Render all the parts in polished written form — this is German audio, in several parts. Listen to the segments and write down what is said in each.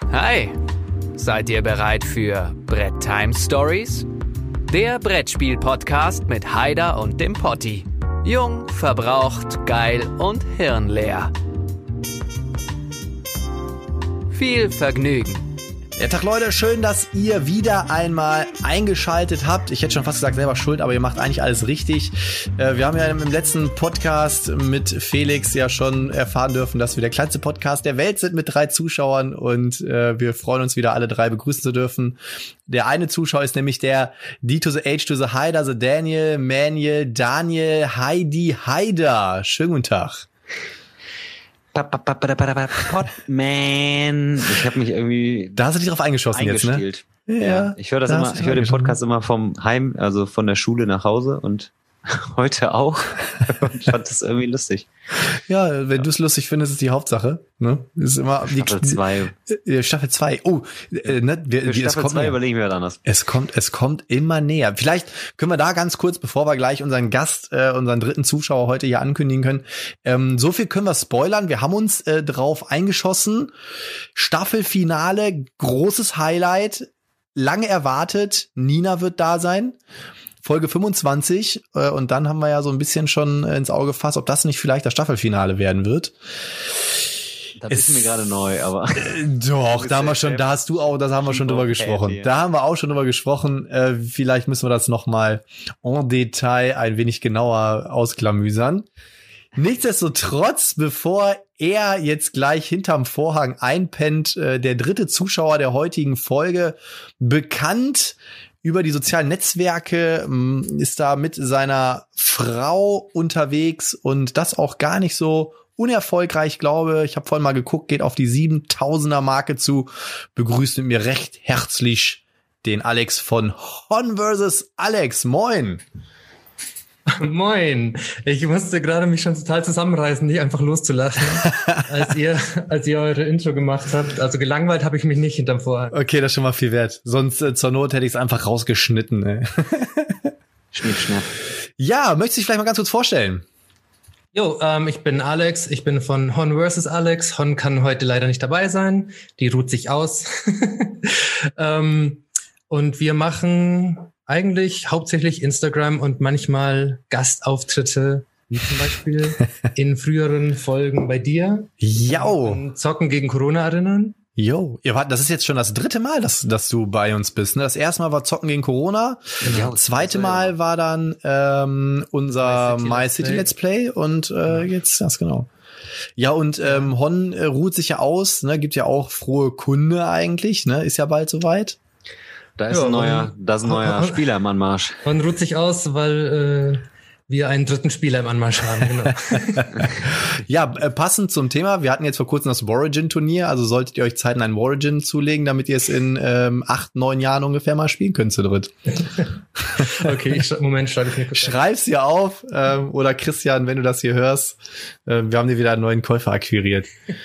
Hi, seid ihr bereit für Brett Time Stories? Der Brettspiel-Podcast mit Haider und dem Potti. Jung, verbraucht, geil und hirnleer. Viel Vergnügen. Ja, Tag Leute, schön, dass ihr wieder einmal eingeschaltet habt. Ich hätte schon fast gesagt, selber schuld, aber ihr macht eigentlich alles richtig. Wir haben ja im letzten Podcast mit Felix ja schon erfahren dürfen, dass wir der kleinste Podcast der Welt sind mit 3 Zuschauern und wir freuen uns wieder alle 3 begrüßen zu dürfen. Der eine Zuschauer ist nämlich der D to the H to the Haider, the Daniel, Manuel, Daniel, Heidi, Haider. Schönen guten Tag. Podman. Ich habe mich irgendwie. Da hast du dich drauf eingeschossen jetzt, ne? Ja. Ich höre das immer. Ich höre den Podcast immer vom Heim, also von der Schule nach Hause und heute auch. Und fand das irgendwie lustig. Ja, wenn du es lustig findest, ist die Hauptsache. Ne? Ist immer Staffel 2. Staffel 2. Oh, ne? Staffel 2 überlegen wir anders. Es kommt immer näher. Vielleicht können wir da ganz kurz, bevor wir gleich unseren Gast, unseren dritten Zuschauer heute hier ankündigen können. So viel können wir spoilern. Wir haben uns drauf eingeschossen. Staffelfinale, großes Highlight, lange erwartet. Nina wird da sein. Folge 25 und dann haben wir ja so ein bisschen schon ins Auge gefasst, ob das nicht vielleicht das Staffelfinale werden wird. Das ist mir gerade neu, aber doch, da haben wir schon, da haben wir schon drüber gesprochen. Da haben wir auch schon drüber gesprochen. Vielleicht müssen wir das nochmal en Detail ein wenig genauer ausklamüsern. Nichtsdestotrotz, bevor er jetzt gleich hinterm Vorhang einpennt, der dritte Zuschauer der heutigen Folge, bekannt über die sozialen Netzwerke, ist da mit seiner Frau unterwegs und das auch gar nicht so unerfolgreich, glaube ich. Habe vorhin mal geguckt, geht auf die 7000er Marke zu. Begrüßt mit mir recht herzlich den Alex von Hon vs. Alex. Moin. Moin. Ich musste gerade mich schon total zusammenreißen, nicht einfach loszulachen, als ihr eure Intro gemacht habt. Also gelangweilt habe ich mich nicht hinterm Vorhang. Okay, das ist schon mal viel wert. Sonst zur Not hätte ich es einfach rausgeschnitten. Ey. Schnipp, schnapp. Ja, möchtest du dich vielleicht mal ganz kurz vorstellen? Jo, ich bin Alex. Ich bin von Hon vs. Alex. Hon kann heute leider nicht dabei sein. Die ruht sich aus. Und wir machen eigentlich hauptsächlich Instagram und manchmal Gastauftritte, wie zum Beispiel in früheren Folgen bei dir. Jo. Zocken gegen Corona erinnern. Jo, das ist jetzt schon das 3. Mal, dass du bei uns bist. Ne? Das erste Mal war Zocken gegen Corona. Genau. Das zweite Mal war dann unser My City Let's Play und jetzt das genau. Ja, und Hon ruht sich ja aus, ne? Gibt ja auch frohe Kunde eigentlich, ne? Ist ja bald soweit. Da ist ein neuer Spieler im Anmarsch. Und ruht sich aus, weil wir einen dritten Spieler im Anmarsch haben. Genau. Ja, passend zum Thema. Wir hatten jetzt vor kurzem das Warorigin-Turnier. Also solltet ihr euch Zeit in ein Warorigin zulegen, damit ihr es in 8, 9 Jahren ungefähr mal spielen könnt zu dritt. Okay, Moment, schreibe ich mir kurz. Schreib's hier auf. Oder Christian, wenn du das hier hörst. Wir haben dir wieder einen neuen Käufer akquiriert.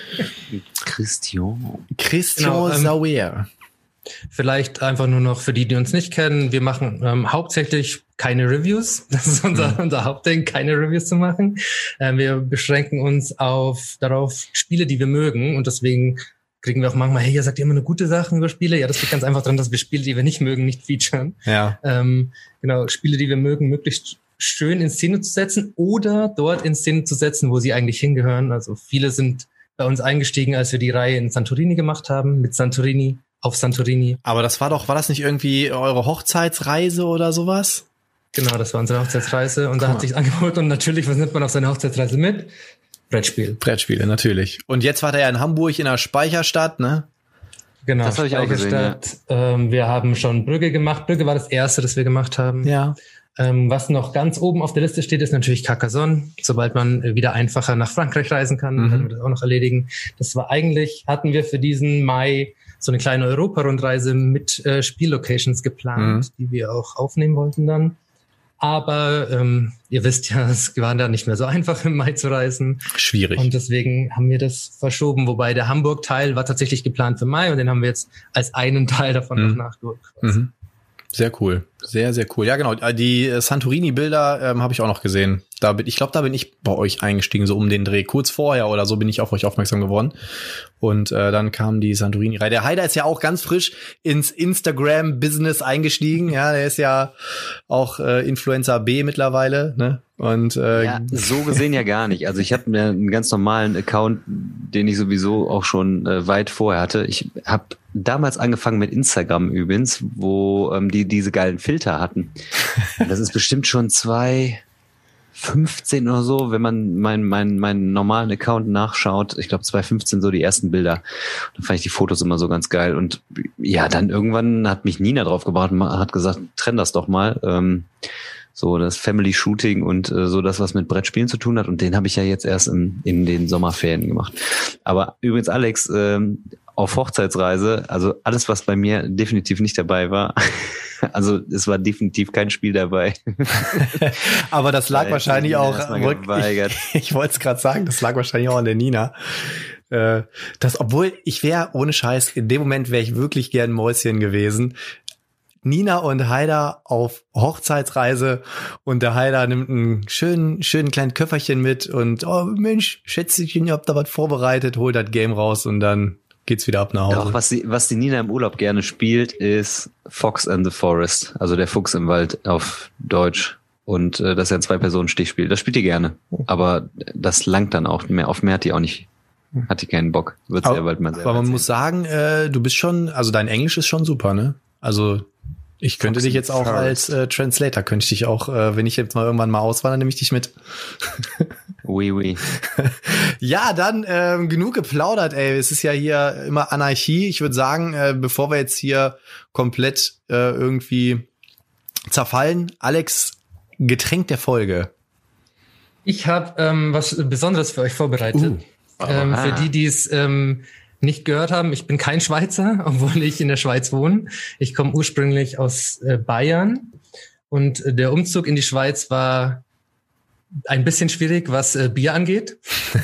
Christian genau, Sauer. Vielleicht einfach nur noch für die uns nicht kennen. Wir machen hauptsächlich keine Reviews. Das ist unser Hauptding, keine Reviews zu machen. Wir beschränken uns darauf Spiele, die wir mögen. Und deswegen kriegen wir auch manchmal, hey, ihr sagt immer nur gute Sachen über Spiele. Ja, das liegt ganz einfach daran, dass wir Spiele, die wir nicht mögen, nicht featuren. Ja. Genau, Spiele, die wir mögen, möglichst schön in Szene zu setzen oder dort in Szene zu setzen, wo sie eigentlich hingehören. Also viele sind bei uns eingestiegen, als wir die Reihe in Santorini gemacht haben, mit Santorini. Auf Santorini. Aber war das nicht irgendwie eure Hochzeitsreise oder sowas? Genau, das war unsere Hochzeitsreise und da hat sich's angeboten und natürlich, was nimmt man auf seine Hochzeitsreise mit? Brettspiele, natürlich. Und jetzt war der ja in Hamburg in der Speicherstadt, ne? Genau, das habe ich auch gesehen, ja. Wir haben schon Brügge gemacht. Brügge war das erste, das wir gemacht haben. Ja. Was noch ganz oben auf der Liste steht, ist natürlich Carcassonne. Sobald man wieder einfacher nach Frankreich reisen kann, werden wir das auch noch erledigen. Hatten wir für diesen Mai so eine kleine Europa-Rundreise mit Spiellocations geplant, die wir auch aufnehmen wollten dann. Aber ihr wisst ja, es war da nicht mehr so einfach im Mai zu reisen. Schwierig. Und deswegen haben wir das verschoben. Wobei der Hamburg-Teil war tatsächlich geplant für Mai und den haben wir jetzt als einen Teil davon noch nachgeholt. Sehr cool. Sehr, sehr cool. Ja, genau. Die Santorini-Bilder habe ich auch noch gesehen. Ich glaube, da bin ich bei euch eingestiegen, so um den Dreh. Kurz vorher oder so bin ich auf euch aufmerksam geworden. Und dann kam die Santorini-Reihe. Der Haider ist ja auch ganz frisch ins Instagram-Business eingestiegen. Ja, der ist ja auch Influencer B mittlerweile, ne? Und ja, so gesehen ja gar nicht. Also ich habe einen ganz normalen Account, den ich sowieso auch schon weit vorher hatte. Ich habe damals angefangen mit Instagram übrigens, wo die diese geilen Filter hatten. Das ist bestimmt schon 2015 oder so, wenn man meinen normalen Account nachschaut. Ich glaube 2015 so die ersten Bilder. Dann fand ich die Fotos immer so ganz geil. Und ja, dann irgendwann hat mich Nina drauf gebracht und hat gesagt, trenn das doch mal. So das Family Shooting und so das, was mit Brettspielen zu tun hat. Und den habe ich ja jetzt erst in den Sommerferien gemacht. Aber übrigens, Alex, auf Hochzeitsreise, also alles, was bei mir definitiv nicht dabei war, also es war definitiv kein Spiel dabei. Aber das lag wahrscheinlich auch, ich wollte es gerade sagen, das lag wahrscheinlich auch an der Nina. Obwohl ich wäre, ohne Scheiß, in dem Moment wäre ich wirklich gern Mäuschen gewesen. Nina und Haider auf Hochzeitsreise und der Haider nimmt einen schönen kleinen Köfferchen mit und oh Mensch, Schätzchen, ihr habt da was vorbereitet, holt das Game raus und dann geht's wieder ab nach Hause. Doch, was die Nina im Urlaub gerne spielt, ist Fox and the Forest, also der Fuchs im Wald auf Deutsch. Und das ist ja ein 2-Personen-Stichspiel. Das spielt die gerne. Aber das langt dann auch. Auf mehr hat die auch nicht. Hat die keinen Bock. Wird sie ja bald mal selber aber man erzählen. muss sagen, du bist schon, also dein Englisch ist schon super, ne? Also ich könnte dich jetzt auch als Translator, könnte ich dich auch, wenn ich jetzt mal irgendwann mal auswandere, nehme ich dich mit. Oui. Ja, dann genug geplaudert, ey. Es ist ja hier immer Anarchie. Ich würde sagen, bevor wir jetzt hier komplett irgendwie zerfallen, Alex, Getränk der Folge. Ich habe was Besonderes für euch vorbereitet. Für die es nicht gehört haben, ich bin kein Schweizer, obwohl ich in der Schweiz wohne. Ich komme ursprünglich aus Bayern und der Umzug in die Schweiz war ein bisschen schwierig, was Bier angeht.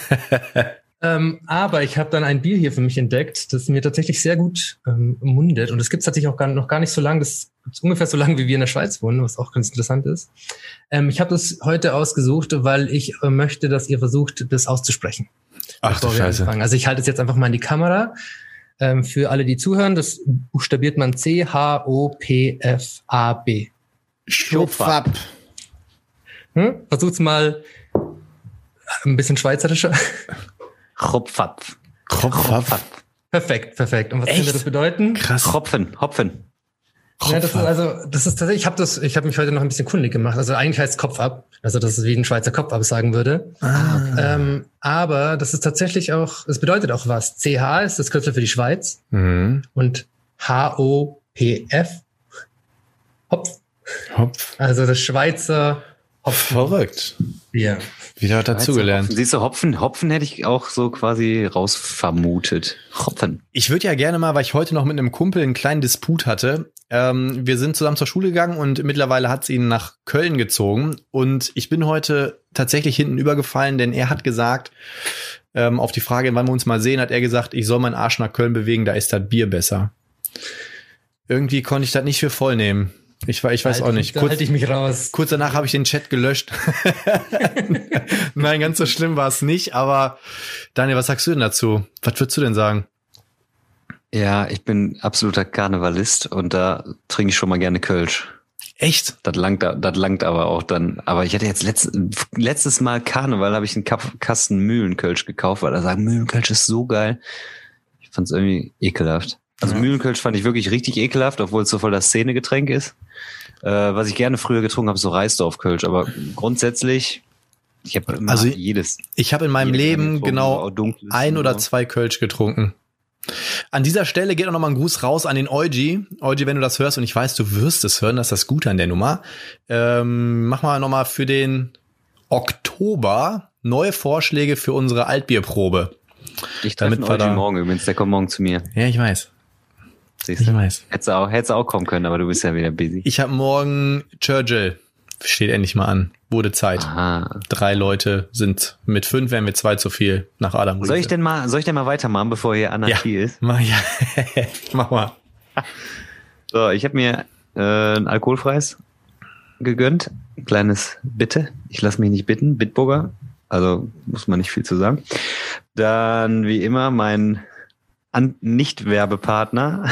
Aber ich habe dann ein Bier hier für mich entdeckt, das mir tatsächlich sehr gut mundet. Und das gibt's tatsächlich auch noch gar nicht so lang. Das ist ungefähr so lang, wie wir in der Schweiz wohnen, was auch ganz interessant ist. Ich habe das heute ausgesucht, weil ich möchte, dass ihr versucht, das auszusprechen. Ach du Scheiße. Also ich halte es jetzt einfach mal in die Kamera. Für alle, die zuhören, das buchstabiert man C-H-O-P-F-A-B. Schopfab. Versucht's mal ein bisschen schweizerischer. Hopfab. Perfekt. Und was könnte das bedeuten? Krass. Hopfen. Ja, das ist tatsächlich, ich habe mich heute noch ein bisschen kundig gemacht. Also eigentlich heißt es Kopf ab. Also das ist wie ein Schweizer Kopf ab sagen würde. Okay. Aber das ist tatsächlich auch, es bedeutet auch was. CH ist das Kürzel für die Schweiz. Mhm. Und HOPF. Hopf. Also das Schweizer Hopfen. Verrückt. Ja. Wieder dazugelernt. Siehst du, Hopfen hätte ich auch so quasi raus vermutet. Hopfen. Ich würde ja gerne mal, weil ich heute noch mit einem Kumpel einen kleinen Disput hatte. Wir sind zusammen zur Schule gegangen und mittlerweile hat es ihn nach Köln gezogen. Und ich bin heute tatsächlich hinten übergefallen, denn er hat gesagt, auf die Frage, wann wir uns mal sehen, hat er gesagt, ich soll meinen Arsch nach Köln bewegen, da ist das Bier besser. Irgendwie konnte ich das nicht für voll nehmen. Ich weiß auch nicht. Da halte ich mich raus. Kurz danach habe ich den Chat gelöscht. Nein, ganz so schlimm war es nicht. Aber Daniel, was sagst du denn dazu? Was würdest du denn sagen? Ja, ich bin absoluter Karnevalist und da trinke ich schon mal gerne Kölsch. Echt? Das langt aber auch dann. Aber ich hatte jetzt letztes Mal Karneval, habe ich einen Kasten Mühlenkölsch gekauft, weil da sagen, Mühlenkölsch ist so geil. Ich fand es irgendwie ekelhaft. Also Mühlenkölsch fand ich wirklich richtig ekelhaft, obwohl es so voll das Szenegetränk ist. Was ich gerne früher getrunken habe, ist so Reisdorf-Kölsch. Aber grundsätzlich, ich habe immer jedes. Ich habe in meinem Leben genau 1 oder 2 Kölsch getrunken. An dieser Stelle geht auch nochmal ein Gruß raus an den Eugi. Eugi, wenn du das hörst, und ich weiß, du wirst es hören, das ist das Gute an der Nummer. Mach mal nochmal für den Oktober neue Vorschläge für unsere Altbierprobe. Ich treffe den Eugi morgen übrigens, der kommt morgen zu mir. Ja, ich weiß. Siehst du? Ich weiß. Hättest auch kommen können, aber du bist ja wieder busy. Ich habe morgen Churchill. Steht endlich mal an. Wurde Zeit. Aha. 3 Leute sind mit 5, wären wir 2 zu viel nach Adam Riese. Soll ich denn mal weitermachen, bevor hier Anarchie ist? Mach mal. So, ich habe mir ein alkoholfreies gegönnt. Ein kleines Bitte. Ich lasse mich nicht bitten. Bitburger. Also muss man nicht viel zu sagen. Dann wie immer mein Nicht-Werbepartner.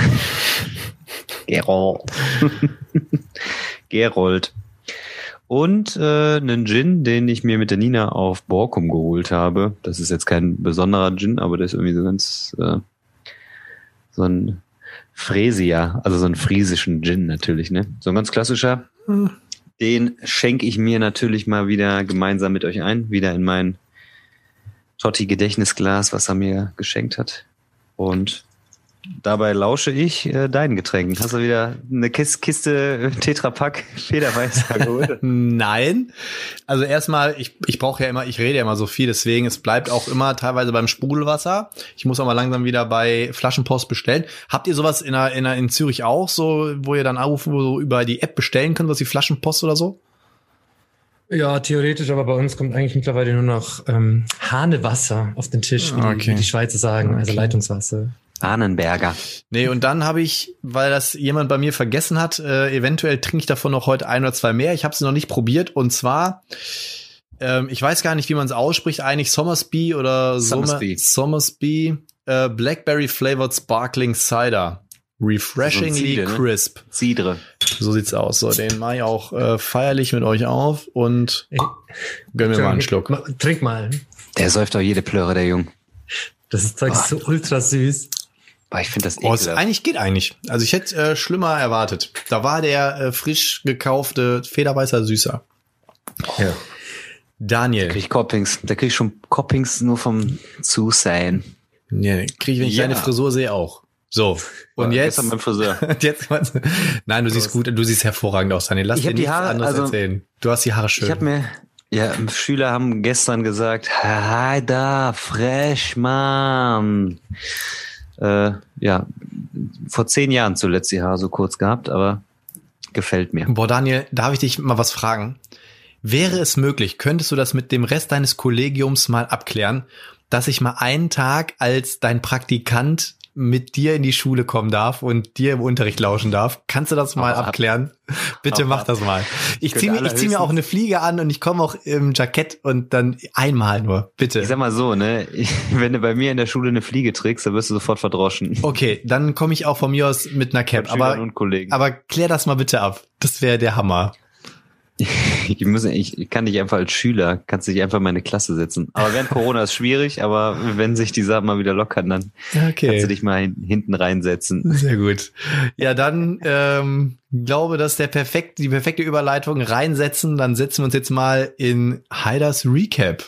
Gerold. Und einen Gin, den ich mir mit der Nina auf Borkum geholt habe. Das ist jetzt kein besonderer Gin, aber der ist irgendwie so ganz so ein Fresia, also so einen friesischen Gin natürlich, ne? So ein ganz klassischer. Den schenke ich mir natürlich mal wieder gemeinsam mit euch ein. Wieder in mein Totti-Gedächtnisglas, was er mir geschenkt hat. Und dabei lausche ich deinen Getränken. Hast du wieder eine Kiste Tetrapack Federweißer geholt? Nein. Also erstmal, ich rede ja immer so viel, deswegen, es bleibt auch immer teilweise beim Sprudelwasser. Ich muss auch mal langsam wieder bei Flaschenpost bestellen. Habt ihr sowas in Zürich auch, so, wo ihr dann anrufen, wo so über die App bestellen könnt, was die Flaschenpost oder so? Ja, theoretisch, aber bei uns kommt eigentlich mittlerweile nur noch Hahnewasser auf den Tisch, wie die Schweizer sagen, also Leitungswasser. Ahnenberger. Nee, und dann habe ich, weil das jemand bei mir vergessen hat, eventuell trinke ich davon noch heute 1 oder 2 mehr. Ich habe es noch nicht probiert. Und zwar, ich weiß gar nicht, wie man es ausspricht, eigentlich Somersby oder Somersby Blackberry Flavored Sparkling Cider. Refreshingly so crisp. Ne? Cidre. So sieht's aus. So, den mache ich auch feierlich mit euch auf und gönn mir mal einen Schluck. Trink mal. Der säuft doch jede Plöre, der Jung. Das Zeug ist so ultra süß. Ich finde das ekelhaft. Geht eigentlich. Also ich hätte schlimmer erwartet. Da war der frisch gekaufte Federweißer süßer. Ja. Daniel. Da krieg ich schon Coppings nur vom Zusehen. Nee, krieg ich, wenn ich deine Frisur sehe, auch. So. Und jetzt. Mein Friseur. Nein, du siehst gut, du siehst hervorragend aus, Daniel. Lass dir nichts anderes erzählen. Du hast die Haare schön. Schüler haben gestern gesagt, hi da, fresh, Mann. Vor 10 Jahren zuletzt die Haare so kurz gehabt, aber gefällt mir. Boah, Daniel, darf ich dich mal was fragen? Wäre es möglich, könntest du das mit dem Rest deines Kollegiums mal abklären, dass ich mal einen Tag als dein Praktikant mit dir in die Schule kommen darf und dir im Unterricht lauschen darf? Kannst du das mal abklären? Bitte mach das mal. Ich zieh mir auch eine Fliege an und ich komme auch im Jackett und dann einmal nur, bitte. Ich sag mal so, ne, wenn du bei mir in der Schule eine Fliege trägst, dann wirst du sofort verdroschen. Okay, dann komme ich auch von mir aus mit einer Cap. Aber klär das mal bitte ab. Das wäre der Hammer. Ich kann dich einfach als Schüler, kannst dich einfach in meine Klasse setzen. Aber während Corona ist schwierig, aber wenn sich die Sachen mal wieder lockern, dann kannst du dich mal hinten reinsetzen. Sehr gut. Ja, dann glaube, dass die perfekte Überleitung reinsetzen. Dann setzen wir uns jetzt mal in Haiders Recap.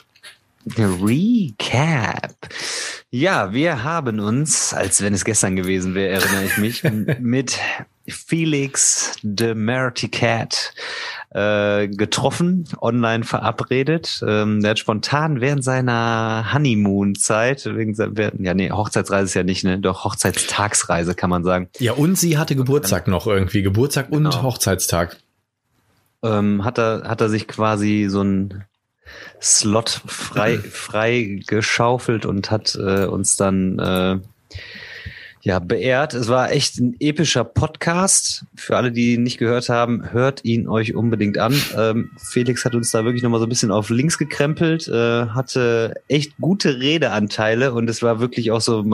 Recap. Ja, wir haben uns, als wenn es gestern gewesen wäre, erinnere ich mich, mit Felix de Merticat getroffen, online verabredet. Der hat spontan während seiner Honeymoon-Zeit, Hochzeitsreise ist ja nicht, ne? Doch, Hochzeitstagsreise kann man sagen. Ja, und sie hatte Geburtstag noch irgendwie. Geburtstag und Hochzeitstag. Hat er sich quasi so ein Slot frei geschaufelt und hat uns dann beehrt. Es war echt ein epischer Podcast. Für alle, die ihn nicht gehört haben, hört ihn euch unbedingt an. Felix hat uns da wirklich nochmal so ein bisschen auf links gekrempelt, hatte echt gute Redeanteile und es war wirklich auch so,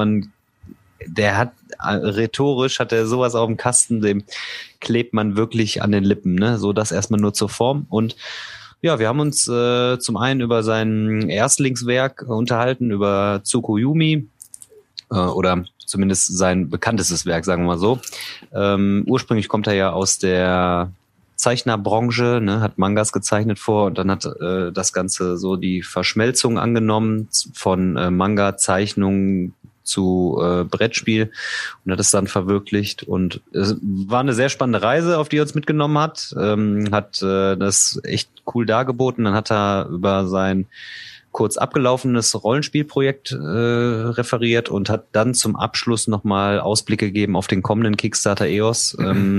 rhetorisch hat er sowas auf dem Kasten, dem klebt man wirklich an den Lippen, ne? So das erstmal nur zur Form. Und ja, wir haben uns zum einen über sein Erstlingswerk unterhalten, über Tsukuyomi, oder zumindest sein bekanntestes Werk, sagen wir mal so. Ursprünglich kommt er ja aus der Zeichnerbranche, ne, hat Mangas gezeichnet vor und dann hat das Ganze so die Verschmelzung angenommen von Manga-Zeichnungen zu Brettspiel und hat es dann verwirklicht und es war eine sehr spannende Reise, auf die er uns mitgenommen hat, hat das echt cool dargeboten. Dann hat er über sein kurz abgelaufenes Rollenspielprojekt referiert und hat dann zum Abschluss nochmal Ausblicke gegeben auf den kommenden Kickstarter EOS.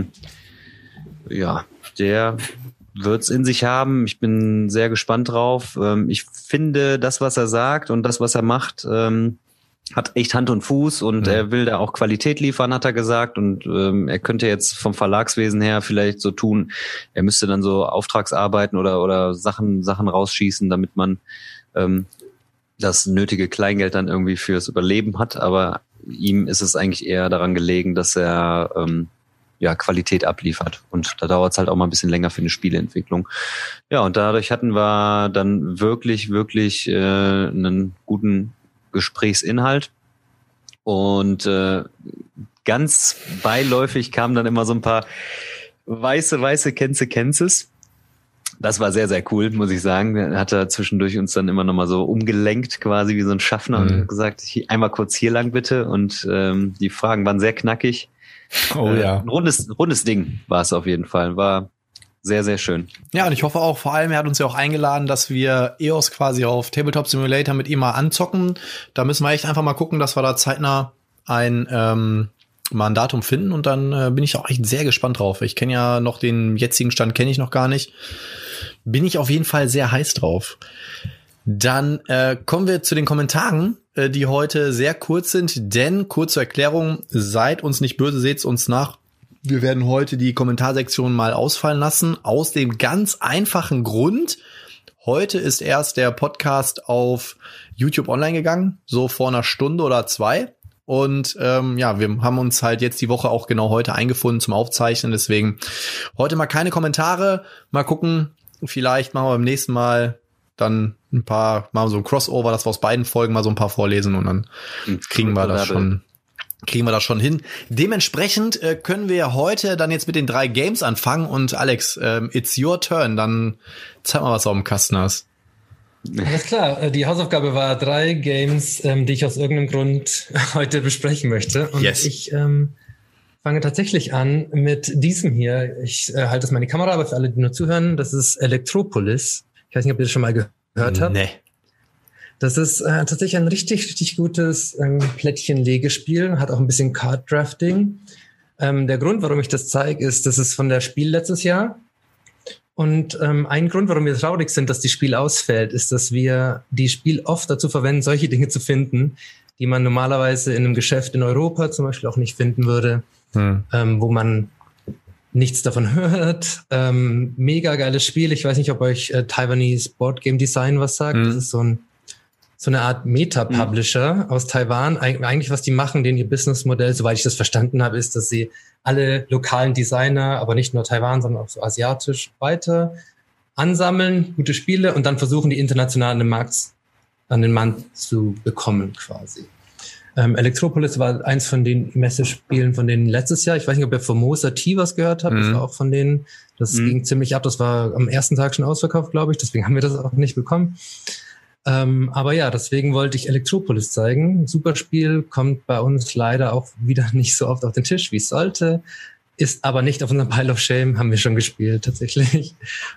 Der wird's in sich haben. Ich bin sehr gespannt drauf. Ich finde, das, was er sagt und das, was er macht, hat echt Hand und Fuß und er will da auch Qualität liefern, hat er gesagt. Und er könnte jetzt vom Verlagswesen her vielleicht so tun, er müsste dann so Auftragsarbeiten oder Sachen rausschießen, damit man das nötige Kleingeld dann irgendwie fürs Überleben hat. Aber ihm ist es eigentlich eher daran gelegen, dass er Qualität abliefert. Und da dauert es halt auch mal ein bisschen länger für eine Spieleentwicklung. Ja, und dadurch hatten wir dann wirklich einen guten Gesprächsinhalt. Und ganz beiläufig kamen dann immer so ein paar weiße Kennzes. Das war sehr, sehr cool, muss ich sagen. Da hat er zwischendurch uns dann immer noch mal so umgelenkt, quasi wie so ein Schaffner, und gesagt, einmal kurz hier lang bitte. Und die Fragen waren sehr knackig. Oh ja. Ein rundes Ding war es auf jeden Fall. War sehr, sehr schön. Ja, und ich hoffe auch, vor allem, er hat uns ja auch eingeladen, dass wir EOS quasi auf Tabletop Simulator mit ihm mal anzocken. Da müssen wir echt einfach mal gucken, dass wir da zeitnah mal ein Datum finden, und dann bin ich auch echt sehr gespannt drauf. Ich kenne ja noch den jetzigen Stand, kenne ich noch gar nicht. Bin ich auf jeden Fall sehr heiß drauf. Dann kommen wir zu den Kommentaren, die heute sehr kurz sind, denn kurze Erklärung, seid uns nicht böse, seht's uns nach. Wir werden heute die Kommentarsektion mal ausfallen lassen, aus dem ganz einfachen Grund. Heute ist erst der Podcast auf YouTube online gegangen, so vor einer Stunde oder zwei. Und wir haben uns halt jetzt die Woche auch genau heute eingefunden zum Aufzeichnen. Deswegen heute mal keine Kommentare. Mal gucken, vielleicht machen wir beim nächsten Mal dann machen wir so ein Crossover, dass wir aus beiden Folgen mal so ein paar vorlesen, und dann kriegen wir das schon hin. Dementsprechend können wir heute dann jetzt mit den 3 Games anfangen. Und Alex, it's your turn. Dann zeig mal, was du auf dem Kasten hast. Alles klar, die Hausaufgabe war 3 Games, die ich aus irgendeinem Grund heute besprechen möchte. Und ich fange tatsächlich an mit diesem hier. Ich halte das mal in die Kamera, aber für alle, die nur zuhören, das ist Electropolis. Ich weiß nicht, ob ihr das schon mal gehört habt. Nee. Das ist tatsächlich ein richtig gutes Plättchenlegespiel, hat auch ein bisschen Card-Drafting. Der Grund, warum ich das zeige, ist, das ist von der Spiel letztes Jahr. Und ein Grund, warum wir traurig sind, dass die Spiel ausfällt, ist, dass wir die Spiel oft dazu verwenden, solche Dinge zu finden, die man normalerweise in einem Geschäft in Europa zum Beispiel auch nicht finden würde, wo man nichts davon hört. Mega geiles Spiel. Ich weiß nicht, ob euch Taiwanese Board Game Design was sagt. Das ist so eine Art Meta-Publisher aus Taiwan. Eigentlich, was die machen, ihr Businessmodell, soweit ich das verstanden habe, ist, dass sie alle lokalen Designer, aber nicht nur Taiwan, sondern auch so asiatisch weiter ansammeln, gute Spiele, und dann versuchen, die international an den Mann zu bekommen, quasi. Electropolis war eins von den Messespielen von denen letztes Jahr. Ich weiß nicht, ob ihr Formosa T was gehört habt. Das war auch von denen. Das ging ziemlich ab. Das war am ersten Tag schon ausverkauft, glaube ich. Deswegen haben wir das auch nicht bekommen. Aber ja, deswegen wollte ich Electropolis zeigen. Super Spiel, kommt bei uns leider auch wieder nicht so oft auf den Tisch, wie es sollte. Ist aber nicht auf unserem Pile of Shame, haben wir schon gespielt, tatsächlich.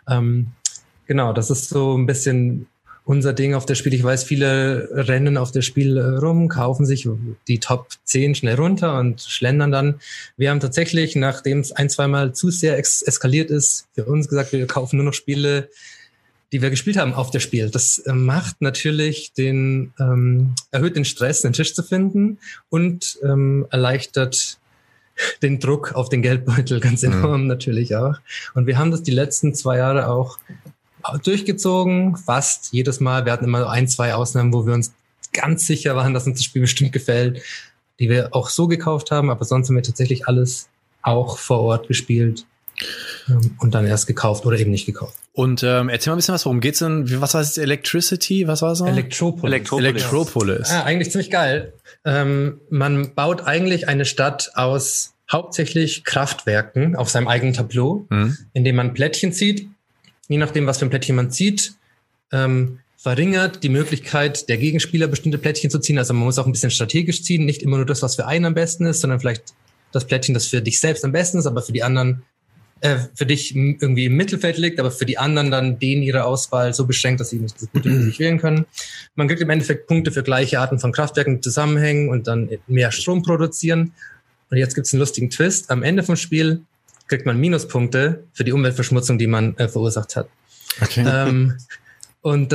Genau, das ist so ein bisschen unser Ding auf der Spiel. Ich weiß, viele rennen auf der Spiel rum, kaufen sich die Top 10 schnell runter und schlendern dann. Wir haben tatsächlich, nachdem es 1-2 Mal zu sehr eskaliert ist, für uns gesagt, wir kaufen nur noch Spiele, die wir gespielt haben auf der Spiel. Das macht natürlich erhöht den Stress, einen Tisch zu finden, und erleichtert den Druck auf den Geldbeutel ganz enorm natürlich auch. Und wir haben das die letzten 2 Jahre auch durchgezogen, fast jedes Mal. Wir hatten immer 1-2 Ausnahmen, wo wir uns ganz sicher waren, dass uns das Spiel bestimmt gefällt, die wir auch so gekauft haben, aber sonst haben wir tatsächlich alles auch vor Ort gespielt und dann erst gekauft oder eben nicht gekauft. Und erzähl mal ein bisschen was, worum geht's denn? Was heißt Electricity? Was war es? Electropolis. Ja, eigentlich ziemlich geil. Man baut eigentlich eine Stadt aus hauptsächlich Kraftwerken auf seinem eigenen Tableau, indem man Plättchen zieht. Je nachdem, was für ein Plättchen man zieht, verringert die Möglichkeit der Gegenspieler, bestimmte Plättchen zu ziehen. Also man muss auch ein bisschen strategisch ziehen, nicht immer nur das, was für einen am besten ist, sondern vielleicht das Plättchen, das für dich selbst am besten ist, aber für die anderen, für dich irgendwie im Mittelfeld liegt, aber für die anderen dann ihre Auswahl so beschränkt, dass sie nicht das Gute für sich wählen können. Man kriegt im Endeffekt Punkte für gleiche Arten von Kraftwerken, die zusammenhängen und dann mehr Strom produzieren. Und jetzt gibt's einen lustigen Twist. Am Ende vom Spiel kriegt man Minuspunkte für die Umweltverschmutzung, die man verursacht hat. Okay. Und das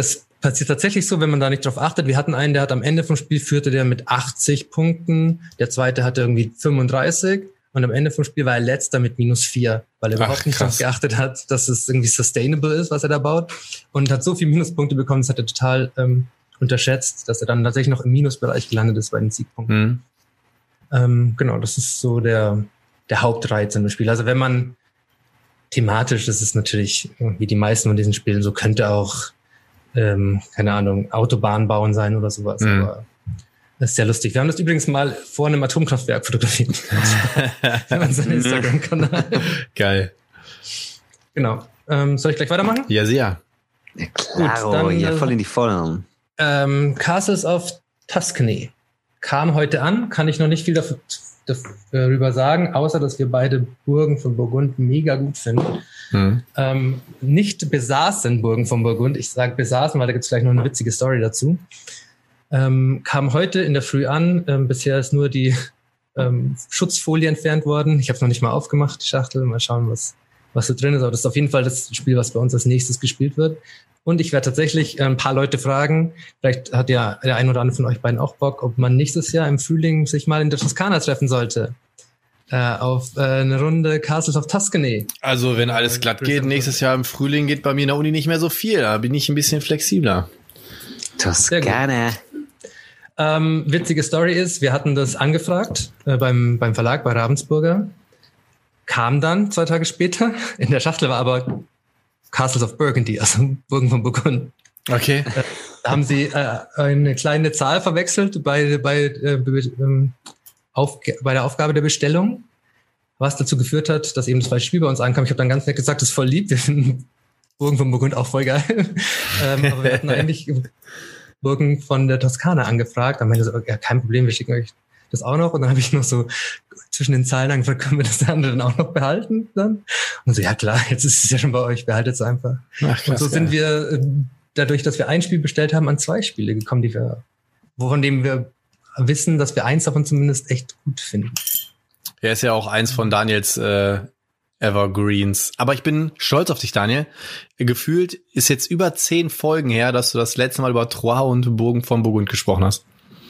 passiert tatsächlich so, wenn man da nicht drauf achtet. Wir hatten einen, der hat am Ende vom Spiel führte der mit 80 Punkten. Der zweite hatte irgendwie 35. Und am Ende vom Spiel war er letzter mit -4, weil er überhaupt nicht darauf geachtet hat, dass es irgendwie sustainable ist, was er da baut. Und hat so viele Minuspunkte bekommen, das hat er total unterschätzt, dass er dann tatsächlich noch im Minusbereich gelandet ist bei den Siegpunkten. Genau, das ist so der Hauptreiz in dem Spiel. Also wenn man thematisch, das ist natürlich wie die meisten von diesen Spielen, so könnte auch, keine Ahnung, Autobahn bauen sein oder sowas. Aber das ist sehr lustig. Wir haben das übrigens mal vor einem Atomkraftwerk fotografiert. Auf unserem Instagram-Kanal. Geil. Genau. Soll ich gleich weitermachen? Ja, sehr. Ja, klar, gut, dann, ja, voll in die Vollen. Castles of Tuscany kam heute an. Kann ich noch nicht viel darüber sagen, außer dass wir beide Burgen von Burgund mega gut finden. Nicht besaßen Burgen von Burgund. Ich sage besaßen, weil da gibt es gleich noch eine witzige Story dazu. Kam heute in der Früh an. Bisher ist nur die Schutzfolie entfernt worden. Ich habe es noch nicht mal aufgemacht, die Schachtel. Mal schauen, was so drin ist. Aber das ist auf jeden Fall das Spiel, was bei uns als nächstes gespielt wird. Und ich werde tatsächlich ein paar Leute fragen, vielleicht hat ja der ein oder andere von euch beiden auch Bock, ob man nächstes Jahr im Frühling sich mal in der Toskana treffen sollte. Auf eine Runde Castles of Tuscany. Also wenn alles glatt geht, nächstes Jahr im Frühling geht bei mir in der Uni nicht mehr so viel. Da bin ich ein bisschen flexibler. Toskana. Witzige Story ist, wir hatten das angefragt beim Verlag, bei Ravensburger. Kam dann 2 Tage später. In der Schachtel war aber Castles of Burgundy, also Burgen von Burgund. Okay. Da haben sie eine kleine Zahl verwechselt bei der Aufgabe der Bestellung, was dazu geführt hat, dass eben das falsche Spiel bei uns ankam. Ich habe dann ganz nett gesagt, das ist voll lieb, wir finden Burgen von Burgund auch voll geil. Aber wir hatten eigentlich Burgen von der Toskana angefragt. Dann meinte so, ja, kein Problem, wir schicken euch das auch noch. Und dann habe ich noch so zwischen den Zeilen angefragt, können wir das andere dann auch noch behalten dann? Und so, ja klar, jetzt ist es ja schon bei euch, behaltet es einfach. Ach, krass, und so sind wir, dadurch, dass wir ein Spiel bestellt haben, an 2 Spiele gekommen, von denen wir wissen, dass wir eins davon zumindest echt gut finden. Ja, ist ja auch eins von Daniels Evergreens. Aber ich bin stolz auf dich, Daniel. Gefühlt ist jetzt über 10 Folgen her, dass du das letzte Mal über Troyes und Burgen von Burgund gesprochen hast.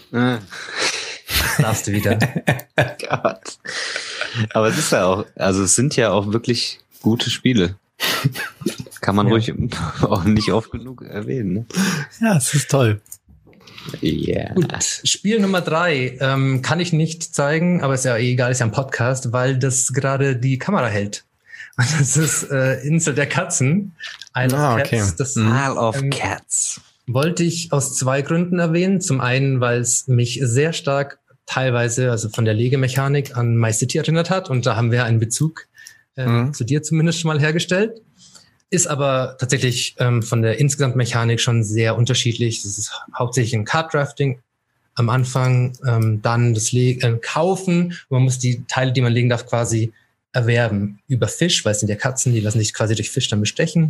Das darfst du wieder. Gott. Aber es ist ja auch, also es sind ja auch wirklich gute Spiele. Kann man ruhig auch nicht oft genug erwähnen. Ne? Ja, es ist toll. Yeah. Gut, Spiel Nummer 3 kann ich nicht zeigen, aber ist ja egal, ist ja ein Podcast, weil das gerade die Kamera hält. Und das ist Insel der Katzen. Isle of Cats. Okay. Das Isle of Cats. Wollte ich aus 2 Gründen erwähnen. Zum einen, weil es mich sehr stark teilweise, also von der Legemechanik an My City erinnert hat. Und da haben wir einen Bezug zu dir zumindest schon mal hergestellt. Ist aber tatsächlich von der insgesamt Mechanik schon sehr unterschiedlich. Das ist hauptsächlich ein Card-Drafting am Anfang, dann das Kaufen. Man muss die Teile, die man legen darf, quasi erwerben über Fisch, weil es sind ja Katzen, die lassen sich quasi durch Fisch dann bestechen.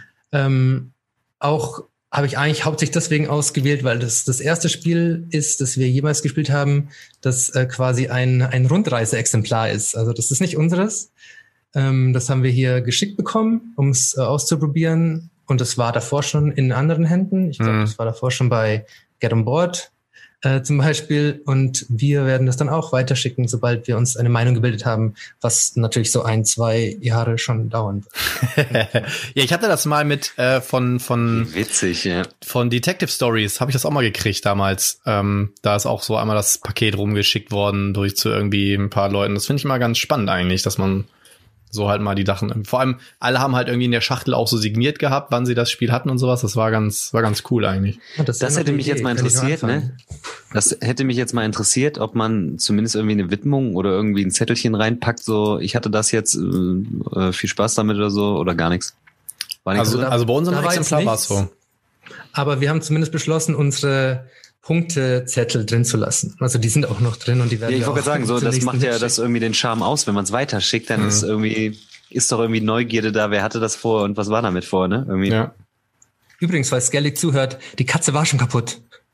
Auch habe ich eigentlich hauptsächlich deswegen ausgewählt, weil das erste Spiel ist, das wir jemals gespielt haben, das quasi ein Rundreise-Exemplar ist. Also das ist nicht unseres. Das haben wir hier geschickt bekommen, um es auszuprobieren. Und das war davor schon in anderen Händen. Ich glaube, das war davor schon bei Get On Board zum Beispiel. Und wir werden das dann auch weiterschicken, sobald wir uns eine Meinung gebildet haben, was natürlich so 1-2 Jahre schon dauern wird. Ja, ich hatte das mal mit von witzig, ja. Von Detective Stories habe ich das auch mal gekriegt damals. Da ist auch so einmal das Paket rumgeschickt worden zu irgendwie ein paar Leuten. Das finde ich immer ganz spannend eigentlich, dass man so halt mal die Sachen, vor allem alle haben halt irgendwie in der Schachtel auch so signiert gehabt, wann sie das Spiel hatten und sowas. Das war ganz cool eigentlich. Das hätte mich jetzt mal interessiert, ne? Das hätte mich jetzt mal interessiert, ob man zumindest irgendwie eine Widmung oder irgendwie ein Zettelchen reinpackt, so ich hatte das jetzt, viel Spaß damit oder so, oder gar nichts. War nichts also bei unserem Exemplar war es so. Aber wir haben zumindest beschlossen, unsere Punktezettel drin zu lassen. Also die sind auch noch drin und die werden. Ja, ich wollte gerade sagen, so das macht ja das irgendwie den Charme aus, wenn man es weiterschickt, dann ist doch irgendwie Neugierde da. Wer hatte das vor und was war damit vor, ne? Irgendwie. Ja. Übrigens, weil Skellig zuhört, die Katze war schon kaputt.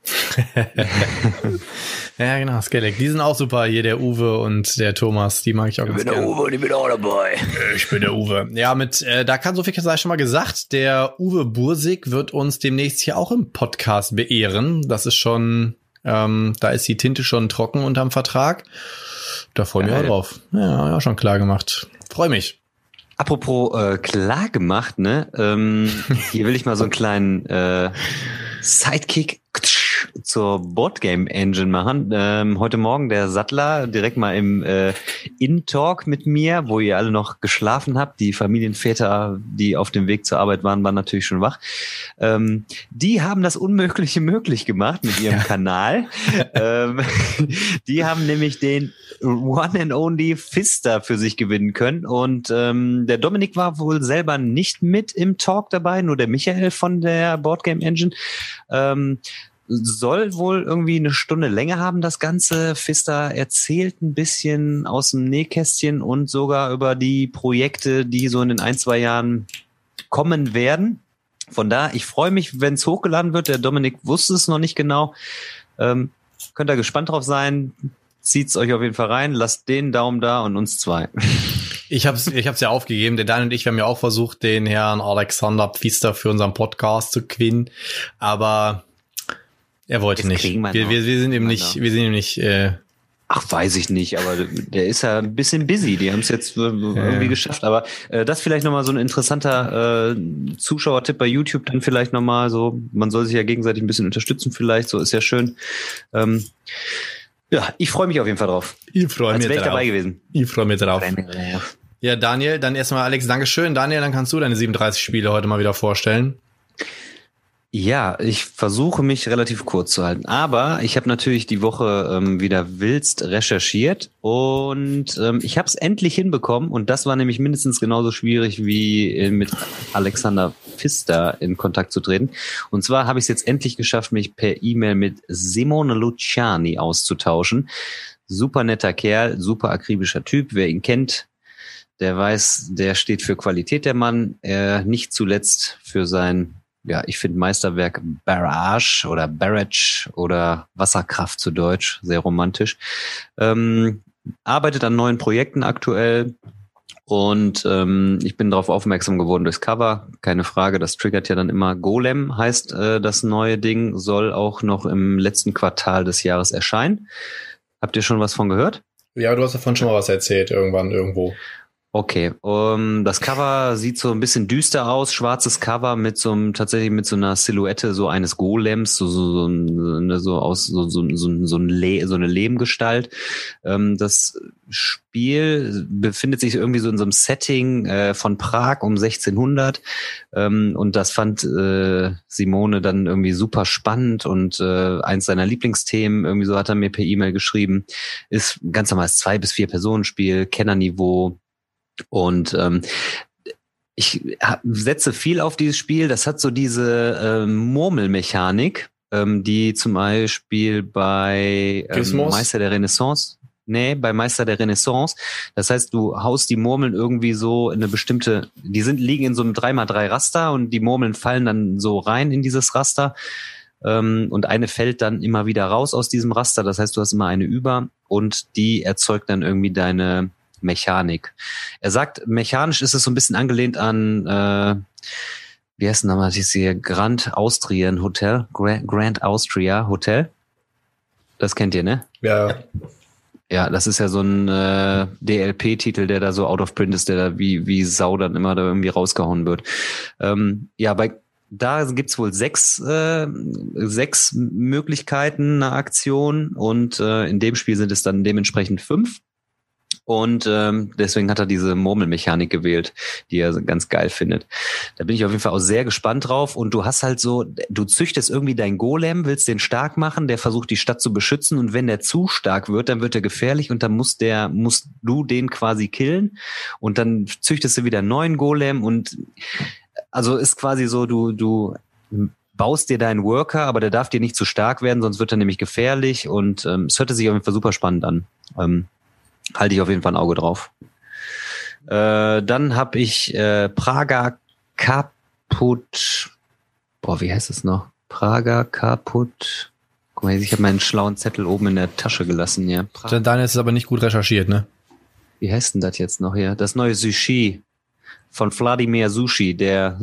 Ja, genau, Skellig. Die sind auch super. Hier der Uwe und der Thomas, die mag ich auch ganz gerne. Ich bin der Uwe und ich bin auch dabei. Ich bin der Uwe. Ja, da kann so viel sei schon mal gesagt. Der Uwe Bursig wird uns demnächst hier auch im Podcast beehren. Das ist schon, da ist die Tinte schon trocken unterm Vertrag. Da freue ich mich auch drauf. Ja, schon klar gemacht. Freue mich. Apropos klar gemacht, ne? Hier will ich mal so einen kleinen Sidekick zur Boardgame Engine machen. Heute Morgen der Sattler direkt mal im In-Talk mit mir, wo ihr alle noch geschlafen habt. Die Familienväter, die auf dem Weg zur Arbeit waren natürlich schon wach. Die haben das Unmögliche möglich gemacht mit ihrem Kanal. Die haben nämlich den One and Only Pfister für sich gewinnen können. Und der Dominik war wohl selber nicht mit im Talk dabei, nur der Michael von der Boardgame Engine. Soll wohl irgendwie eine Stunde länger haben, das Ganze. Pfister erzählt ein bisschen aus dem Nähkästchen und sogar über die Projekte, die so in den 1-2 Jahren kommen werden. Von da, ich freue mich, wenn es hochgeladen wird. Der Dominik wusste es noch nicht genau. Könnt ihr gespannt drauf sein. Zieht's euch auf jeden Fall rein. Lasst den Daumen da und uns 2. Ich hab's ja aufgegeben. Der Dan und ich, wir haben ja auch versucht, den Herrn Alexander Pfister für unseren Podcast zu gewinnen. Aber er wollte nicht. Wir sind ihm nicht. Ach, weiß ich nicht, aber der ist ja ein bisschen busy. Die haben es jetzt irgendwie geschafft. Aber das vielleicht nochmal so ein interessanter Zuschauertipp bei YouTube dann vielleicht nochmal so. Man soll sich ja gegenseitig ein bisschen unterstützen vielleicht. So ist ja schön. Ja, ich freue mich auf jeden Fall drauf. Ich freue mich drauf. Dabei gewesen. Ich freue mich drauf. Ja, Daniel, dann erstmal Alex, Dankeschön. Daniel, dann kannst du deine 37 Spiele heute mal wieder vorstellen. Ja, ich versuche mich relativ kurz zu halten, aber ich habe natürlich die Woche wieder wildst recherchiert und ich habe es endlich hinbekommen und das war nämlich mindestens genauso schwierig wie mit Alexander Pfister in Kontakt zu treten. Und zwar habe ich es jetzt endlich geschafft, mich per E-Mail mit Simone Luciani auszutauschen. Super netter Kerl, super akribischer Typ, wer ihn kennt. Der weiß, der steht für Qualität, der Mann, nicht zuletzt für sein, ja, ich finde Meisterwerk Barrage oder Wasserkraft zu Deutsch, sehr romantisch. Arbeitet an neuen Projekten aktuell und ich bin darauf aufmerksam geworden durchs Cover, keine Frage, das triggert ja dann immer. Golem heißt das neue Ding, soll auch noch im letzten Quartal des Jahres erscheinen. Habt ihr schon was von gehört? Ja, du hast davon schon mal was erzählt, irgendwo. Okay, das Cover sieht so ein bisschen düster aus, schwarzes Cover mit so einer Silhouette so eines Golems, so eine Lehmgestalt. Das Spiel befindet sich irgendwie so in so einem Setting von Prag um 1600 und das fand Simone dann irgendwie super spannend und eins seiner Lieblingsthemen, irgendwie so hat er mir per E-Mail geschrieben, ist ganz normales 2- bis 4-Personen-Spiel, Kennerniveau. Und ich setze viel auf dieses Spiel. Das hat so diese Murmelmechanik, die zum Beispiel bei Meister der Renaissance. Bei Meister der Renaissance. Das heißt, du haust die Murmeln irgendwie so in eine bestimmte, liegen in so einem 3x3 Raster und die Murmeln fallen dann so rein in dieses Raster. Und eine fällt dann immer wieder raus aus diesem Raster. Das heißt, du hast immer eine über und die erzeugt dann irgendwie deine Mechanik. Er sagt, mechanisch ist es so ein bisschen angelehnt an, wie heißt denn nochmal dieses hier? Grand Austria Hotel. Das kennt ihr, ne? Ja. Ja, das ist ja so ein DLP-Titel, der da so out of print ist, der da wie Sau dann immer da irgendwie rausgehauen wird. Da gibt's wohl 6 Möglichkeiten einer Aktion und in dem Spiel sind es dann dementsprechend 5. Und deswegen hat er diese Murmelmechanik gewählt, die er ganz geil findet. Da bin ich auf jeden Fall auch sehr gespannt drauf. Und du hast halt so, du züchtest irgendwie deinen Golem, willst den stark machen, der versucht die Stadt zu beschützen. Und wenn der zu stark wird, dann wird er gefährlich und dann musst du den quasi killen. Und dann züchtest du wieder einen neuen Golem. Und also ist quasi so, du baust dir deinen Worker, aber der darf dir nicht zu stark werden, sonst wird er nämlich gefährlich. Und es hörte sich auf jeden Fall super spannend an. Halte ich auf jeden Fall ein Auge drauf. Dann habe ich Praga Kaput. Wie heißt es noch? Praga Kaput. Guck mal, ich habe meinen schlauen Zettel oben in der Tasche gelassen, ja. Daniel ist aber nicht gut recherchiert, ne? Wie heißt denn das jetzt noch hier? Das neue Sushi von Vladimir Sushi, der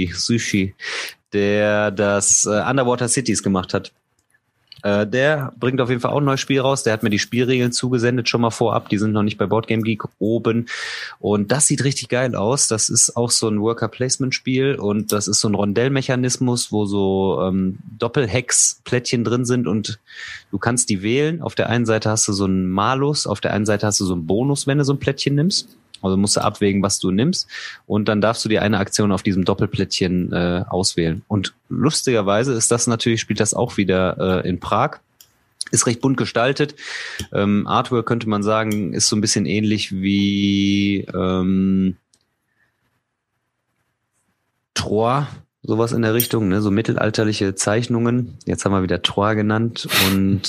das Underwater Cities gemacht hat. Der bringt auf jeden Fall auch ein neues Spiel raus. Der hat mir die Spielregeln zugesendet schon mal vorab. Die sind noch nicht bei Boardgame Geek oben. Und das sieht richtig geil aus. Das ist auch so ein Worker-Placement-Spiel und das ist so ein Rondellmechanismus, wo so Doppelhex-Plättchen drin sind und du kannst die wählen. Auf der einen Seite hast du so einen Malus, auf der einen Seite hast du so einen Bonus, wenn du so ein Plättchen nimmst. Also musst du abwägen, was du nimmst. Und dann darfst du dir eine Aktion auf diesem Doppelplättchen auswählen. Und lustigerweise ist das natürlich, spielt das auch wieder in Prag. Ist recht bunt gestaltet. Artwork könnte man sagen, ist so ein bisschen ähnlich wie Troyes, sowas in der Richtung, ne? So mittelalterliche Zeichnungen. Jetzt haben wir wieder Troyes genannt. Und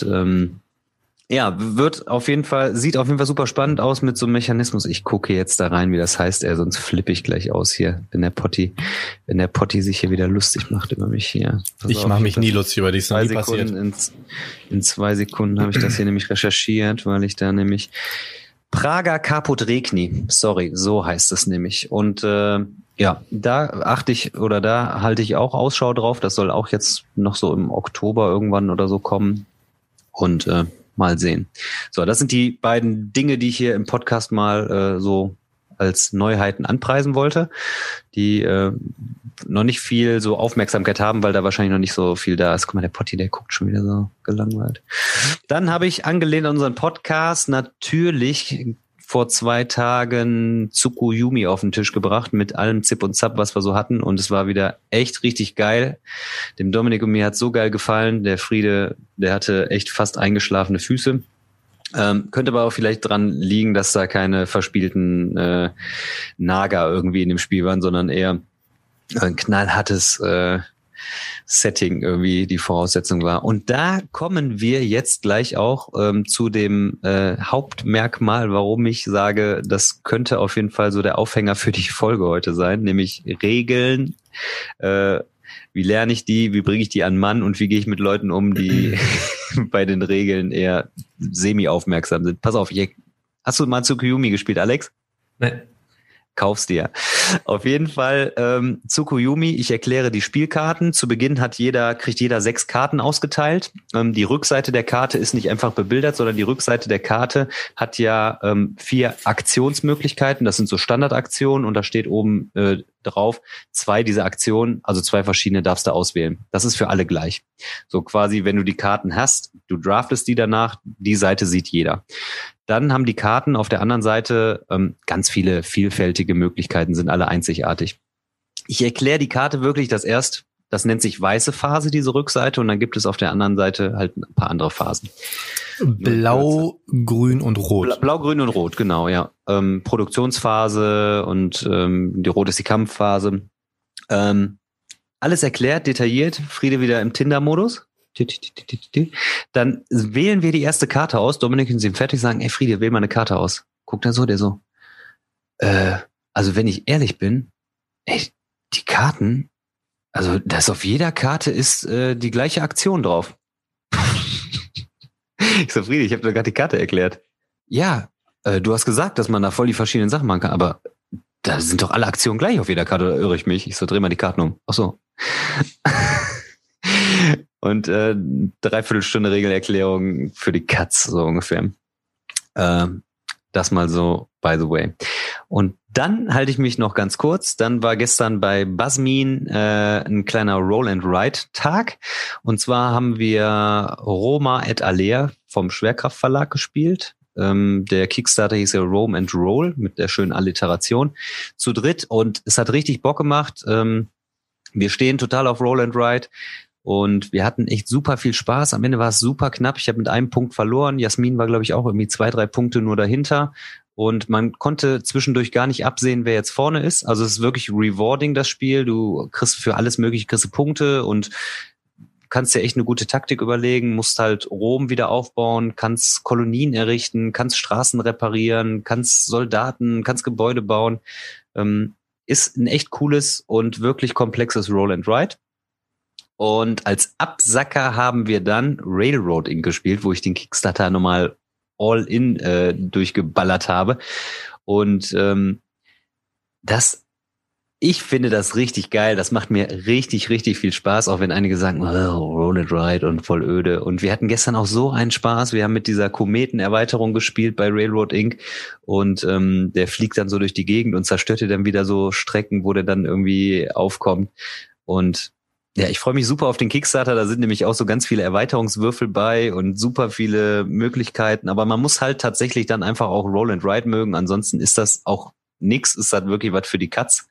ja, sieht auf jeden Fall super spannend aus mit so einem Mechanismus. Ich gucke jetzt da rein, wie das heißt, sonst flippe ich gleich aus hier, wenn der Potti sich hier wieder lustig macht über mich hier. Ich mache mich nie lustig über dich, ist noch nie passiert. In 2 Sekunden habe ich das hier nämlich recherchiert, weil ich da nämlich Prager Caput Regni, sorry, so heißt es nämlich. Und ja, da halte ich auch Ausschau drauf. Das soll auch jetzt noch so im Oktober irgendwann oder so kommen. Und mal sehen. So, das sind die beiden Dinge, die ich hier im Podcast mal so als Neuheiten anpreisen wollte, die noch nicht viel so Aufmerksamkeit haben, weil da wahrscheinlich noch nicht so viel da ist. Guck mal, der Potti, der guckt schon wieder so gelangweilt. Dann habe ich angelehnt an unseren Podcast natürlich vor 2 Tagen Tsukuyomi auf den Tisch gebracht mit allem Zip und Zap, was wir so hatten. Und es war wieder echt richtig geil. Dem Dominik und mir hat so geil gefallen. Der Friede, der hatte echt fast eingeschlafene Füße. Könnte aber auch vielleicht dran liegen, dass da keine verspielten Naga irgendwie in dem Spiel waren, sondern eher ein knallhartes Setting irgendwie die Voraussetzung war. Und da kommen wir jetzt gleich auch zu dem Hauptmerkmal, warum ich sage, das könnte auf jeden Fall so der Aufhänger für die Folge heute sein, nämlich Regeln. Wie lerne ich die, wie bringe ich die an Mann und wie gehe ich mit Leuten um, die bei den Regeln eher semi-aufmerksam sind. Pass auf, hast du mal Tsukuyomi gespielt, Alex? Nein. Kaufst dir. Auf jeden Fall Tsukuyomi, ich erkläre die Spielkarten. Zu Beginn kriegt jeder 6 Karten ausgeteilt. Die Rückseite der Karte ist nicht einfach bebildert, sondern die Rückseite der Karte hat ja 4 Aktionsmöglichkeiten. Das sind so Standardaktionen und da steht oben drauf 2 dieser Aktionen, also 2 verschiedene darfst du auswählen. Das ist für alle gleich. So quasi, wenn du die Karten hast, du draftest die danach, die Seite sieht jeder. Dann haben die Karten auf der anderen Seite ganz viele vielfältige Möglichkeiten, sind alle einzigartig. Ich erkläre die Karte wirklich das nennt sich weiße Phase, diese Rückseite, und dann gibt es auf der anderen Seite halt ein paar andere Phasen. Blau, Grün und Rot. Blau, Grün und Rot, genau, ja. Produktionsphase und die Rot ist die Kampfphase. Alles erklärt, detailliert. Friede wieder im Tinder-Modus. Dann wählen wir die erste Karte aus. Dominik und sie fertig sagen, ey Friede, wähl mal eine Karte aus. Guckt er so, der so, also wenn ich ehrlich bin, ey, die Karten, also das auf jeder Karte ist die gleiche Aktion drauf. Ich so, Friede, ich habe dir gerade die Karte erklärt. Ja, du hast gesagt, dass man da voll die verschiedenen Sachen machen kann, aber da sind doch alle Aktionen gleich auf jeder Karte, oder irre ich mich? Ich so, dreh mal die Karten um. Ach so. Und 3/4 Stunde Regelerklärung für die Katz, so ungefähr. Das mal so, by the way. Und dann halte ich mich noch ganz kurz. Dann war gestern bei Basmin ein kleiner Roll-and-Write-Tag. Und zwar haben wir Roma et Alea vom Schwerkraft-Verlag gespielt. Der Kickstarter hieß ja Rome and Roll mit der schönen Alliteration. Zu dritt. Und es hat richtig Bock gemacht. Wir stehen total auf Roll-and-Write. Und wir hatten echt super viel Spaß. Am Ende war es super knapp. Ich habe mit einem Punkt verloren. Jasmin war, glaube ich, auch irgendwie 2-3 Punkte nur dahinter. Und man konnte zwischendurch gar nicht absehen, wer jetzt vorne ist. Also es ist wirklich rewarding, das Spiel. Du kriegst für alles Mögliche Punkte und kannst dir echt eine gute Taktik überlegen, musst halt Rom wieder aufbauen, kannst Kolonien errichten, kannst Straßen reparieren, kannst Soldaten, kannst Gebäude bauen. Ist ein echt cooles und wirklich komplexes Roll and Write. Und als Absacker haben wir dann Railroad Inc. gespielt, wo ich den Kickstarter nochmal all-in durchgeballert habe. Und ich finde das richtig geil. Das macht mir richtig, richtig viel Spaß, auch wenn einige sagen, Roll and Ride und voll öde. Und wir hatten gestern auch so einen Spaß. Wir haben mit dieser Kometenerweiterung gespielt bei Railroad Inc. Und der fliegt dann so durch die Gegend und zerstört dann wieder so Strecken, wo der dann irgendwie aufkommt. Und ja, ich freue mich super auf den Kickstarter. Da sind nämlich auch so ganz viele Erweiterungswürfel bei und super viele Möglichkeiten. Aber man muss halt tatsächlich dann einfach auch Roll and Ride mögen. Ansonsten ist das auch nix, ist halt wirklich was für die Katz.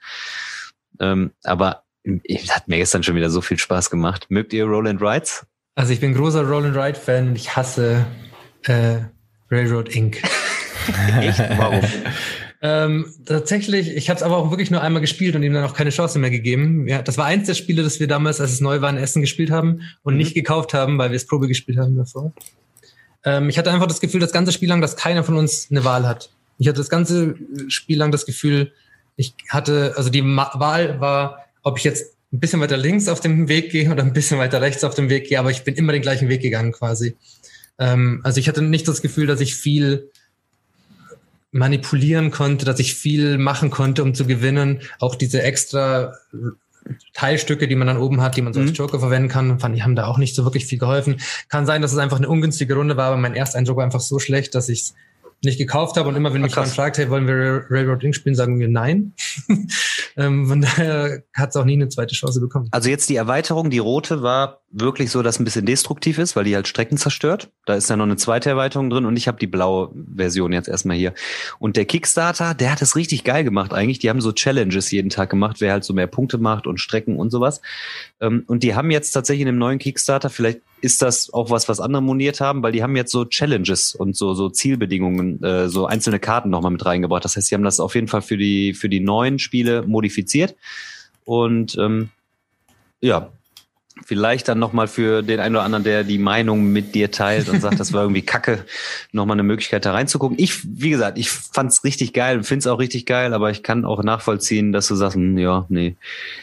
Aber hat mir gestern schon wieder so viel Spaß gemacht. Mögt ihr Roll and Rides? Also ich bin großer Roll and Ride Fan und ich hasse Railroad Inc. Echt? Warum? Tatsächlich, ich habe es aber auch wirklich nur einmal gespielt und ihm dann auch keine Chance mehr gegeben. Ja, das war eins der Spiele, das wir damals, als es neu war, in Essen gespielt haben und nicht gekauft haben, weil wir es Probe gespielt haben davor. Ich hatte einfach das Gefühl, das ganze Spiel lang, dass keiner von uns eine Wahl hat. Ich hatte das ganze Spiel lang das Gefühl, die Wahl war, ob ich jetzt ein bisschen weiter links auf dem Weg gehe oder ein bisschen weiter rechts auf dem Weg gehe, aber ich bin immer den gleichen Weg gegangen quasi. Also ich hatte nicht das Gefühl, dass ich viel manipulieren konnte, dass ich viel machen konnte, um zu gewinnen. Auch diese extra Teilstücke, die man dann oben hat, die man so als Joker verwenden kann, fand ich, haben da auch nicht so wirklich viel geholfen. Kann sein, dass es einfach eine ungünstige Runde war, aber mein Ersteindruck war einfach so schlecht, dass ich es nicht gekauft habe und immer, wenn mich jemand fragt, hey, wollen wir Railroad Inc. spielen, sagen wir nein. Von daher hat es auch nie eine zweite Chance bekommen. Also jetzt die Erweiterung, die rote war wirklich so, dass ein bisschen destruktiv ist, weil die halt Strecken zerstört. Da ist ja noch eine zweite Erweiterung drin und ich habe die blaue Version jetzt erstmal hier. Und der Kickstarter, der hat es richtig geil gemacht eigentlich. Die haben so Challenges jeden Tag gemacht, wer halt so mehr Punkte macht und Strecken und sowas. Und die haben jetzt tatsächlich in dem neuen Kickstarter, vielleicht ist das auch was andere moniert haben, weil die haben jetzt so Challenges und so Zielbedingungen, so einzelne Karten nochmal mit reingebracht. Das heißt, sie haben das auf jeden Fall für die neuen Spiele modifiziert. Und ja, vielleicht dann nochmal für den einen oder anderen, der die Meinung mit dir teilt und sagt, das war irgendwie kacke, nochmal eine Möglichkeit da reinzugucken. Wie gesagt, ich fand's richtig geil und find's auch richtig geil, aber ich kann auch nachvollziehen, dass du sagst, ja, nee.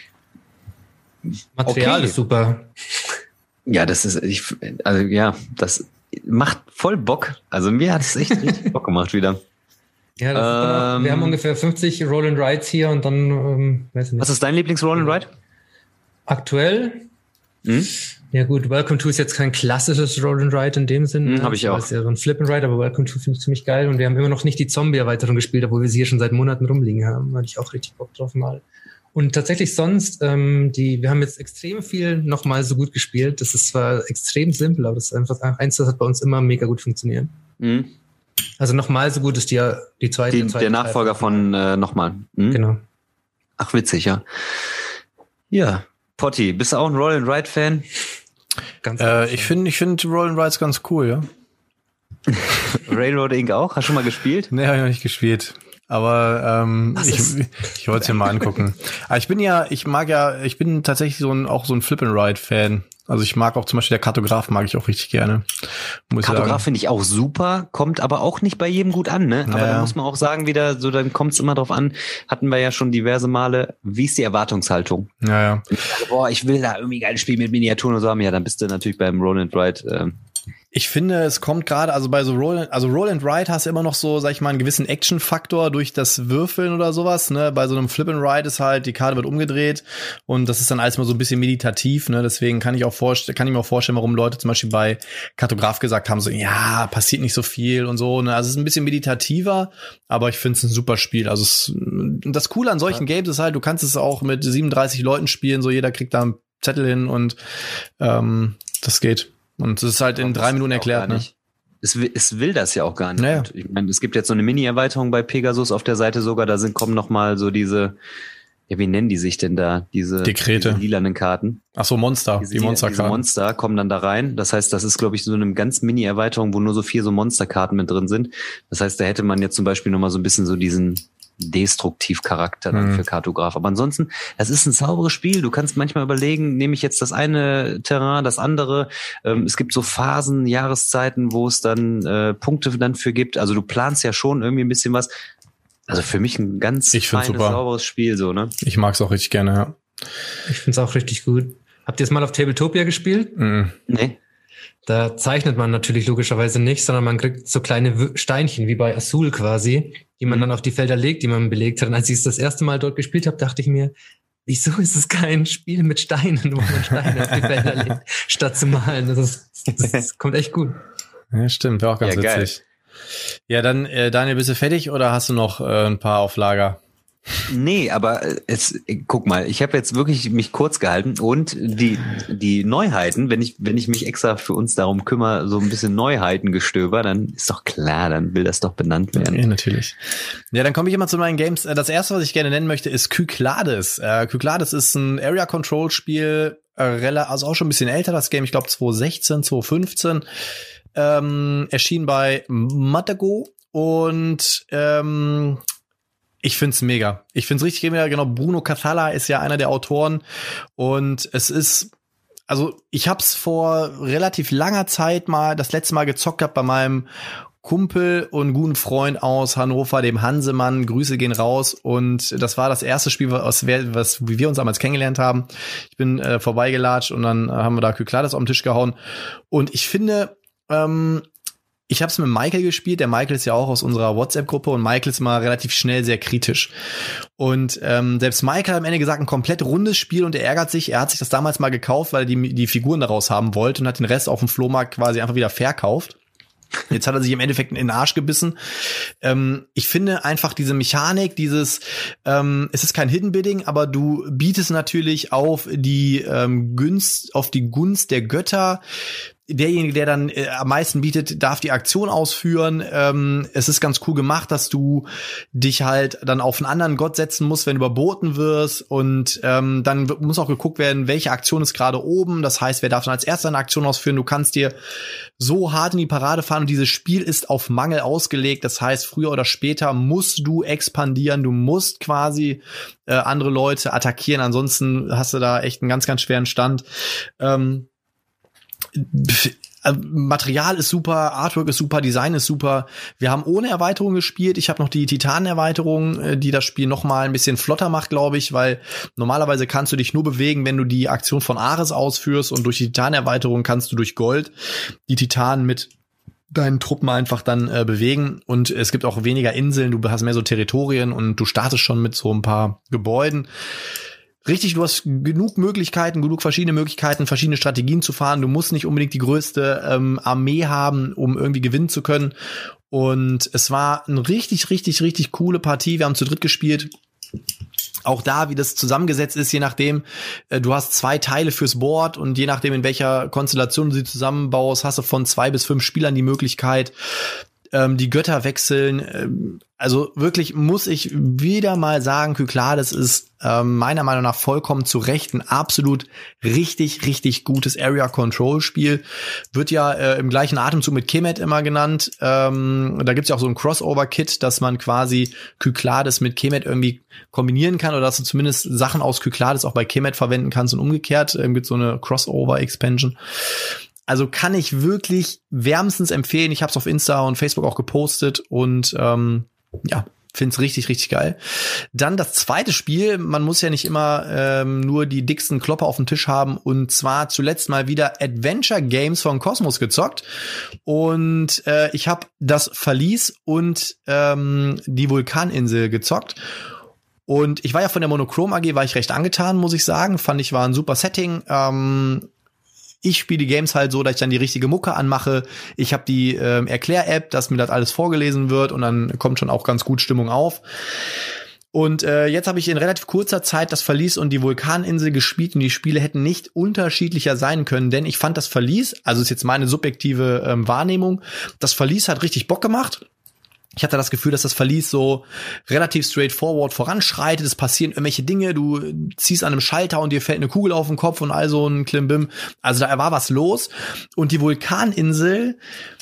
Material ist super. Ja, das macht voll Bock. Also mir hat es echt richtig Bock gemacht wieder. Ja, wir haben ungefähr 50 Roll and Rides hier und dann, weiß ich nicht. Was ist dein Lieblings-Roll and Ride? Aktuell? Ja gut, Welcome to ist jetzt kein klassisches Roll and Ride in dem Sinn. Habe ich auch. Das ist ja so ein Flip and Ride, aber Welcome to finde ich ziemlich geil und wir haben immer noch nicht die Zombie-Erweiterung gespielt, obwohl wir sie hier schon seit Monaten rumliegen haben. Da hatte ich auch richtig Bock drauf mal. Und tatsächlich sonst, wir haben jetzt extrem viel nochmal so gut gespielt. Das ist zwar extrem simpel, aber das ist einfach eins, das hat bei uns immer mega gut funktioniert. Also nochmal so gut ist die zweite. Der Nachfolger von nochmal. Genau. Ach, witzig, ja. Ja. Potti, bist du auch ein Roll and Ride Fan? Ich finde Roll and Rides ganz cool, ja. Railroad Inc. auch? Hast du schon mal gespielt? Nee, habe ich noch nicht gespielt. Aber ich wollte es mir mal angucken. Aber ich bin tatsächlich auch so ein Flip and Ride Fan. Also ich mag auch zum Beispiel der Kartograf mag ich auch richtig gerne. Kartograf finde ich auch super, kommt aber auch nicht bei jedem gut an, ne? Aber da muss man auch sagen wieder, so dann kommt es immer drauf an, hatten wir ja schon diverse Male, wie ist die Erwartungshaltung? Ja. Boah, ich will da irgendwie geiles Spiel mit Miniaturen und so haben, ja, dann bist du natürlich beim Roll and Ride. Ich finde, es kommt gerade, also bei so Roll and Ride hast du immer noch so, sag ich mal, einen gewissen Action-Faktor durch das Würfeln oder sowas, ne? Bei so einem Flip and Ride ist halt, die Karte wird umgedreht und das ist dann alles mal so ein bisschen meditativ, ne? Deswegen kann ich mir auch vorstellen, warum Leute zum Beispiel bei Kartograf gesagt haben, so, ja, passiert nicht so viel und so, ne? Also es ist ein bisschen meditativer, aber ich finde es ein super Spiel. Also das Coole an solchen Games ist halt, du kannst es auch mit 37 Leuten spielen, so jeder kriegt da einen Zettel hin und das geht. Und es ist halt in 3 Minuten erklärt, ne? Es will das ja auch gar nicht. Naja. Ich meine, es gibt jetzt so eine Mini-Erweiterung bei Pegasus auf der Seite sogar, kommen noch mal so diese, ja, wie nennen die sich denn da? Diese lilanen Karten. Ach so, Monster, die Monsterkarten. Diese Monster kommen dann da rein. Das heißt, das ist, glaube ich, so eine ganz Mini-Erweiterung, wo nur so 4 so Monsterkarten mit drin sind. Das heißt, da hätte man jetzt zum Beispiel noch mal so ein bisschen so diesen Destruktiv-Charakter dann für Kartograf. Aber ansonsten, das ist ein sauberes Spiel. Du kannst manchmal überlegen, nehme ich jetzt das eine Terrain, das andere. Es gibt so Phasen, Jahreszeiten, wo es dann Punkte dann für gibt. Also du planst ja schon irgendwie ein bisschen was. Also für mich ein ganz feines, sauberes Spiel, so, ne? Ich mag es auch richtig gerne, ja. Ich finde es auch richtig gut. Habt ihr es mal auf Tabletopia gespielt? Nee. Da zeichnet man natürlich logischerweise nicht, sondern man kriegt so kleine Steinchen, wie bei Azul quasi, die man dann auf die Felder legt, die man belegt hat. Und als ich es das erste Mal dort gespielt habe, dachte ich mir, wieso ist es kein Spiel mit Steinen, wo man Steine auf die Felder legt, statt zu malen? Das kommt echt gut. Ja, stimmt, wäre auch ganz witzig. Geil. Ja, dann, Daniel, bist du fertig oder hast du noch ein paar auf Lager? Nee, aber guck mal, ich habe jetzt wirklich mich kurz gehalten und die Neuheiten, wenn ich mich extra für uns darum kümmere, so ein bisschen Neuheitengestöber, dann ist doch klar, dann will das doch benannt werden. Ja, natürlich. Ja, dann komme ich immer zu meinen Games. Das erste, was ich gerne nennen möchte, ist Kyklades. Kyklades ist ein Area-Control-Spiel, also auch schon ein bisschen älter, das Game, ich glaube 2016, 2015, erschien bei Matago und ich find's mega. Ich find's richtig mega. Genau, Bruno Cathala ist ja einer der Autoren und es ist, also ich hab's vor relativ langer Zeit das letzte Mal gezockt gehabt bei meinem Kumpel und guten Freund aus Hannover, dem Hansemann. Grüße gehen raus und das war das erste Spiel, wie wir uns damals kennengelernt haben. Ich bin vorbeigelatscht und dann haben wir da Kyklades auf den Tisch gehauen und ich finde, ich habe es mit Michael gespielt. Der Michael ist ja auch aus unserer WhatsApp-Gruppe und Michael ist mal relativ schnell sehr kritisch. Und selbst Michael hat am Ende gesagt, ein komplett rundes Spiel und er ärgert sich. Er hat sich das damals mal gekauft, weil er die Figuren daraus haben wollte und hat den Rest auf dem Flohmarkt quasi einfach wieder verkauft. Jetzt hat er sich im Endeffekt in den Arsch gebissen. Ich finde einfach diese Mechanik, es ist kein Hidden Bidding, aber du bietest natürlich auf die Gunst der Götter. Derjenige, der dann am meisten bietet, darf die Aktion ausführen. Es ist ganz cool gemacht, dass du dich halt dann auf einen anderen Gott setzen musst, wenn du überboten wirst. Und dann muss auch geguckt werden, welche Aktion ist gerade oben. Das heißt, wer darf dann als erster eine Aktion ausführen? Du kannst dir so hart in die Parade fahren. Und dieses Spiel ist auf Mangel ausgelegt. Das heißt, früher oder später musst du expandieren. Du musst quasi andere Leute attackieren. Ansonsten hast du da echt einen ganz, ganz schweren Stand. Material ist super, Artwork ist super, Design ist super. Wir haben ohne Erweiterung gespielt. Ich habe noch die Titanen-Erweiterung, die das Spiel noch mal ein bisschen flotter macht, glaube ich, weil normalerweise kannst du dich nur bewegen, wenn du die Aktion von Ares ausführst und durch die Titanen-Erweiterung kannst du durch Gold die Titanen mit deinen Truppen einfach dann bewegen und es gibt auch weniger Inseln, du hast mehr so Territorien und du startest schon mit so ein paar Gebäuden. Richtig, du hast genug verschiedene Möglichkeiten, verschiedene Strategien zu fahren. Du musst nicht unbedingt die größte Armee haben, um irgendwie gewinnen zu können. Und es war eine richtig, richtig, richtig coole Partie. Wir haben zu dritt gespielt. Auch da, wie das zusammengesetzt ist, je nachdem, du hast 2 Teile fürs Board und je nachdem, in welcher Konstellation du sie zusammenbaust, hast du von 2 bis 5 Spielern die Möglichkeit, die Götter wechseln. Also wirklich muss ich wieder mal sagen, Kyklades ist meiner Meinung nach vollkommen zu Recht ein absolut richtig, richtig gutes Area-Control-Spiel. Wird ja im gleichen Atemzug mit Kemet immer genannt. Da gibt's ja auch so ein Crossover-Kit, dass man quasi Kyklades mit Kemet irgendwie kombinieren kann oder dass du zumindest Sachen aus Kyklades auch bei Kemet verwenden kannst und umgekehrt. Gibt's so eine Crossover-Expansion. Also kann ich wirklich wärmstens empfehlen. Ich habe es auf Insta und Facebook auch gepostet und find's richtig, richtig geil. Dann das zweite Spiel. Man muss ja nicht immer nur die dicksten Klopper auf dem Tisch haben. Und zwar zuletzt mal wieder Adventure Games von Kosmos gezockt. Und ich habe das Verlies und die Vulkaninsel gezockt. Und ich war ja von der Monochrom AG, war ich recht angetan, muss ich sagen. Fand ich, war ein super Setting. Ich spiele die Games halt so, dass ich dann die richtige Mucke anmache. Ich habe die Erklär-App, dass mir das alles vorgelesen wird und dann kommt schon auch ganz gut Stimmung auf. Und jetzt habe ich in relativ kurzer Zeit das Verlies und die Vulkaninsel gespielt und die Spiele hätten nicht unterschiedlicher sein können, denn ich fand das Verlies, also ist jetzt meine subjektive Wahrnehmung, das Verlies hat richtig Bock gemacht. Ich hatte das Gefühl, dass das Verlies so relativ straightforward voranschreitet. Es passieren irgendwelche Dinge. Du ziehst an einem Schalter und dir fällt eine Kugel auf den Kopf und all so ein Klimbim. Also da war was los. Und die Vulkaninsel,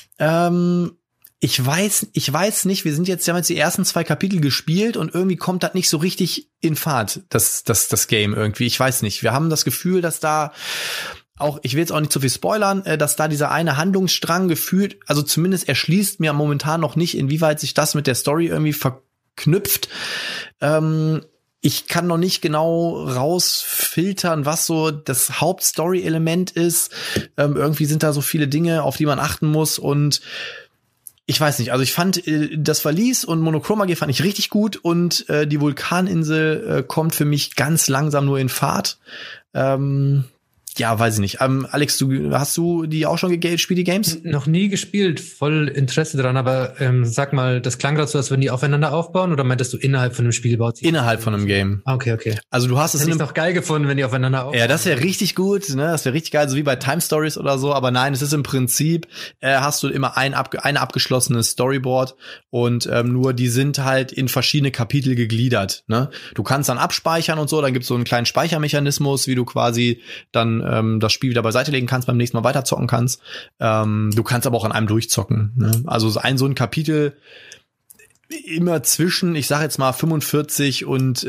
ich weiß nicht, wir haben jetzt die ersten 2 Kapitel gespielt und irgendwie kommt das nicht so richtig in Fahrt, das Game irgendwie. Ich weiß nicht. Wir haben das Gefühl, dass da auch, ich will jetzt auch nicht zu viel spoilern, dass da dieser eine Handlungsstrang gefühlt, also zumindest erschließt mir momentan noch nicht, inwieweit sich das mit der Story irgendwie verknüpft. ich kann noch nicht genau rausfiltern, was so das Hauptstory-Element ist. Irgendwie sind da so viele Dinge, auf die man achten muss und ich weiß nicht, also ich fand das Verlies und Monochrome AG fand ich richtig gut und die Vulkaninsel kommt für mich ganz langsam nur in Fahrt. Ja, weiß ich nicht. Alex, hast du die auch schon gespielt, die Games? Noch nie gespielt, voll Interesse dran, aber sag mal, das klang gerade so, als würden die aufeinander aufbauen oder meintest du innerhalb von einem Spiel baut sich? Innerhalb von einem Game. Okay. Also du hast es hätte ich noch geil gefunden, wenn die aufeinander aufbauen. Ja, das wäre richtig gut, ne? Das wäre richtig geil, so wie bei Time Stories oder so, aber nein, es ist im Prinzip, hast du immer eine abgeschlossene Storyboard und nur die sind halt in verschiedene Kapitel gegliedert, ne? Du kannst dann abspeichern und so, dann gibt's so einen kleinen Speichermechanismus, wie du quasi dann das Spiel wieder beiseite legen kannst, beim nächsten Mal weiterzocken kannst. Du kannst aber auch an einem durchzocken. Ne? Also so ein Kapitel immer zwischen, ich sage jetzt mal 45 und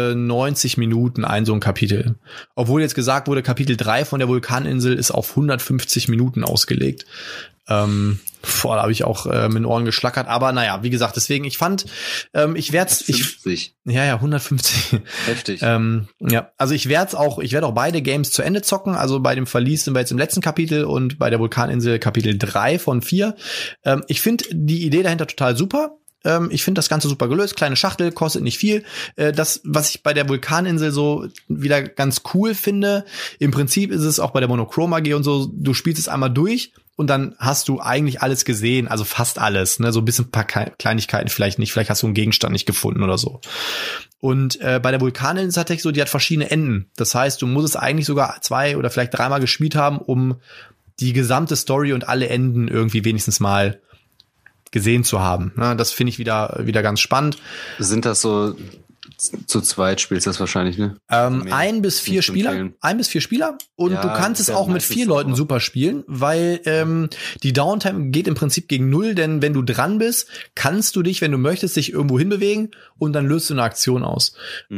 90 Minuten so ein Kapitel. Obwohl jetzt gesagt wurde, Kapitel 3 von der Vulkaninsel ist auf 150 Minuten ausgelegt. Da habe ich auch mit den Ohren geschlackert. Aber naja, wie gesagt, deswegen, ich fand, ich werde 150. Ja, 150. Heftig. Ja, also ich werde auch beide Games zu Ende zocken. Also bei dem Verlies sind wir jetzt im letzten Kapitel und bei der Vulkaninsel Kapitel 3 von 4. Ich finde die Idee dahinter total super. Ich finde das Ganze super gelöst. Kleine Schachtel, kostet nicht viel. Das, was ich bei der Vulkaninsel so wieder ganz cool finde, im Prinzip ist es auch bei der Monochrome AG und so, du spielst es einmal durch und dann hast du eigentlich alles gesehen, also fast alles, ne, so ein bisschen ein paar Kleinigkeiten vielleicht nicht, vielleicht hast du einen Gegenstand nicht gefunden oder so. Und bei der Vulkaninsel ist tatsächlich so, die hat verschiedene Enden. Das heißt, du musst es eigentlich sogar 2 oder vielleicht 3 Mal gespielt haben, um die gesamte Story und alle Enden irgendwie wenigstens mal gesehen zu haben. Das finde ich wieder ganz spannend. Sind das so zu zweit spielst du das wahrscheinlich, ne? 1 bis 4 Spieler. 1 bis 4 Spieler. Und ja, du kannst es auch mit 4 Leuten super spielen, weil die Downtime geht im Prinzip gegen 0, denn wenn du dran bist, kannst du dich, wenn du möchtest, dich irgendwo hinbewegen und dann löst du eine Aktion aus.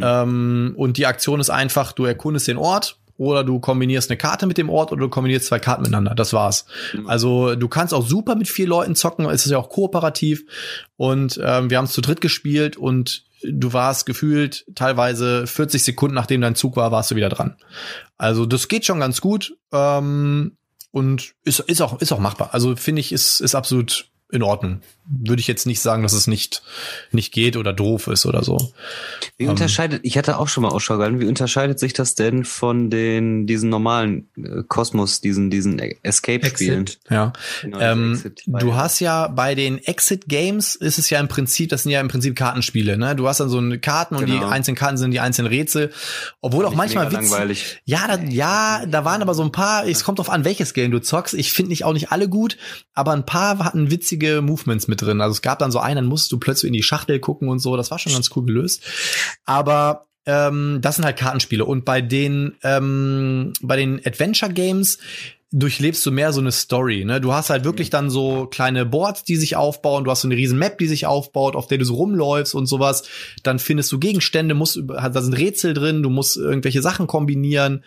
Und die Aktion ist einfach, du erkundest den Ort, oder du kombinierst eine Karte mit dem Ort oder du kombinierst 2 Karten miteinander. Das war's. Also du kannst auch super mit 4 Leuten zocken. Es ist ja auch kooperativ. Und wir haben es zu dritt gespielt und du warst gefühlt teilweise 40 Sekunden, nachdem dein Zug war, warst du wieder dran. Also das geht schon ganz gut. Und ist auch machbar. Also finde ich, ist absolut in Ordnung. Würde ich jetzt nicht sagen, dass es nicht geht oder doof ist oder so. Wie unterscheidet, ich hatte auch schon mal Ausschau gehalten, wie unterscheidet sich das denn von diesen normalen Kosmos, diesen Escape-Spielen? Ja. Genau, du hast ja bei den Exit-Games ist es ja im Prinzip, das sind ja im Prinzip Kartenspiele, ne? Du hast dann so eine Karten und die einzelnen Karten sind die einzelnen Rätsel. Obwohl auch manchmal langweilig. Da waren aber so ein paar, es kommt drauf an, welches Game du zockst. Ich finde auch nicht alle gut, aber ein paar hatten witzige Movements mit drin. Also es gab dann so einen, dann musst du plötzlich in die Schachtel gucken und so. Das war schon ganz cool gelöst. Aber das sind halt Kartenspiele. Und bei den Adventure Games durchlebst du mehr so eine Story, ne? Du hast halt wirklich dann so kleine Boards, die sich aufbauen. Du hast so eine riesen Map, die sich aufbaut, auf der du so rumläufst und sowas. Dann findest du Gegenstände, da sind Rätsel drin, du musst irgendwelche Sachen kombinieren.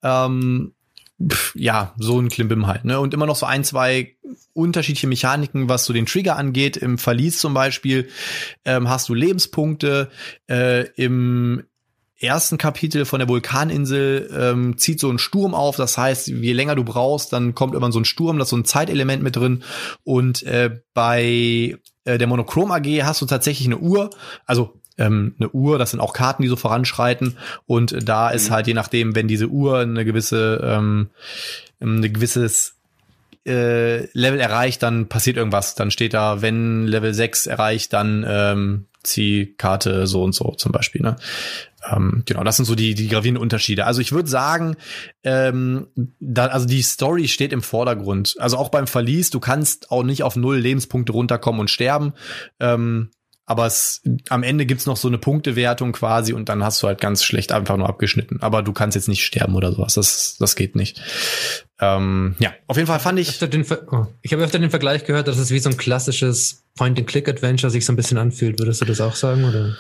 Ja, so ein Klimbim halt, ne? Und immer noch so 1, 2 unterschiedliche Mechaniken, was so den Trigger angeht. Im Verlies zum Beispiel hast du Lebenspunkte. Im ersten Kapitel von der Vulkaninsel zieht so ein Sturm auf. Das heißt, je länger du brauchst, dann kommt irgendwann so ein Sturm. Da ist so ein Zeitelement mit drin. Und bei der Monochrome AG hast du tatsächlich eine Uhr. Also eine Uhr, das sind auch Karten, die so voranschreiten und da ist halt je nachdem, wenn diese Uhr ein gewisses Level erreicht, dann passiert irgendwas. Dann steht da, wenn Level 6 erreicht, dann zieh Karte so und so zum Beispiel, ne? Genau, das sind so die gravierenden Unterschiede. Also ich würde sagen, also die Story steht im Vordergrund. Also auch beim Verlies, du kannst auch nicht auf 0 Lebenspunkte runterkommen und sterben. Aber am Ende gibt's noch so eine Punktewertung quasi und dann hast du halt ganz schlecht einfach nur abgeschnitten. Aber du kannst jetzt nicht sterben oder sowas. Das geht nicht. Ja, auf jeden Fall fand ich. Ich habe öfter den Vergleich gehört, dass es wie so ein klassisches Point-and-Click-Adventure sich so ein bisschen anfühlt. Würdest du das auch sagen, oder?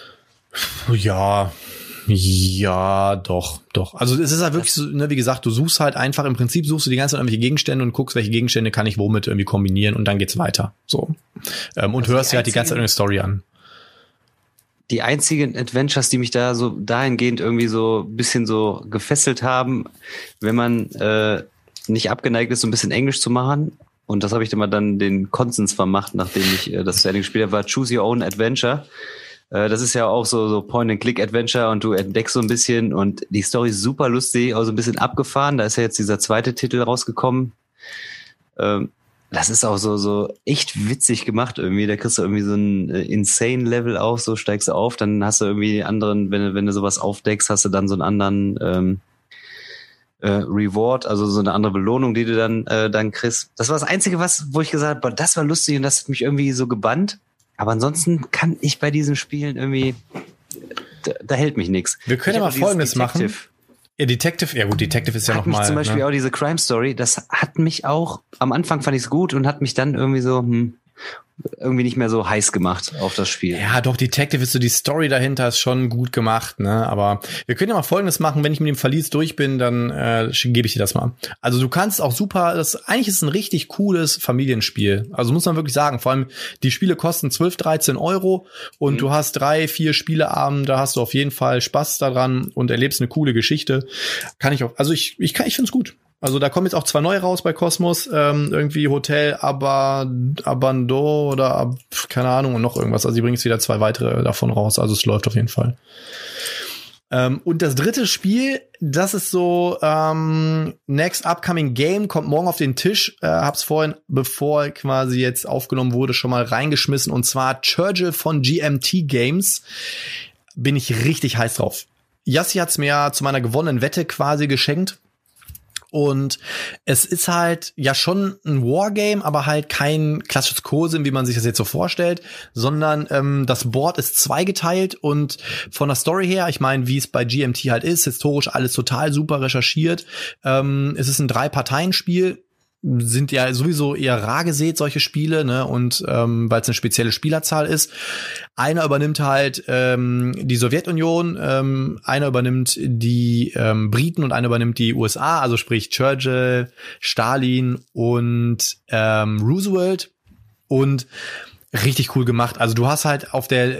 Ja, doch. Also es ist halt wirklich so, ne, wie gesagt, du suchst halt einfach, im Prinzip suchst du die ganze Zeit irgendwelche Gegenstände und guckst, welche Gegenstände kann ich womit irgendwie kombinieren und dann geht's weiter. So. Und hörst dir halt die ganze Zeit eine Story an. die einzigen Adventures, die mich da so dahingehend irgendwie so ein bisschen so gefesselt haben, wenn man nicht abgeneigt ist, so ein bisschen Englisch zu machen. Und das habe ich immer dann den Konsens vermacht, nachdem ich das zu Ende gespielt habe, war Choose Your Own Adventure. Das ist ja auch so Point-and-Click-Adventure und du entdeckst so ein bisschen und die Story ist super lustig, auch so ein bisschen abgefahren. Da ist ja jetzt dieser zweite Titel rausgekommen. Das ist auch so echt witzig gemacht irgendwie. Da kriegst du irgendwie so ein Insane-Level auf, so steigst du auf, dann hast du irgendwie die anderen, wenn du sowas aufdeckst, hast du dann so einen anderen Reward, also so eine andere Belohnung, die du dann kriegst. Das war das Einzige, wo ich gesagt habe, das war lustig und das hat mich irgendwie so gebannt. Aber ansonsten kann ich bei diesen Spielen irgendwie, da hält mich nichts. Wir können ja mal Folgendes machen. Ja, Detective ist ja nochmal. Zum Beispiel auch diese Crime Story, das hat mich auch, am Anfang fand ich es gut und hat mich dann irgendwie so, irgendwie nicht mehr so heiß gemacht auf das Spiel. Ja, doch, Detective ist so, die Story dahinter ist schon gut gemacht, ne? Aber wir können ja mal Folgendes machen, wenn ich mit dem Verlies durch bin, dann gebe ich dir das mal. Also du kannst auch super, eigentlich ist es ein richtig cooles Familienspiel. Also muss man wirklich sagen, vor allem die Spiele kosten 12, 13 € und du hast 3, 4 Spieleabende, da hast du auf jeden Fall Spaß daran und erlebst eine coole Geschichte. Ich finde es gut. Also da kommen jetzt auch 2 neue raus bei Cosmos, irgendwie Hotel Abando oder keine Ahnung und noch irgendwas. Also die bringen jetzt wieder 2 weitere davon raus. Also es läuft auf jeden Fall. Und das dritte Spiel, das ist so Next Upcoming Game, kommt morgen auf den Tisch. Hab's vorhin, bevor quasi jetzt aufgenommen wurde, schon mal reingeschmissen. Und zwar Churchill von GMT Games. Bin ich richtig heiß drauf. Yassi hat's mir ja zu meiner gewonnenen Wette quasi geschenkt. Und es ist halt ja schon ein Wargame, aber halt kein klassisches Cosim, wie man sich das jetzt so vorstellt, sondern das Board ist zweigeteilt und von der Story her, ich meine, wie es bei GMT halt ist, historisch alles total super recherchiert. Es ist ein 3-Parteien-Spiel. Sind ja sowieso eher rar gesät, solche Spiele, ne? Und weil es eine spezielle Spielerzahl ist. Einer übernimmt halt die Sowjetunion, einer übernimmt die Briten und einer übernimmt die USA, also sprich Churchill, Stalin und Roosevelt. Und richtig cool gemacht. Also du hast halt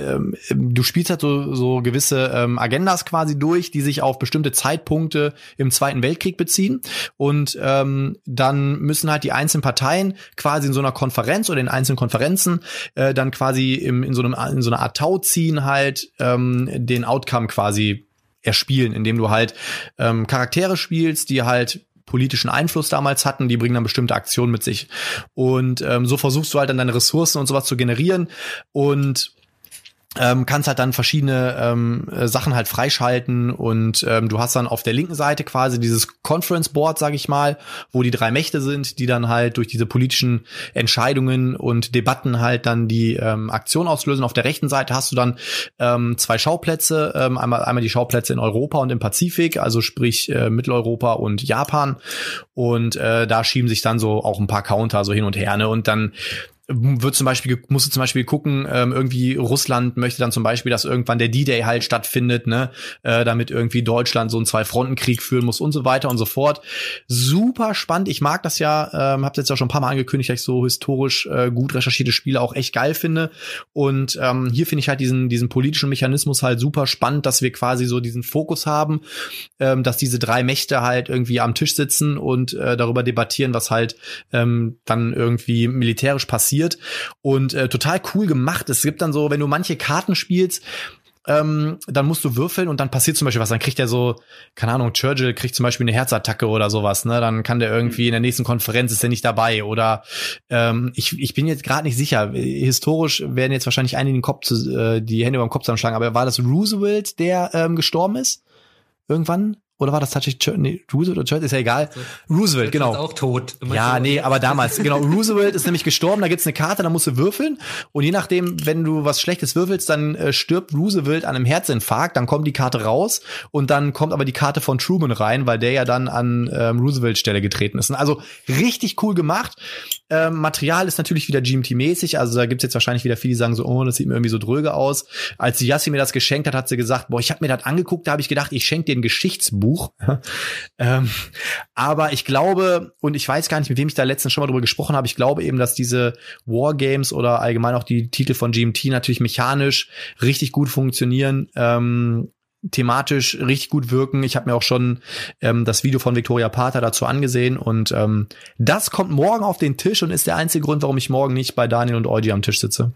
du spielst halt so gewisse Agendas quasi durch, die sich auf bestimmte Zeitpunkte im Zweiten Weltkrieg beziehen. Und dann müssen halt die einzelnen Parteien quasi in so einer Konferenz oder in einzelnen Konferenzen dann quasi in so einer Art Tau ziehen halt den Outcome quasi erspielen, indem du halt Charaktere spielst, die halt politischen Einfluss damals hatten, die bringen dann bestimmte Aktionen mit sich. Und so versuchst du halt dann deine Ressourcen und sowas zu generieren und kannst halt dann verschiedene Sachen halt freischalten und du hast dann auf der linken Seite quasi dieses Conference Board, sag ich mal, wo die 3 Mächte sind, die dann halt durch diese politischen Entscheidungen und Debatten halt dann die Aktion auslösen. Auf der rechten Seite hast du dann 2 Schauplätze, einmal die Schauplätze in Europa und im Pazifik, also sprich Mitteleuropa und Japan und da schieben sich dann so auch ein paar Counter so hin und her, ne? Und dann musst du zum Beispiel gucken, irgendwie Russland möchte dann zum Beispiel, dass irgendwann der D-Day halt stattfindet, ne, damit irgendwie Deutschland so einen 2-Fronten-Krieg führen muss und so weiter und so fort. Super spannend. Ich mag das ja, hab's jetzt auch schon ein paar Mal angekündigt, dass ich so historisch gut recherchierte Spiele auch echt geil finde. Und hier finde ich halt diesen politischen Mechanismus halt super spannend, dass wir quasi so diesen Fokus haben, dass diese 3 Mächte halt irgendwie am Tisch sitzen und darüber debattieren, was halt dann irgendwie militärisch passiert. Und total cool gemacht. Es gibt dann so, wenn du manche Karten spielst, dann musst du würfeln und dann passiert zum Beispiel was. Dann kriegt er so, keine Ahnung, Churchill kriegt zum Beispiel eine Herzattacke oder sowas, ne? Dann kann der irgendwie in der nächsten Konferenz ist er nicht dabei. Oder ich bin jetzt gerade nicht sicher. Historisch werden jetzt wahrscheinlich einige die Hände über den Kopf zusammenschlagen, aber war das Roosevelt, der gestorben ist? Irgendwann? Oder war das tatsächlich Roosevelt oder Churchill? Ist ja egal. Roosevelt, genau. Ist auch tot. Ja, nee, aber damals. Genau, Roosevelt ist nämlich gestorben, da gibt's eine Karte, da musst du würfeln. Und je nachdem, wenn du was Schlechtes würfelst, dann stirbt Roosevelt an einem Herzinfarkt, dann kommt die Karte raus und dann kommt aber die Karte von Truman rein, weil der ja dann an Roosevelts Stelle getreten ist. Also richtig cool gemacht. Material ist natürlich wieder GMT-mäßig, also da gibt's jetzt wahrscheinlich wieder viele, die sagen so, oh, das sieht mir irgendwie so dröge aus. Als die Yassi mir das geschenkt hat, hat sie gesagt, boah, ich habe mir das angeguckt, da habe ich gedacht, ich schenke dir ein Geschichtsbuch. Buch. Aber ich glaube, und ich weiß gar nicht, mit wem ich da letztens schon mal drüber gesprochen habe, ich glaube eben, dass diese Wargames oder allgemein auch die Titel von GMT natürlich mechanisch richtig gut funktionieren, thematisch richtig gut wirken. Ich habe mir auch schon das Video von Victoria Pater dazu angesehen und das kommt morgen auf den Tisch und ist der einzige Grund, warum ich morgen nicht bei Daniel und Eugi am Tisch sitze.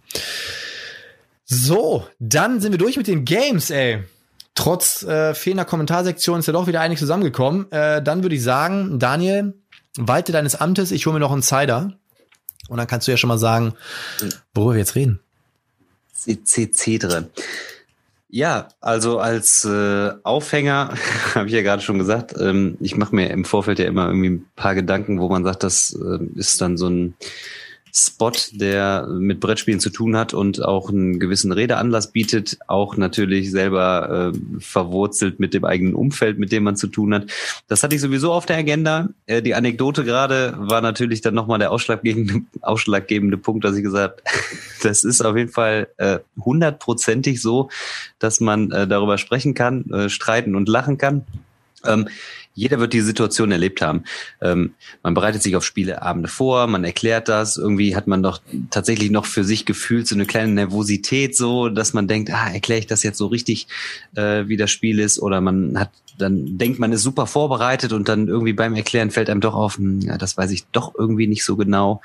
So, dann sind wir durch mit den Games, ey. Trotz fehlender Kommentarsektion ist ja doch wieder einiges zusammengekommen. Dann würde ich sagen, Daniel, walte deines Amtes, ich hole mir noch einen Cider und dann kannst du ja schon mal sagen, worüber wir jetzt reden. CC drin. Ja, also als Aufhänger, habe ich ja gerade schon gesagt, ich mache mir im Vorfeld ja immer irgendwie ein paar Gedanken, wo man sagt, das ist dann so ein Spot, der mit Brettspielen zu tun hat und auch einen gewissen Redeanlass bietet, auch natürlich selber verwurzelt mit dem eigenen Umfeld, mit dem man zu tun hat. Das hatte ich sowieso auf der Agenda. Die Anekdote gerade war natürlich dann nochmal der ausschlaggebende Punkt, dass ich gesagt habe, das ist auf jeden Fall 100%ig so, dass man darüber sprechen kann, streiten und lachen kann. Jeder wird die Situation erlebt haben. Man bereitet sich auf Spieleabende vor, man erklärt das. Irgendwie hat man doch tatsächlich noch für sich gefühlt so eine kleine Nervosität, so, dass man denkt, erkläre ich das jetzt so richtig, wie das Spiel ist? Oder dann denkt man ist super vorbereitet und dann irgendwie beim Erklären fällt einem doch auf, das weiß ich doch irgendwie nicht so genau.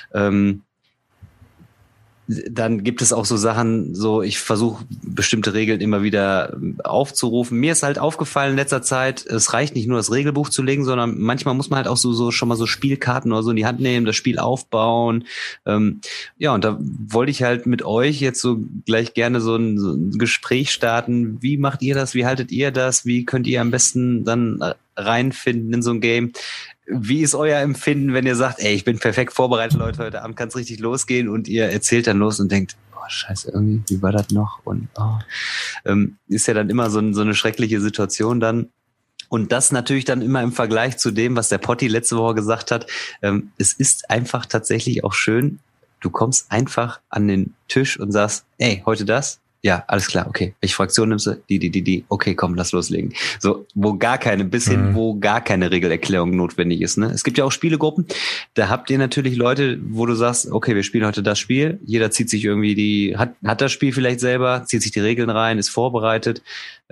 Dann gibt es auch so Sachen, so ich versuche bestimmte Regeln immer wieder aufzurufen. Mir ist halt aufgefallen in letzter Zeit, es reicht nicht nur das Regelbuch zu legen, sondern manchmal muss man halt auch so schon mal so Spielkarten oder so in die Hand nehmen, das Spiel aufbauen. Ja, und da wollte ich halt mit euch jetzt so gleich gerne so ein Gespräch starten. Wie macht ihr das? Wie haltet ihr das? Wie könnt ihr am besten dann reinfinden in so ein Game? Wie ist euer Empfinden, wenn ihr sagt, ich bin perfekt vorbereitet, Leute, heute Abend kann es richtig losgehen und ihr erzählt dann los und denkt, scheiße, irgendwie, wie war das noch? Und ist ja dann immer so eine schreckliche Situation dann. Und das natürlich dann immer im Vergleich zu dem, was der Potti letzte Woche gesagt hat. Es ist einfach tatsächlich auch schön, du kommst einfach an den Tisch und sagst, heute das? Ja, alles klar, okay. Welche Fraktion nimmst du? Die. Okay, komm, lass loslegen. So, wo gar keine Regelerklärung notwendig ist, ne? Es gibt ja auch Spielegruppen, da habt ihr natürlich Leute, wo du sagst, okay, wir spielen heute das Spiel. Jeder zieht sich irgendwie hat das Spiel vielleicht selber, zieht sich die Regeln rein, ist vorbereitet.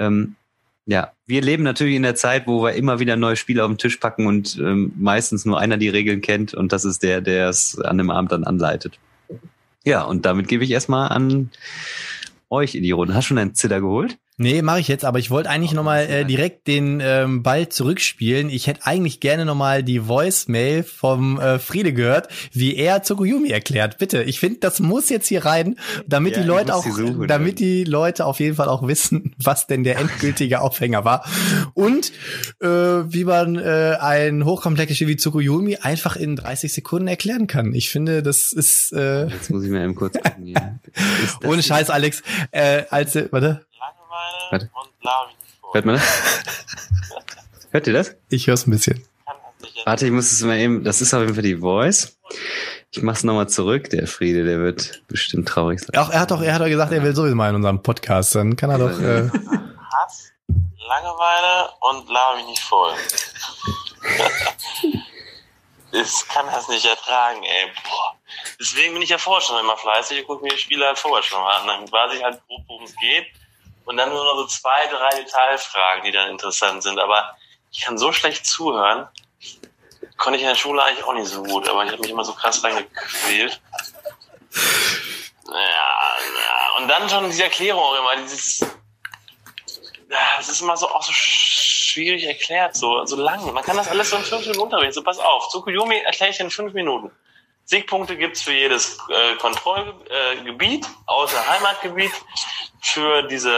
Ja, wir leben natürlich in der Zeit, wo wir immer wieder neue Spiele auf den Tisch packen und meistens nur einer die Regeln kennt und das ist der es an dem Abend dann anleitet. Ja, und damit gebe ich erstmal an euch in die Runde. Hast du schon einen Zitter geholt? Nee, mache ich jetzt, aber ich wollte eigentlich nochmal direkt den Ball zurückspielen. Ich hätte eigentlich gerne nochmal die Voicemail vom Friede gehört, wie er Tsukuyomi erklärt. Bitte, ich finde, das muss jetzt hier rein, damit die Leute die Leute auf jeden Fall auch wissen, was denn der endgültige Aufhänger war. Und wie man ein hochkomplexes Spiel wie Tsukuyomi einfach in 30 Sekunden erklären kann. Ich finde, das ist jetzt muss ich mir eben kurz gucken, ja. Ohne Scheiß, Alex. Warte. Warte. Hört man das? Hört ihr das? Ich hör's ein bisschen. Warte, ich muss es mal eben, das ist auf jeden Fall die Voice. Ich mach's nochmal zurück, der Friede, der wird bestimmt traurig sein. Auch er hat doch gesagt, er will sowieso mal in unserem Podcast, dann kann er doch... Hass, Langeweile und laber mich nicht voll. Ich kann das nicht ertragen, ey. Boah. Deswegen bin ich ja vorher schon immer fleißig und gucke mir die Spiele halt vorher schon mal an. Dann weiß ich halt grob, worum es geht. Und dann nur noch so 2, 3 Detailfragen, die dann interessant sind. Aber ich kann so schlecht zuhören. Konnte ich in der Schule eigentlich auch nicht so gut. Aber ich habe mich immer so krass reingequält. Ja. Und dann schon diese Erklärung auch immer. Das ist immer so auch so schwierig erklärt, so lang. Man kann das alles so in 5 Minuten unterbringen. So, pass auf. Tsukuyomi erkläre ich in 5 Minuten. Siegpunkte gibt's für jedes Kontrollgebiet, außer Heimatgebiet, für diese,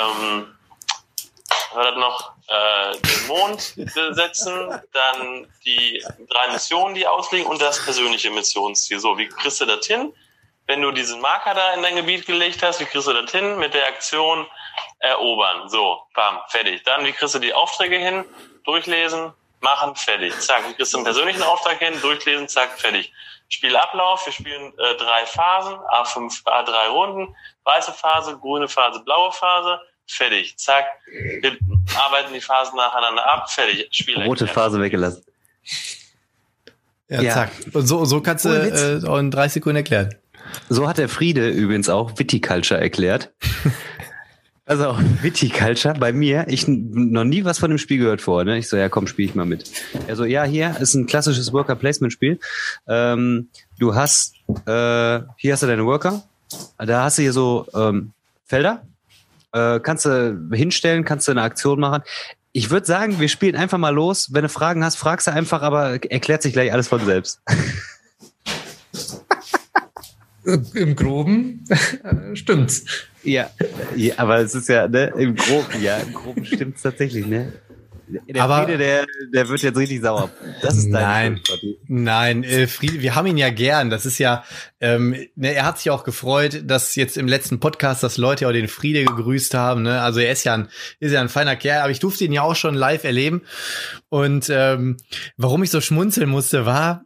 was war das noch, den Mond besetzen, dann die 3 Missionen, die ausliegen und das persönliche Missionsziel. So, wie kriegst du das hin? Wenn du diesen Marker da in dein Gebiet gelegt hast, wie kriegst du das hin? Mit der Aktion erobern. So, bam, fertig. Dann, wie kriegst du die Aufträge hin? Durchlesen, machen, fertig. Zack, wie kriegst du einen persönlichen Auftrag hin? Durchlesen, zack, fertig. Spielablauf, wir spielen 3 Phasen, A3 Runden, weiße Phase, grüne Phase, blaue Phase. fertig, zack, wir arbeiten die Phasen nacheinander ab, fertig, Spiel Rote Phase weggelassen. Ja, zack. Und so kannst du auch in 30 Sekunden erklären. So hat der Friede übrigens auch Viticulture erklärt. Also Viticulture bei mir, ich noch nie was von dem Spiel gehört vorher. Ne? Ich so, ja komm, spiel ich mal mit. Er so, ja, hier ist ein klassisches Worker-Placement-Spiel. Du hast, hier hast du deine Worker. Da hast du hier so Felder. Kannst du hinstellen, kannst du eine Aktion machen. Ich würde sagen, wir spielen einfach mal los. Wenn du Fragen hast, fragst du einfach, aber erklärt sich gleich alles von selbst. Im Groben stimmt's. Ja, aber es ist ja, ne, im Groben stimmt's tatsächlich, ne? Der Friede, der wird jetzt richtig sauer. Das ist dein Nein, Friede, wir haben ihn ja gern. Das ist ja, er hat sich auch gefreut, dass jetzt im letzten Podcast, dass Leute auch den Friede gegrüßt haben. Ne? Also er ist ja ein feiner Kerl, aber ich durfte ihn ja auch schon live erleben. Und warum ich so schmunzeln musste, war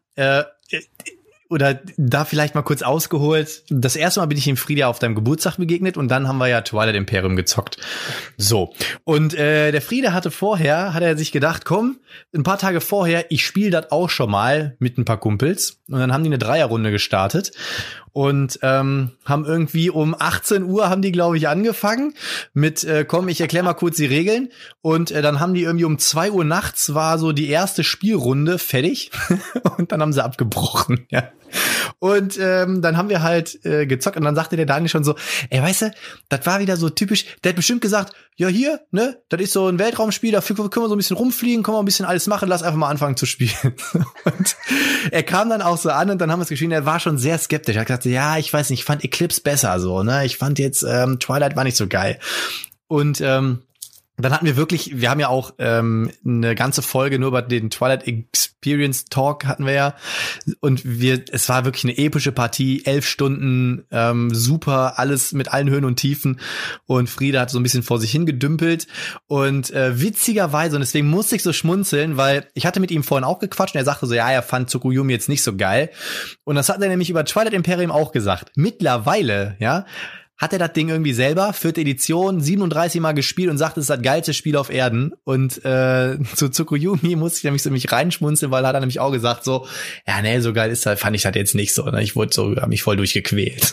oder da vielleicht mal kurz ausgeholt. Das erste Mal bin ich dem Friede auf deinem Geburtstag begegnet und dann haben wir ja Twilight Imperium gezockt. So. Und der Friede hat er sich gedacht, komm, ein paar Tage vorher, ich spiele das auch schon mal mit ein paar Kumpels. Und dann haben die eine Dreierrunde gestartet und haben irgendwie um 18 Uhr haben die, glaube ich, angefangen mit, komm, ich erkläre mal kurz die Regeln. Und dann haben die irgendwie um 2 Uhr nachts war so die erste Spielrunde fertig und dann haben sie abgebrochen, ja. Und dann haben wir halt gezockt und dann sagte der Daniel schon so, ey, weißt du, das war wieder so typisch, der hat bestimmt gesagt, ja hier, ne, das ist so ein Weltraumspiel, da können wir so ein bisschen rumfliegen, können wir ein bisschen alles machen, lass einfach mal anfangen zu spielen. Und er kam dann auch so an und dann haben wir es gespielt, er war schon sehr skeptisch, er hat gesagt, ja, ich weiß nicht, ich fand Eclipse besser so, ne, ich fand jetzt Twilight war nicht so geil. Und dann hatten wir haben ja auch eine ganze Folge nur über den Twilight Experience Talk hatten wir ja. Und es war wirklich eine epische Partie, 11 Stunden, super, alles mit allen Höhen und Tiefen. Und Friede hat so ein bisschen vor sich hingedümpelt. Und witzigerweise, und deswegen musste ich so schmunzeln, weil ich hatte mit ihm vorhin auch gequatscht und er sagte so, ja, er fand Tsukuyomi jetzt nicht so geil. Und das hat er nämlich über Twilight Imperium auch gesagt. Mittlerweile, ja, hat er das Ding irgendwie selber, 4. Edition, 37 Mal gespielt und sagt, es ist das geilste Spiel auf Erden. Und zu Tsukuyomi musste ich nämlich so mich reinschmunzeln, weil hat er nämlich auch gesagt so, ja, nee, so geil ist das, fand ich das jetzt nicht so. Ne? Ich hab mich voll durchgequält.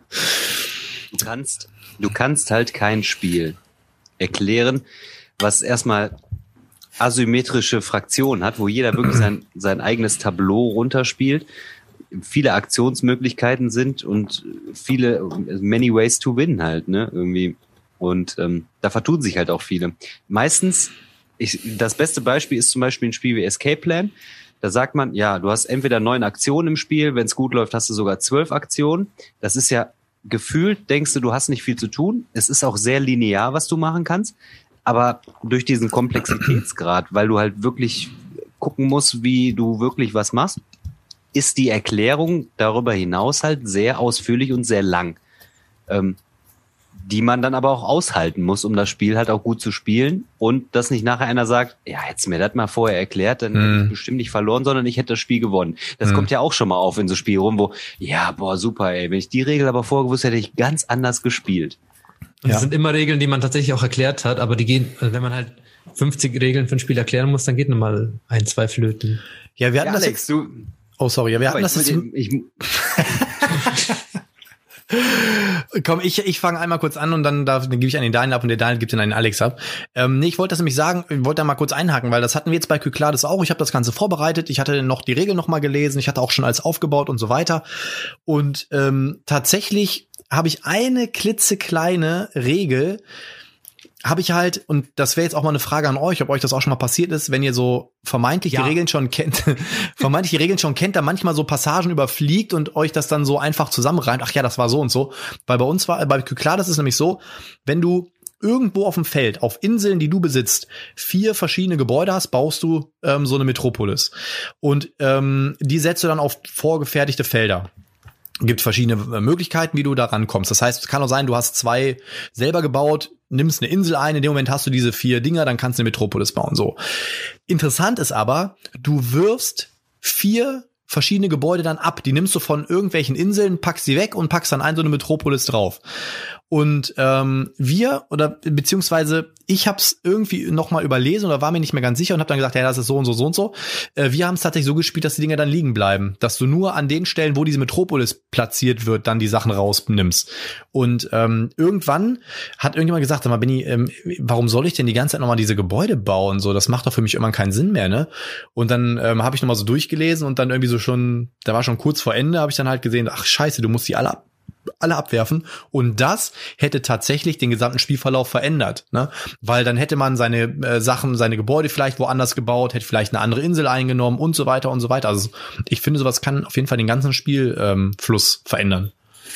Du kannst halt kein Spiel erklären, was erstmal asymmetrische Fraktionen hat, wo jeder wirklich sein eigenes Tableau runterspielt, viele Aktionsmöglichkeiten sind und many ways to win halt, ne, irgendwie. Und da vertun sich halt auch viele. Meistens, das beste Beispiel ist zum Beispiel ein Spiel wie Escape Plan. Da sagt man, ja, du hast entweder 9 Aktionen im Spiel, wenn es gut läuft, hast du sogar 12 Aktionen. Das ist ja gefühlt, denkst du hast nicht viel zu tun. Es ist auch sehr linear, was du machen kannst. Aber durch diesen Komplexitätsgrad, weil du halt wirklich gucken musst, wie du wirklich was machst, ist die Erklärung darüber hinaus halt sehr ausführlich und sehr lang, die man dann aber auch aushalten muss, um das Spiel halt auch gut zu spielen und dass nicht nachher einer sagt, ja, hättest du mir das mal vorher erklärt, dann hätte ich bestimmt nicht verloren, sondern ich hätte das Spiel gewonnen. Das kommt ja auch schon mal auf in so Spielen rum, wo, ja, boah, super, ey, wenn ich die Regel aber vorher gewusst hätte, ich ganz anders gespielt. Und das sind immer Regeln, die man tatsächlich auch erklärt hat, aber die gehen, wenn man halt 50 Regeln für ein Spiel erklären muss, dann geht nochmal 1, 2 Flöten. Ja, wir hatten das Alex, jetzt, oh, sorry, ja, wir hatten das jetzt. Komm, ich fange einmal kurz an und dann gebe ich an den Daniel ab und der Daniel gibt dann an den Alex ab. Nee, ich wollte das nämlich sagen, ich wollte da mal kurz einhaken, weil das hatten wir jetzt bei Kyklades auch. Ich habe das Ganze vorbereitet, ich hatte noch die Regeln noch mal gelesen, ich hatte auch schon alles aufgebaut und so weiter. Und tatsächlich habe ich eine klitzekleine Regel, habe ich halt, und das wäre jetzt auch mal eine Frage an euch, ob euch das auch schon mal passiert ist, wenn ihr so vermeintlich die Regeln schon kennt, da manchmal so Passagen überfliegt und euch das dann so einfach zusammenreimt, ach ja, das war so und so. Weil bei Kyklades ist es nämlich so, wenn du irgendwo auf dem Feld, auf Inseln, die du besitzt, 4 verschiedene Gebäude hast, baust du so eine Metropolis. Und die setzt du dann auf vorgefertigte Felder. Gibt verschiedene Möglichkeiten, wie du da rankommst. Das heißt, es kann auch sein, du hast 2 selber gebaut, nimmst eine Insel ein, in dem Moment hast du diese 4 Dinger, dann kannst du eine Metropolis bauen. So. Interessant ist aber, du wirfst 4 verschiedene Gebäude dann ab. Die nimmst du von irgendwelchen Inseln, packst sie weg und packst dann so eine Metropolis drauf. Und beziehungsweise ich habe es irgendwie nochmal überlesen oder war mir nicht mehr ganz sicher und habe dann gesagt, ja, das ist so und so und so. Wir haben es tatsächlich so gespielt, dass die Dinger dann liegen bleiben. Dass du nur an den Stellen, wo diese Metropolis platziert wird, dann die Sachen rausnimmst. Und irgendwann hat irgendjemand gesagt, sag mal, Benni, warum soll ich denn die ganze Zeit nochmal diese Gebäude bauen? So, das macht doch für mich immer keinen Sinn mehr, ne? Und dann habe ich nochmal so durchgelesen und dann irgendwie so schon, da war schon kurz vor Ende, habe ich dann halt gesehen, ach scheiße, du musst die alle abwerfen. Und das hätte tatsächlich den gesamten Spielverlauf verändert, ne? Weil dann hätte man seine Sachen, seine Gebäude vielleicht woanders gebaut, hätte vielleicht eine andere Insel eingenommen und so weiter und so weiter. Also ich finde, sowas kann auf jeden Fall den ganzen Spielfluss verändern.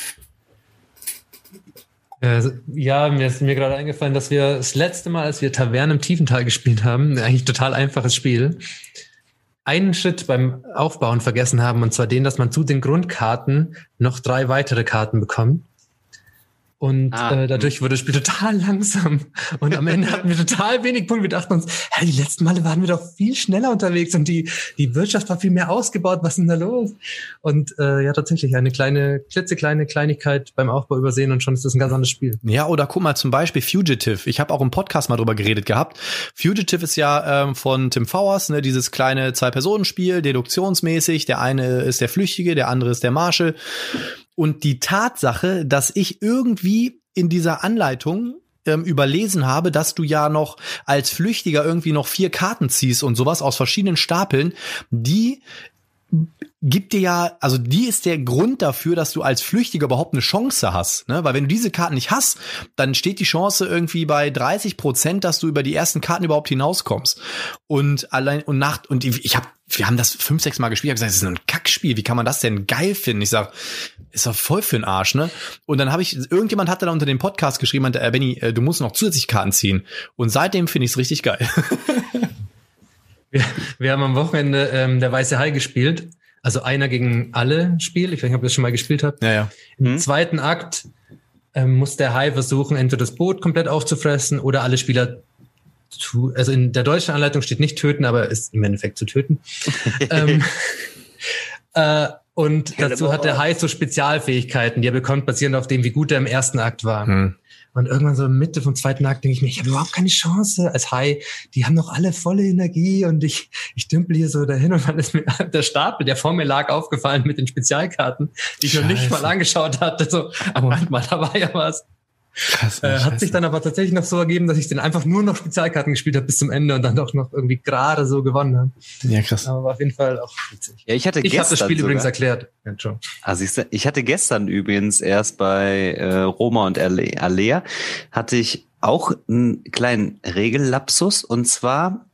Ja, mir ist mir gerade eingefallen, dass wir das letzte Mal, als wir Taverne im Tiefental gespielt haben, eigentlich total einfaches Spiel, einen Schritt beim Aufbauen vergessen haben, und zwar den, dass man zu den Grundkarten noch 3 weitere Karten bekommt. Und dadurch wurde das Spiel total langsam. Und am Ende hatten wir total wenig Punkte. Wir dachten uns, die letzten Male waren wir doch viel schneller unterwegs und die Wirtschaft war viel mehr ausgebaut. Was ist denn da los? Und tatsächlich eine klitzekleine Kleinigkeit beim Aufbau übersehen und schon ist das ein ganz anderes Spiel. Ja, oder guck mal zum Beispiel Fugitive. Ich habe auch im Podcast mal drüber geredet gehabt. Fugitive ist ja von Tim Fowers, ne, dieses kleine 2-Personen-Spiel, deduktionsmäßig. Der eine ist der Flüchtige, der andere ist der Marshal. Und die Tatsache, dass ich irgendwie in dieser Anleitung überlesen habe, dass du ja noch als Flüchtiger irgendwie noch 4 Karten ziehst und sowas aus verschiedenen Stapeln, die gibt dir ja, also die ist der Grund dafür, dass du als Flüchtiger überhaupt eine Chance hast, ne? Weil wenn du diese Karten nicht hast, dann steht die Chance irgendwie bei 30%, dass du über die ersten Karten überhaupt hinauskommst. Und wir haben das 5-6 Mal gespielt, ich habe gesagt, das ist ein Kackspiel, wie kann man das denn geil finden? Ich sag, ist doch voll für den Arsch, ne? Und dann irgendjemand hat dann unter dem Podcast geschrieben, Benni, du musst noch zusätzlich Karten ziehen. Und seitdem finde ich es richtig geil. Wir haben am Wochenende der Weiße Hai gespielt. Also einer gegen alle Spiel. Ich weiß nicht, ob ihr das schon mal gespielt habt. Ja. Im zweiten Akt muss der Hai versuchen, entweder das Boot komplett aufzufressen oder alle Spieler also in der deutschen Anleitung steht nicht töten, aber ist im Endeffekt zu töten. Und dazu hat der Hai so Spezialfähigkeiten, die er bekommt, basierend auf dem, wie gut er im ersten Akt war. Und irgendwann so in Mitte vom zweiten Akt denke ich mir, ich habe überhaupt keine Chance als Hai. Die haben noch alle volle Energie und ich dümpel hier so dahin und dann ist mir der Stapel, der vor mir lag, aufgefallen mit den Spezialkarten, die ich noch nicht mal angeschaut hatte. So, Moment mal, da war ja was. Krass, hat sich dann aber tatsächlich noch so ergeben, dass ich dann einfach nur noch Spezialkarten gespielt habe bis zum Ende und dann doch noch irgendwie gerade so gewonnen habe. Ja, krass. Aber war auf jeden Fall auch witzig. Ja, ich habe das Spiel übrigens erklärt. Ja, siehste, ich hatte gestern übrigens erst bei Roma und Alea hatte ich auch einen kleinen Regellapsus, und zwar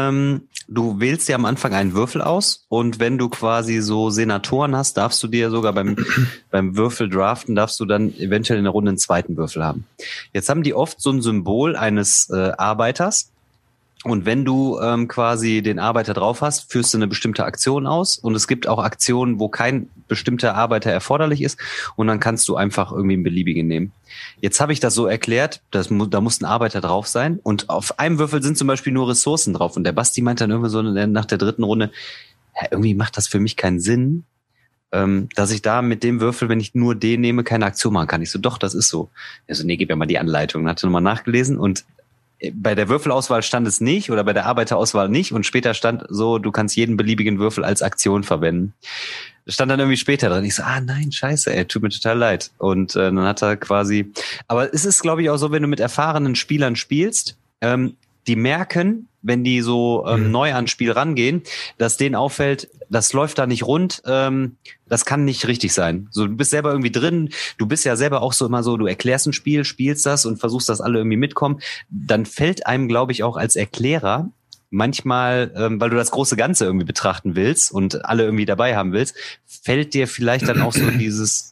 du wählst ja am Anfang einen Würfel aus, und wenn du quasi so Senatoren hast, darfst du dir sogar beim Würfeldraften, darfst du dann eventuell in der Runde einen zweiten Würfel haben. Jetzt haben die oft so ein Symbol eines Arbeiters, und wenn du quasi den Arbeiter drauf hast, führst du eine bestimmte Aktion aus, und es gibt auch Aktionen, wo kein bestimmter Arbeiter erforderlich ist, und dann kannst du einfach irgendwie einen beliebigen nehmen. Jetzt habe ich das so erklärt, da muss ein Arbeiter drauf sein, und auf einem Würfel sind zum Beispiel nur Ressourcen drauf, und der Basti meint dann irgendwie so nach der dritten Runde, ja, irgendwie macht das für mich keinen Sinn, dass ich da mit dem Würfel, wenn ich nur den nehme, keine Aktion machen kann. Ich so, doch, das ist so. Er so, nee, gib mir mal die Anleitung. Dann hat er nochmal nachgelesen, und bei der Würfelauswahl stand es nicht, oder bei der Arbeiterauswahl nicht, und später stand so, du kannst jeden beliebigen Würfel als Aktion verwenden. Das stand dann irgendwie später drin. Ich so, nein, scheiße, tut mir total leid. Und dann hat er quasi, aber es ist, glaube ich, auch so, wenn du mit erfahrenen Spielern spielst, die merken, wenn die so neu ans Spiel rangehen, dass denen auffällt, das läuft da nicht rund, das kann nicht richtig sein. So, du bist selber irgendwie drin, du bist ja selber auch so immer so, du erklärst ein Spiel, spielst das und versuchst, dass alle irgendwie mitkommen. Dann fällt einem, glaube ich, auch als Erklärer manchmal, weil du das große Ganze irgendwie betrachten willst und alle irgendwie dabei haben willst, fällt dir vielleicht dann auch so dieses,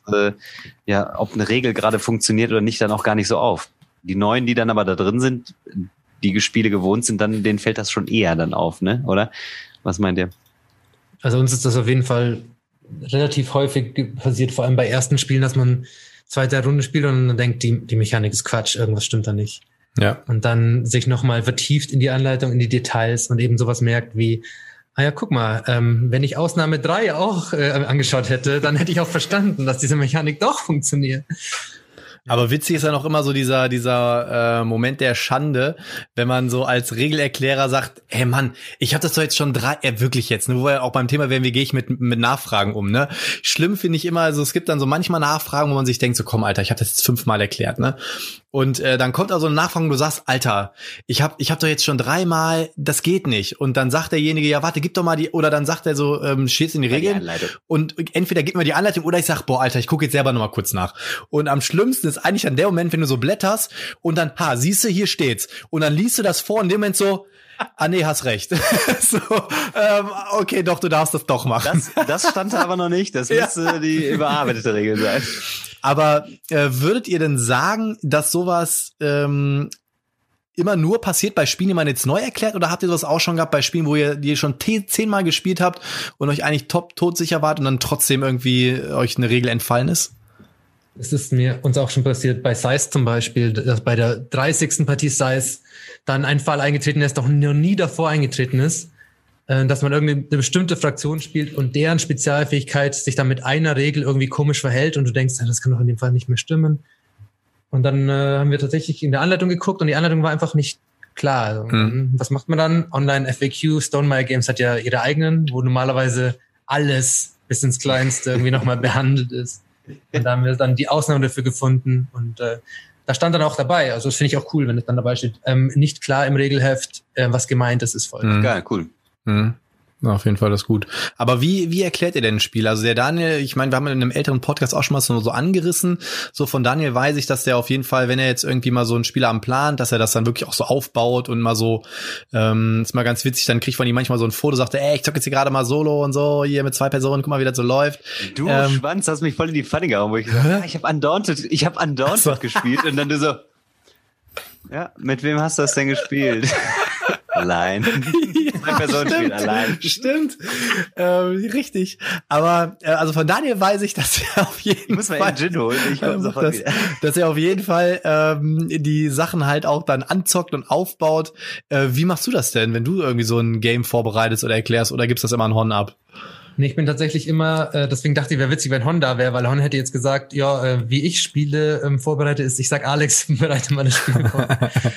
ob eine Regel gerade funktioniert oder nicht, dann auch gar nicht so auf. Die Neuen, die dann aber da drin sind, die Spiele gewohnt sind, dann denen fällt das schon eher dann auf, ne? Oder? Was meint ihr? Also uns ist das auf jeden Fall relativ häufig passiert, vor allem bei ersten Spielen, dass man 2. Runde spielt und dann denkt, die Mechanik ist Quatsch, irgendwas stimmt da nicht. Ja. Und dann sich nochmal vertieft in die Anleitung, in die Details und eben sowas merkt wie, guck mal, wenn ich Ausnahme 3 auch angeschaut hätte, dann hätte ich auch verstanden, dass diese Mechanik doch funktioniert. Aber witzig ist ja noch immer so dieser Moment der Schande, wenn man so als Regelerklärer sagt, ey Mann, ich habe das doch jetzt schon wirklich jetzt, ne, wo wir auch beim Thema wären, wie gehe ich mit Nachfragen um, ne? Schlimm finde ich immer, also es gibt dann so manchmal Nachfragen, wo man sich denkt, so komm Alter, ich habe das jetzt 5-mal erklärt, ne? Und dann kommt also eine Nachfrage, und du sagst, Alter, ich hab doch jetzt schon 3-mal, das geht nicht. Und dann sagt derjenige, ja warte, gib doch mal oder dann sagt er so, stehst in die Regeln. Und entweder gib mir die Anleitung oder ich sag, boah Alter, ich gucke jetzt selber nochmal kurz nach. Und am schlimmsten ist eigentlich an der Moment, wenn du so blätterst und dann, siehst du, hier steht's. Und dann liest du das vor und in dem Moment so, nee, hast recht. So, okay, doch, du darfst das doch machen. Das stand da aber noch nicht. Das müsste die überarbeitete Regel sein. Aber würdet ihr denn sagen, dass sowas immer nur passiert bei Spielen, die man jetzt neu erklärt? Oder habt ihr sowas auch schon gehabt bei Spielen, wo ihr schon 10-mal gespielt habt und euch eigentlich todsicher wart und dann trotzdem irgendwie euch eine Regel entfallen ist? Es ist uns auch schon passiert, bei Size zum Beispiel, dass bei der 30. Partie Size dann ein Fall eingetreten ist, doch noch nie davor eingetreten ist, dass man irgendeine bestimmte Fraktion spielt und deren Spezialfähigkeit sich dann mit einer Regel irgendwie komisch verhält und du denkst, das kann doch in dem Fall nicht mehr stimmen. Und dann haben wir tatsächlich in der Anleitung geguckt und die Anleitung war einfach nicht klar. Also, was macht man dann? Online FAQ, Stonemaier Games hat ja ihre eigenen, wo normalerweise alles bis ins Kleinste irgendwie nochmal behandelt ist. Und da haben wir dann die Ausnahme dafür gefunden und da stand dann auch dabei, also das finde ich auch cool, wenn es dann dabei steht, nicht klar im Regelheft, was gemeint ist folgendes. Geil, cool. Na, auf jeden Fall, das ist gut. Aber wie erklärt ihr denn ein Spiel? Also der Daniel, ich meine, wir haben in einem älteren Podcast auch schon mal so angerissen. So von Daniel weiß ich, dass der auf jeden Fall, wenn er jetzt irgendwie mal so einen Spielabend plant, dass er das dann wirklich auch so aufbaut und mal so, ist mal ganz witzig, dann kriegt von ihm manchmal so ein Foto, sagt er, ich zock jetzt hier gerade mal Solo und so, hier mit 2 Personen, guck mal, wie das so läuft. Du Schwanz, hast mich voll in die Pfanne gehauen, wo ich gesagt habe, ich habe Undaunted gespielt und dann du so, ja, mit wem hast du das denn gespielt? Allein. Eine Person spielt allein. Stimmt. Richtig. Aber also von Daniel weiß ich, dass er auf jeden Fall. Ich muss mal einen Gin holen. Ich komme sofort wieder. Dass er auf jeden Fall die Sachen halt auch dann anzockt und aufbaut. Wie machst du das denn, wenn du irgendwie so ein Game vorbereitest oder erklärst, oder gibst das immer an Hon ab? Nee, ich bin tatsächlich immer, deswegen dachte ich, wäre witzig, wenn Hon da wäre, weil Hon hätte jetzt gesagt, ja, wie ich Spiele vorbereite, ist, ich sag Alex, bereite mal das Spiel vor.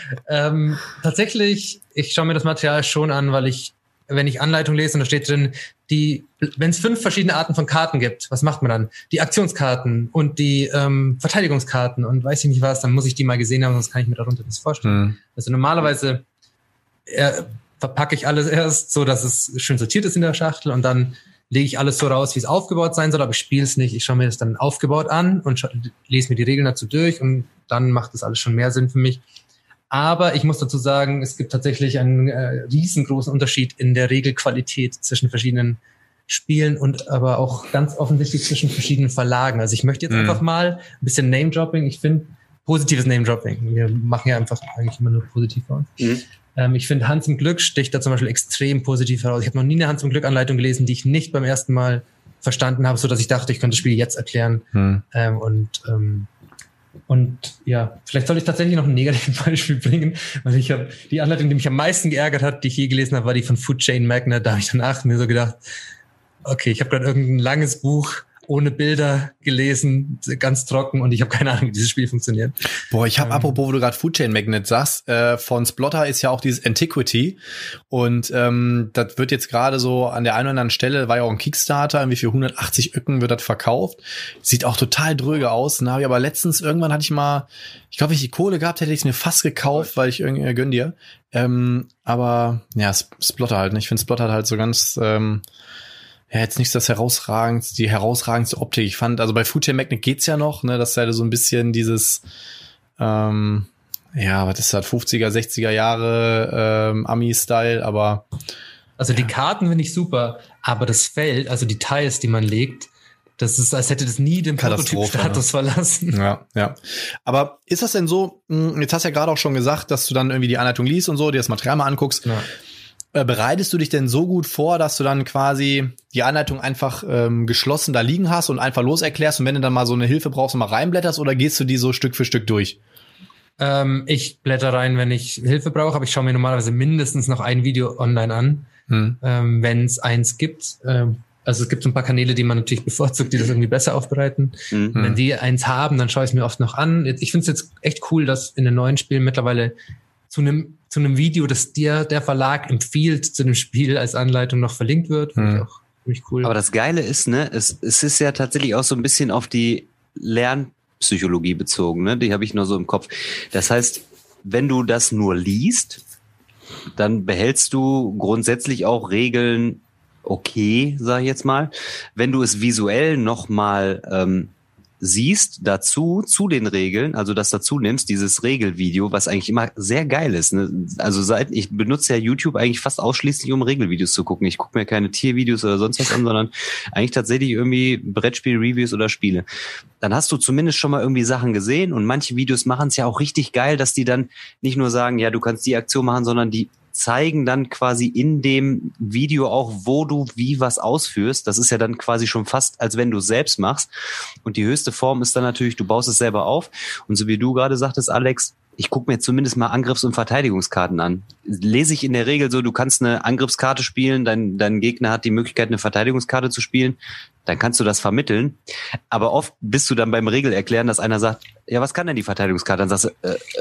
Tatsächlich, ich schaue mir das Material schon an, weil wenn ich Anleitung lese und da steht drin, wenn es 5 verschiedene Arten von Karten gibt, was macht man dann? Die Aktionskarten und die Verteidigungskarten und weiß ich nicht was, dann muss ich die mal gesehen haben, sonst kann ich mir darunter das vorstellen. Also normalerweise verpacke ich alles erst so, dass es schön sortiert ist in der Schachtel und dann lege ich alles so raus, wie es aufgebaut sein soll, aber ich spiele es nicht. Ich schaue mir das dann aufgebaut an und lese mir die Regeln dazu durch und dann macht das alles schon mehr Sinn für mich. Aber ich muss dazu sagen, es gibt tatsächlich einen riesengroßen Unterschied in der Regelqualität zwischen verschiedenen Spielen und aber auch ganz offensichtlich zwischen verschiedenen Verlagen. Also ich möchte jetzt einfach mal ein bisschen Name-Dropping. Ich finde positives Name-Dropping. Wir machen ja einfach eigentlich immer nur positiv bei uns. Ich finde, Hans im Glück sticht da zum Beispiel extrem positiv heraus. Ich habe noch nie eine Hans im Glück Anleitung gelesen, die ich nicht beim ersten Mal verstanden habe, so dass ich dachte, ich könnte das Spiel jetzt erklären. Und ja, vielleicht soll ich tatsächlich noch ein negatives Beispiel bringen, weil ich habe die Anleitung, die mich am meisten geärgert hat, die ich je gelesen habe, war die von Food Chain Magnet. Da habe ich danach mir so gedacht, okay, ich habe gerade irgendein langes Buch ohne Bilder gelesen, ganz trocken und ich habe keine Ahnung, wie dieses Spiel funktioniert. Boah, ich habe, apropos, wo du gerade Food Chain Magnet sagst, von Splotter ist ja auch dieses Antiquity und das wird jetzt gerade so an der einen oder anderen Stelle, war ja auch ein Kickstarter, irgendwie für 180 Öcken wird das verkauft. Sieht auch total dröge aus. Dann habe ich aber letztens, irgendwann hatte ich mal, ich glaube, wenn ich die Kohle gehabt hätte, ich es mir fast gekauft, weil ich irgendwie gönn dir. Aber ja, Splotter halt, ne? Ich finde Splotter halt so ganz ja, jetzt nicht die herausragendste Optik. Ich fand, also bei Food Chain Magnet geht's ja noch, ne, das ist ja so ein bisschen dieses, ja, was ist das, 50er, 60er Jahre Ami-Style, aber also die Karten finde ich super, aber das Feld, also die Tiles, die man legt, das ist, als hätte das nie den Prototyp-Status verlassen. Ja. Aber ist das denn so, jetzt hast du ja gerade auch schon gesagt, dass du dann irgendwie die Anleitung liest und so, dir das Material mal anguckst. Ja. Bereitest du dich denn so gut vor, dass du dann quasi die Anleitung einfach geschlossen da liegen hast und einfach loserklärst und wenn du dann mal so eine Hilfe brauchst und mal reinblätterst oder gehst du die so Stück für Stück durch? Ich blätter rein, wenn ich Hilfe brauche, aber ich schaue mir normalerweise mindestens noch ein Video online an, wenn es eins gibt. Also es gibt so ein paar Kanäle, die man natürlich bevorzugt, die das irgendwie besser aufbereiten. Und wenn die eins haben, dann schaue ich es mir oft noch an. Ich finde es jetzt echt cool, dass in den neuen Spielen mittlerweile zu einem Video, das dir der Verlag empfiehlt, zu dem Spiel als Anleitung noch verlinkt wird. Finde ich auch ziemlich cool. Aber das Geile ist, ne, es ist ja tatsächlich auch so ein bisschen auf die Lernpsychologie bezogen, ne? Die habe ich nur so im Kopf. Das heißt, wenn du das nur liest, dann behältst du grundsätzlich auch Regeln okay, sag ich jetzt mal. Wenn du es visuell nochmal siehst, zu den Regeln, also das dazu nimmst, dieses Regelvideo, was eigentlich immer sehr geil ist. Ne? Also ich benutze ja YouTube eigentlich fast ausschließlich, um Regelvideos zu gucken. Ich gucke mir keine Tiervideos oder sonst was an, sondern eigentlich tatsächlich irgendwie Brettspiel-Reviews oder Spiele. Dann hast du zumindest schon mal irgendwie Sachen gesehen und manche Videos machen es ja auch richtig geil, dass die dann nicht nur sagen, ja, du kannst die Aktion machen, sondern die zeigen dann quasi in dem Video auch, wo du wie was ausführst. Das ist ja dann quasi schon fast, als wenn du es selbst machst. Und die höchste Form ist dann natürlich, du baust es selber auf. Und so wie du gerade sagtest, Alex, ich gucke mir zumindest mal Angriffs- und Verteidigungskarten an. Lese ich in der Regel so, du kannst eine Angriffskarte spielen, dein Gegner hat die Möglichkeit, eine Verteidigungskarte zu spielen, dann kannst du das vermitteln. Aber oft bist du dann beim Regelerklären, dass einer sagt, ja, was kann denn die Verteidigungskarte? Dann sagst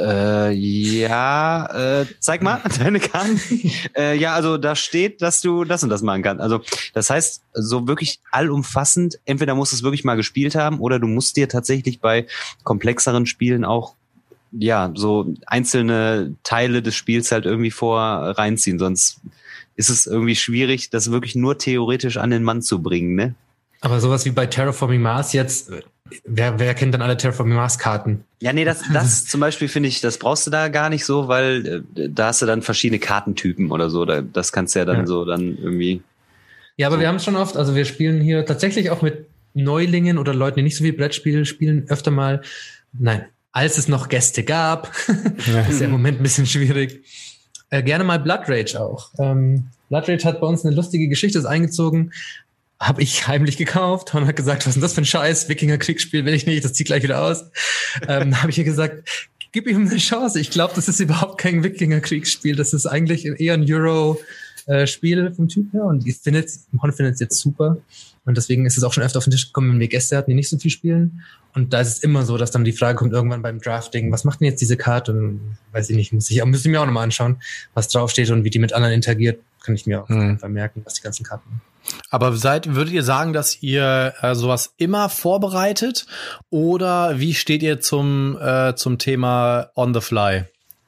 du, zeig mal deine Karten. Ja, also da steht, dass du das und das machen kannst. Also das heißt, so wirklich allumfassend, entweder musst du es wirklich mal gespielt haben oder du musst dir tatsächlich bei komplexeren Spielen auch so einzelne Teile des Spiels halt irgendwie reinziehen. Sonst ist es irgendwie schwierig, das wirklich nur theoretisch an den Mann zu bringen, ne? Aber sowas wie bei Terraforming Mars jetzt, wer kennt dann alle Terraforming Mars Karten? Ja, nee, das zum Beispiel finde ich, das brauchst du da gar nicht so, weil da hast du dann verschiedene Kartentypen oder so. Das kannst du ja dann so dann irgendwie. Ja, aber wir haben es schon oft, also wir spielen hier tatsächlich auch mit Neulingen oder Leuten, die nicht so viel Brettspiele spielen, öfter mal, als es noch Gäste gab, ist ja im Moment ein bisschen schwierig, gerne mal Blood Rage auch. Blood Rage hat bei uns eine lustige Geschichte, ist eingezogen, habe ich heimlich gekauft und hat gesagt, was ist denn das für ein Scheiß, Wikinger-Kriegsspiel will ich nicht, das zieht gleich wieder aus. Habe ich ihr gesagt, gib ihm eine Chance, ich glaube, das ist überhaupt kein Wikinger-Kriegsspiel, das ist eigentlich eher ein Euro-Spiel vom Typ her und Mon findet es jetzt super. Und deswegen ist es auch schon öfter auf den Tisch gekommen, wenn wir Gäste hatten, die nicht so viel spielen. Und da ist es immer so, dass dann die Frage kommt irgendwann beim Drafting, was macht denn jetzt diese Karte? Und weiß ich nicht, müsste ich mir auch nochmal anschauen, was draufsteht und wie die mit anderen interagiert. Kann ich mir auch vermerken, was die ganzen Karten machen. Aber würdet ihr sagen, dass ihr sowas immer vorbereitet? Oder wie steht ihr zum Thema on the fly?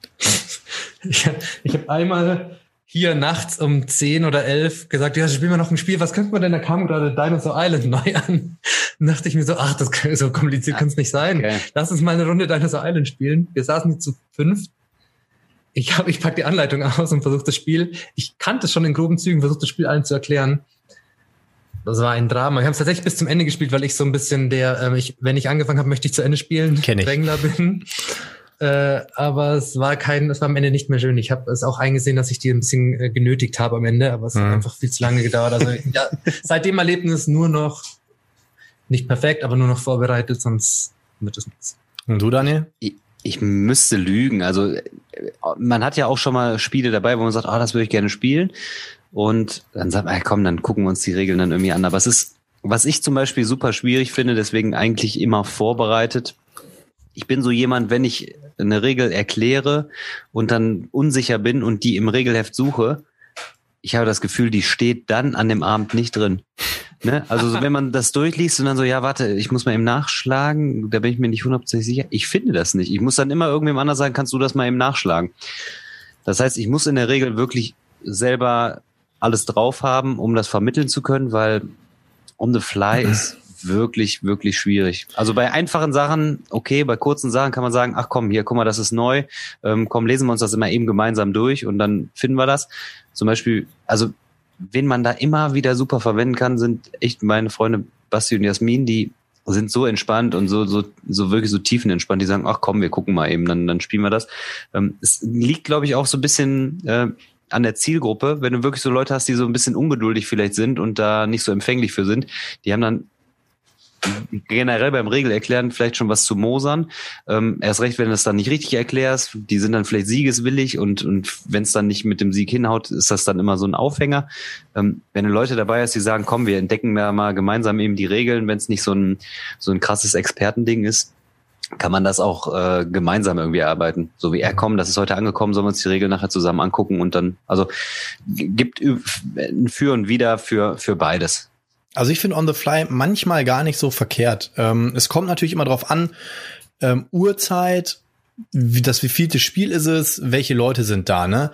Ich hab einmal hier nachts um 10 oder 11 gesagt, ja, spielen wir noch ein Spiel, was könnte man denn? Da kam gerade Dinosaur Island neu an. Dann dachte ich mir so, so kompliziert kann es nicht sein. Okay. Lass uns mal eine Runde Dinosaur Island spielen. Wir saßen hier zu 5. Ich pack die Anleitung aus und versuche das Spiel. Ich kannte es schon in groben Zügen, versuche das Spiel allen zu erklären. Das war ein Drama. Wir haben es tatsächlich bis zum Ende gespielt, weil ich so ein bisschen wenn ich angefangen habe, möchte ich zu Ende spielen. Drängler bin. Aber es war am Ende nicht mehr schön. Ich habe es auch eingesehen, dass ich die ein bisschen genötigt habe am Ende, aber es hat einfach viel zu lange gedauert. Also seit dem Erlebnis nur noch nicht perfekt, aber nur noch vorbereitet, sonst wird es nichts. Und du, Daniel? Ich müsste lügen. Also man hat ja auch schon mal Spiele dabei, wo man sagt, das würde ich gerne spielen. Und dann sagt man, komm, dann gucken wir uns die Regeln dann irgendwie an. Aber es ist, was ich zum Beispiel super schwierig finde, deswegen eigentlich immer vorbereitet. Ich bin so jemand, wenn ich eine Regel erkläre und dann unsicher bin und die im Regelheft suche, ich habe das Gefühl, die steht dann an dem Abend nicht drin. Ne? Also wenn man das durchliest und dann so, ja, warte, ich muss mal eben nachschlagen, da bin ich mir nicht 100% sicher. Ich finde das nicht. Ich muss dann immer irgendwem anders sagen, kannst du das mal eben nachschlagen. Das heißt, ich muss in der Regel wirklich selber alles drauf haben, um das vermitteln zu können, weil on the fly ist wirklich, wirklich schwierig. Also bei einfachen Sachen, okay, bei kurzen Sachen kann man sagen, ach komm, hier, guck mal, das ist neu, komm, lesen wir uns das immer eben gemeinsam durch und dann finden wir das. Zum Beispiel, also wen man da immer wieder super verwenden kann, sind echt meine Freunde Basti und Jasmin, die sind so entspannt und so wirklich so tiefenentspannt, die sagen, ach komm, wir gucken mal eben, dann spielen wir das. Es liegt, glaube ich, auch so ein bisschen an der Zielgruppe, wenn du wirklich so Leute hast, die so ein bisschen ungeduldig vielleicht sind und da nicht so empfänglich für sind, die haben dann generell beim Regelerklären vielleicht schon was zu mosern. Erst recht, wenn du es dann nicht richtig erklärst, die sind dann vielleicht siegeswillig und wenn es dann nicht mit dem Sieg hinhaut, ist das dann immer so ein Aufhänger. Wenn du Leute dabei hast, die sagen, komm, wir entdecken da mal gemeinsam eben die Regeln, wenn es nicht so ein krasses Expertending ist, kann man das auch gemeinsam irgendwie erarbeiten. So wie komm, das ist heute angekommen, sollen wir uns die Regeln nachher zusammen angucken und dann, also gibt ein Für und Wider für beides. Also ich finde On the Fly manchmal gar nicht so verkehrt. Es kommt natürlich immer drauf an, Uhrzeit, wie vielte Spiel ist es, welche Leute sind da, ne?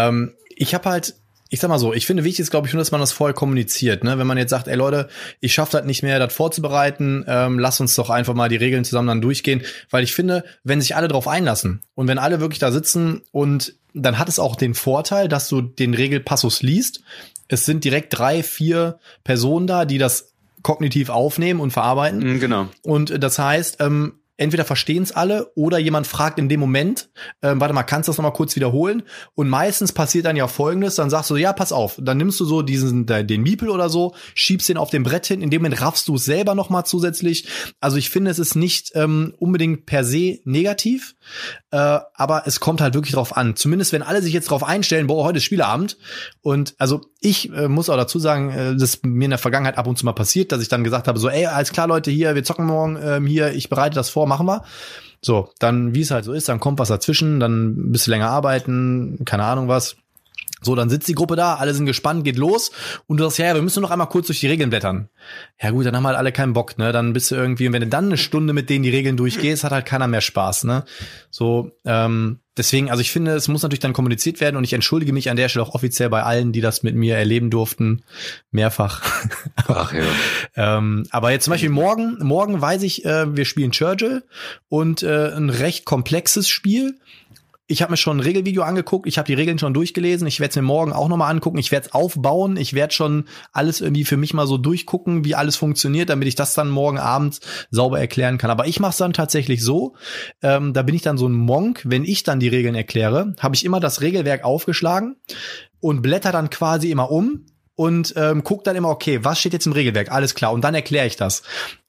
Ich sag mal so, ich finde wichtig ist, glaube ich, nur, dass man das vorher kommuniziert, ne? Wenn man jetzt sagt, ey Leute, ich schaffe das nicht mehr, das vorzubereiten, lass uns doch einfach mal die Regeln zusammen dann durchgehen, weil ich finde, wenn sich alle drauf einlassen und wenn alle wirklich da sitzen und dann hat es auch den Vorteil, dass du den Regelpassus liest. Es sind direkt 3-4 Personen da, die das kognitiv aufnehmen und verarbeiten. Genau. Und das heißt, entweder verstehen es alle oder jemand fragt in dem Moment, warte mal, kannst du das noch mal kurz wiederholen? Und meistens passiert dann ja Folgendes, dann sagst du, ja, pass auf, dann nimmst du so den Miepel oder so, schiebst den auf dem Brett hin, in dem Moment raffst du es selber noch mal zusätzlich. Also ich finde, es ist nicht unbedingt per se negativ, aber es kommt halt wirklich drauf an. Zumindest, wenn alle sich jetzt drauf einstellen, boah, heute ist Spieleabend. Und also ich muss auch dazu sagen, das ist mir in der Vergangenheit ab und zu mal passiert, dass ich dann gesagt habe, so, ey, alles klar, Leute, hier, wir zocken morgen hier, ich bereite das vor, machen wir. So, dann, wie es halt so ist, dann kommt was dazwischen, dann ein bisschen länger arbeiten, keine Ahnung was. So, dann sitzt die Gruppe da, alle sind gespannt, geht los und du sagst, ja, wir müssen noch einmal kurz durch die Regeln blättern. Ja gut, dann haben halt alle keinen Bock, ne? Dann bist du irgendwie, und wenn du dann eine Stunde mit denen die Regeln durchgehst, hat halt keiner mehr Spaß, ne? So, deswegen, also ich finde, es muss natürlich dann kommuniziert werden und ich entschuldige mich an der Stelle auch offiziell bei allen, die das mit mir erleben durften, mehrfach. Ach ja. Aber jetzt zum Beispiel morgen weiß ich, wir spielen Churchill und ein recht komplexes Spiel. Ich habe mir schon ein Regelvideo angeguckt, ich habe die Regeln schon durchgelesen, ich werde es mir morgen auch nochmal angucken, ich werde es aufbauen, ich werde schon alles irgendwie für mich mal so durchgucken, wie alles funktioniert, damit ich das dann morgen Abend sauber erklären kann. Aber ich mache es dann tatsächlich so, da bin ich dann so ein Monk, wenn ich dann die Regeln erkläre, habe ich immer das Regelwerk aufgeschlagen und blätter dann quasi immer um und guck dann immer, okay, was steht jetzt im Regelwerk, alles klar, und dann erkläre ich das.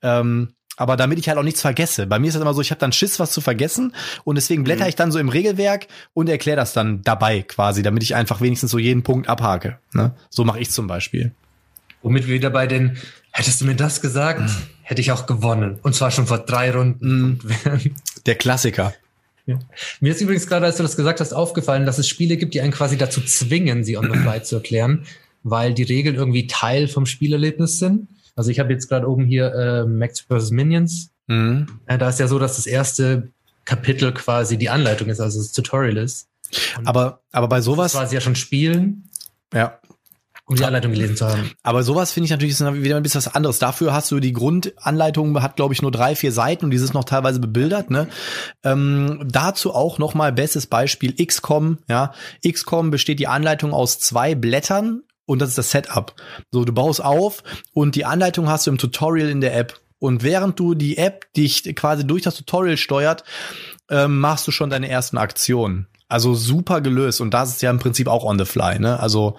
Aber damit ich halt auch nichts vergesse. Bei mir ist das immer so, ich habe dann Schiss, was zu vergessen und deswegen blätter ich dann so im Regelwerk und erkläre das dann dabei quasi, damit ich einfach wenigstens so jeden Punkt abhake. Ne? So mache ich zum Beispiel. Womit wir wieder bei den, hättest du mir das gesagt, hätte ich auch gewonnen. Und zwar schon vor 3 Runden. Der Klassiker. Ja. Mir ist übrigens gerade, als du das gesagt hast, aufgefallen, dass es Spiele gibt, die einen quasi dazu zwingen, sie on the fly zu erklären, weil die Regeln irgendwie Teil vom Spielerlebnis sind. Also ich habe jetzt gerade oben hier Max vs. Minions. Da ist ja so, dass das erste Kapitel quasi die Anleitung ist, also das Tutorial ist. Und aber bei sowas quasi ja schon spielen. Ja. Um die Anleitung gelesen zu haben. Aber sowas finde ich natürlich ist wieder ein bisschen was anderes. Dafür hast du die Grundanleitung, hat glaube ich nur 3-4 Seiten und die ist noch teilweise bebildert. Ne? Dazu auch noch mal bestes Beispiel XCOM. Ja, XCOM besteht die Anleitung aus 2 Blättern. Und das ist das Setup. So, du baust auf und die Anleitung hast du im Tutorial in der App. Und während du die App dich quasi durch das Tutorial steuert, machst du schon deine ersten Aktionen. Also super gelöst. Und das ist ja im Prinzip auch on the fly, ne? Also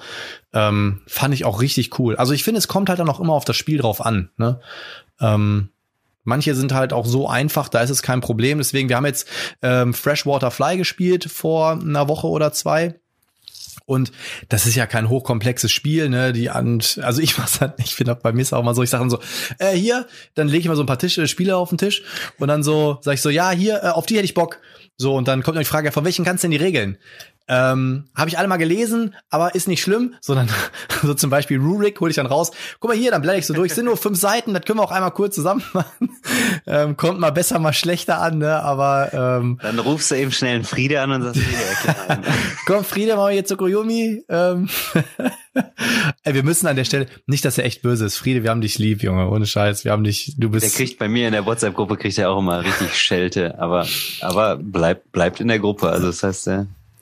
fand ich auch richtig cool. Also ich finde, es kommt halt dann auch immer auf das Spiel drauf an, ne? Manche sind halt auch so einfach, da ist es kein Problem. Deswegen, wir haben jetzt Freshwater Fly gespielt vor einer Woche oder 2. Und das ist ja kein hochkomplexes Spiel, ne? Also ich mach's halt, ich finde bei mir ist auch mal so, ich sage dann so, hier, dann lege ich mal so ein paar Spiele auf den Tisch und dann so sage ich so, ja, hier, auf die hätte ich Bock. So, und dann kommt noch die Frage, von welchen kannst du denn die Regeln? Habe ich alle mal gelesen, aber ist nicht schlimm. So, dann, so zum Beispiel Rurik hole ich dann raus. Guck mal hier, dann blätter ich so durch. Sind nur 5 Seiten, das können wir auch einmal kurz zusammen machen. Kommt mal besser, mal schlechter an, ne? Aber dann rufst du eben schnell einen Friede an und sagst, Friede erklären. Komm, Friede, machen wir jetzt Tsukuyomi. Ey, wir müssen an der Stelle, nicht, dass er echt böse ist. Friede, wir haben dich lieb, Junge, ohne Scheiß. Wir haben dich, du bist. Der kriegt bei mir in der WhatsApp-Gruppe, kriegt er auch immer richtig Schelte, aber bleibt in der Gruppe. Also das heißt,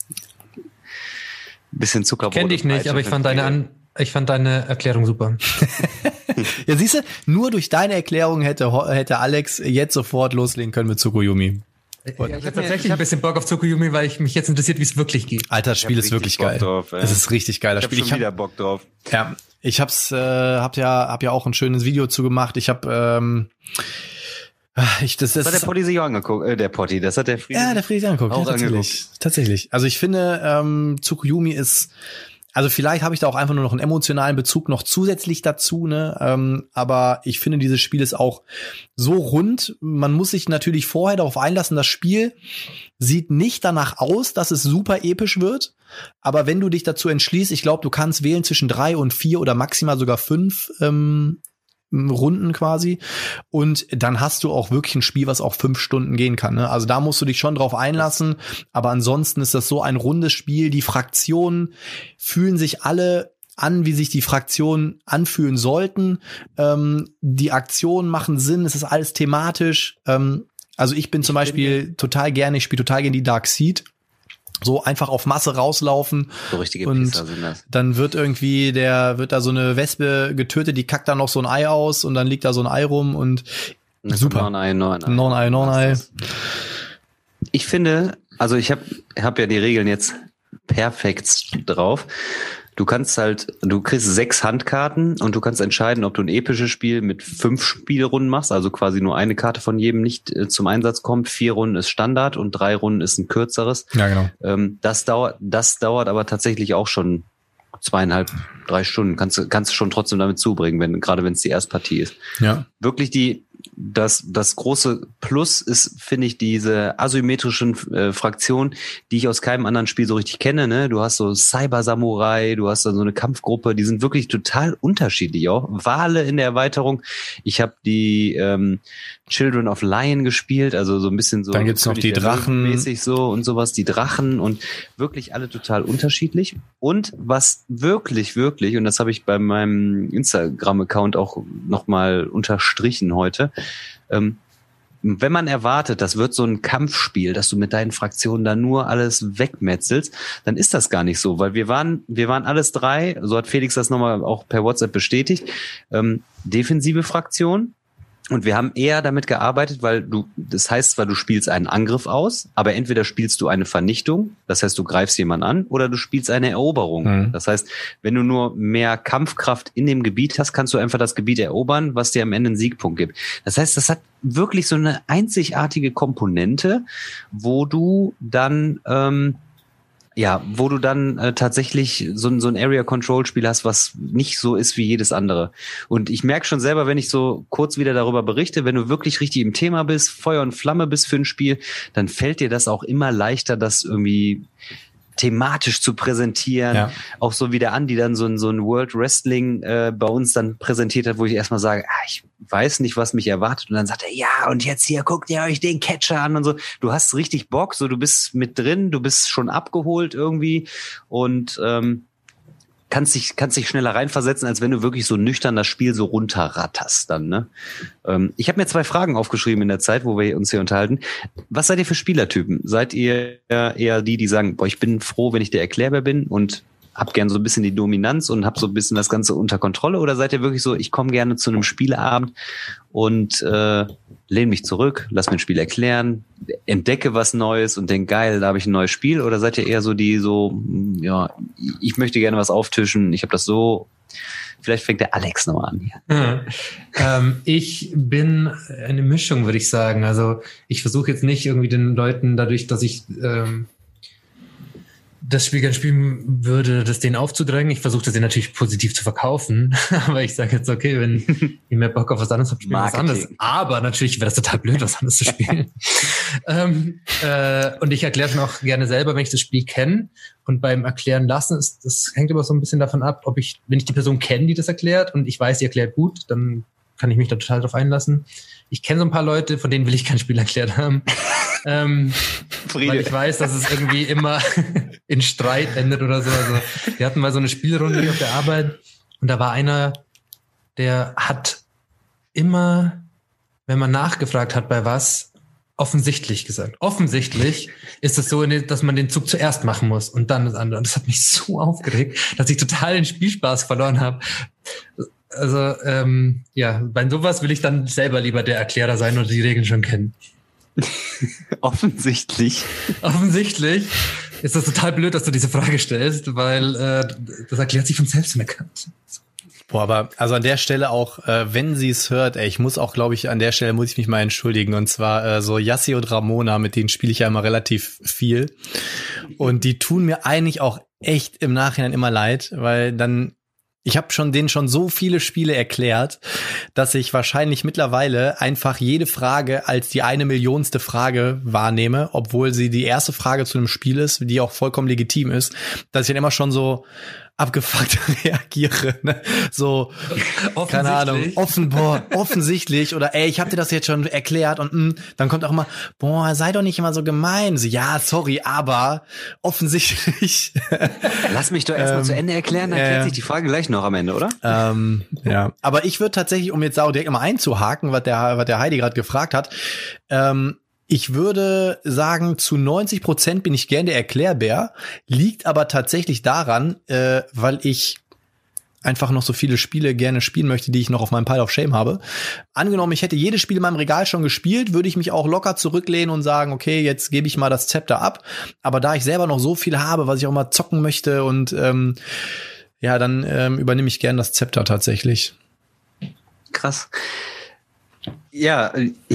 bisschen Zuckerbrot. Kenn dich nicht, aber ich fand deine Erklärung super. Ja, siehst du, nur durch deine Erklärung hätte Alex jetzt sofort loslegen können mit Tsukuyomi. Ich habe tatsächlich ein bisschen Bock auf Tsukuyomi, weil mich jetzt interessiert, wie es wirklich geht. Alter, das Spiel ist wirklich geil. Es ist richtig geil. Ich habe schon wieder Bock drauf. Ja, ich hab ja auch ein schönes Video zu gemacht. Das hat der Potti sich auch angeguckt. Der Potti, das hat der Friede. Ja, der Friede sich angeguckt. Auch ja, tatsächlich. Also ich finde, Tsukuyomi ist, also vielleicht habe ich da auch einfach nur noch einen emotionalen Bezug noch zusätzlich dazu, ne? Aber ich finde, dieses Spiel ist auch so rund. Man muss sich natürlich vorher darauf einlassen, das Spiel sieht nicht danach aus, dass es super episch wird. Aber wenn du dich dazu entschließt, ich glaube, du kannst wählen zwischen 3 und 4 oder maximal sogar 5 Runden quasi. Und dann hast du auch wirklich ein Spiel, was auch 5 Stunden gehen kann. Ne? Also da musst du dich schon drauf einlassen. Aber ansonsten ist das so ein rundes Spiel. Die Fraktionen fühlen sich alle an, wie sich die Fraktionen anfühlen sollten. Die Aktionen machen Sinn. Es ist alles thematisch. Also ich bin zum Beispiel ich spiele total gerne die Dark Seed. So einfach auf Masse rauslaufen. So richtige Pisser sind das. Dann wird da so eine Wespe getötet, die kackt dann noch so ein Ei aus und dann liegt da so ein Ei rum und super. Non-Ei. Ich finde, also ich hab ja die Regeln jetzt perfekt drauf. Du kriegst 6 Handkarten und du kannst entscheiden, ob du ein episches Spiel mit 5 Spielrunden machst, also quasi nur eine Karte von jedem nicht zum Einsatz kommt. 4 Runden ist Standard und 3 Runden ist ein kürzeres. Ja, genau. Das dauert aber tatsächlich auch schon 2,5, 3 Stunden. Kannst du schon trotzdem damit zubringen, gerade wenn es die Erstpartie ist. Ja. Wirklich das große Plus ist, finde ich, diese asymmetrischen Fraktionen, die ich aus keinem anderen Spiel so richtig kenne. Ne? Du hast so Cyber-Samurai, du hast dann so eine Kampfgruppe, die sind wirklich total unterschiedlich auch. Wale in der Erweiterung. Ich habe die Children of Lion gespielt, also so ein bisschen so. Dann gibt's noch die Drachen. Mäßig so und sowas, die Drachen und wirklich alle total unterschiedlich. Und was wirklich, und das habe ich bei meinem Instagram-Account auch nochmal unterstrichen heute, wenn man erwartet, das wird so ein Kampfspiel, dass du mit deinen Fraktionen da nur alles wegmetzelst, dann ist das gar nicht so, weil wir waren alles 3, so hat Felix das nochmal auch per WhatsApp bestätigt, defensive Fraktion. Und wir haben eher damit gearbeitet, das heißt zwar, du spielst einen Angriff aus, aber entweder spielst du eine Vernichtung, das heißt, du greifst jemanden an, oder du spielst eine Eroberung. Mhm. Das heißt, wenn du nur mehr Kampfkraft in dem Gebiet hast, kannst du einfach das Gebiet erobern, was dir am Ende einen Siegpunkt gibt. Das heißt, das hat wirklich so eine einzigartige Komponente, wo du dann tatsächlich so ein Area-Control-Spiel hast, was nicht so ist wie jedes andere. Und ich merke schon selber, wenn ich so kurz wieder darüber berichte, wenn du wirklich richtig im Thema bist, Feuer und Flamme bist für ein Spiel, dann fällt dir das auch immer leichter, das irgendwie thematisch zu präsentieren. Ja. Auch so wie der Andi dann so ein World Wrestling bei uns dann präsentiert hat, wo ich erstmal sage, ich weiß nicht, was mich erwartet. Und dann sagt er, ja, und jetzt hier, guckt ihr euch den Catcher an und so. Du hast richtig Bock, so du bist mit drin, du bist schon abgeholt irgendwie und kannst dich schneller reinversetzen, als wenn du wirklich so nüchtern das Spiel so runterratterst dann, ne? Ich habe mir 2 Fragen aufgeschrieben in der Zeit, wo wir uns hier unterhalten. Was seid ihr für Spielertypen? Seid ihr eher die sagen, ich bin froh, wenn ich der Erklärer bin und hab gern so ein bisschen die Dominanz und hab so ein bisschen das Ganze unter Kontrolle? Oder seid ihr wirklich so, ich komme gerne zu einem Spieleabend und lehne mich zurück, lass mir ein Spiel erklären, entdecke was Neues und denke, geil, da habe ich ein neues Spiel? Oder seid ihr eher so ich möchte gerne was auftischen, ich habe das so... Vielleicht fängt der Alex noch an hier. Ich bin eine Mischung, würde ich sagen. Also ich versuche jetzt nicht irgendwie den Leuten, dadurch, dass ich das Spiel gerne spielen würde, das denen aufzudrängen. Ich versuche das denen natürlich positiv zu verkaufen. Aber ich sage jetzt, okay, wenn ihr mehr Bock auf was anderes habt, spielt was anderes. Aber natürlich wäre das total blöd, was anderes zu spielen. Und ich erkläre dann auch gerne selber, wenn ich das Spiel kenne. Und beim Erklären lassen, das hängt aber so ein bisschen davon ab, wenn ich die Person kenne, die das erklärt und ich weiß, die erklärt gut, dann kann ich mich da total drauf einlassen. Ich kenne so ein paar Leute, von denen will ich kein Spiel erklärt haben. Weil ich weiß, dass es irgendwie immer in Streit endet oder so. Also wir hatten mal so eine Spielrunde hier auf der Arbeit und da war einer, der hat immer, wenn man nachgefragt hat, bei was, offensichtlich gesagt. Offensichtlich ist es so, dass man den Zug zuerst machen muss und dann das andere. Und das hat mich so aufgeregt, dass ich total den Spielspaß verloren habe. Also bei sowas will ich dann selber lieber der Erklärer sein oder die Regeln schon kennen. Offensichtlich. Offensichtlich ist das total blöd, dass du diese Frage stellst, weil das erklärt sich von selbst meckert. Boah, aber also an der Stelle auch, wenn sie es hört, ich muss auch, glaube ich, an der Stelle muss ich mich mal entschuldigen. Und zwar so Yassi und Ramona, mit denen spiele ich ja immer relativ viel. Und die tun mir eigentlich auch echt im Nachhinein immer leid, weil dann ich habe denen schon so viele Spiele erklärt, dass ich wahrscheinlich mittlerweile einfach jede Frage als die 1.000.000. Frage wahrnehme, obwohl sie die erste Frage zu einem Spiel ist, die auch vollkommen legitim ist, dass ich dann immer schon so abgefuckt reagiere, ne? So, keine Ahnung, offensichtlich oder ich hab dir das jetzt schon erklärt und dann kommt auch immer, sei doch nicht immer so gemein. So, ja, sorry, aber offensichtlich. Lass mich doch erstmal zu Ende erklären, dann klärt sich die Frage gleich noch am Ende, oder? Ja, aber ich würde tatsächlich, um jetzt auch direkt mal einzuhaken, was der Heidi gerade gefragt hat, ich würde sagen, zu 90% bin ich gern der Erklärbär, liegt aber tatsächlich daran, weil ich einfach noch so viele Spiele gerne spielen möchte, die ich noch auf meinem Pile of Shame habe. Angenommen, ich hätte jedes Spiel in meinem Regal schon gespielt, würde ich mich auch locker zurücklehnen und sagen, okay, jetzt gebe ich mal das Zepter ab. Aber da ich selber noch so viel habe, was ich auch mal zocken möchte und dann übernehme ich gern das Zepter tatsächlich. Krass. Ja,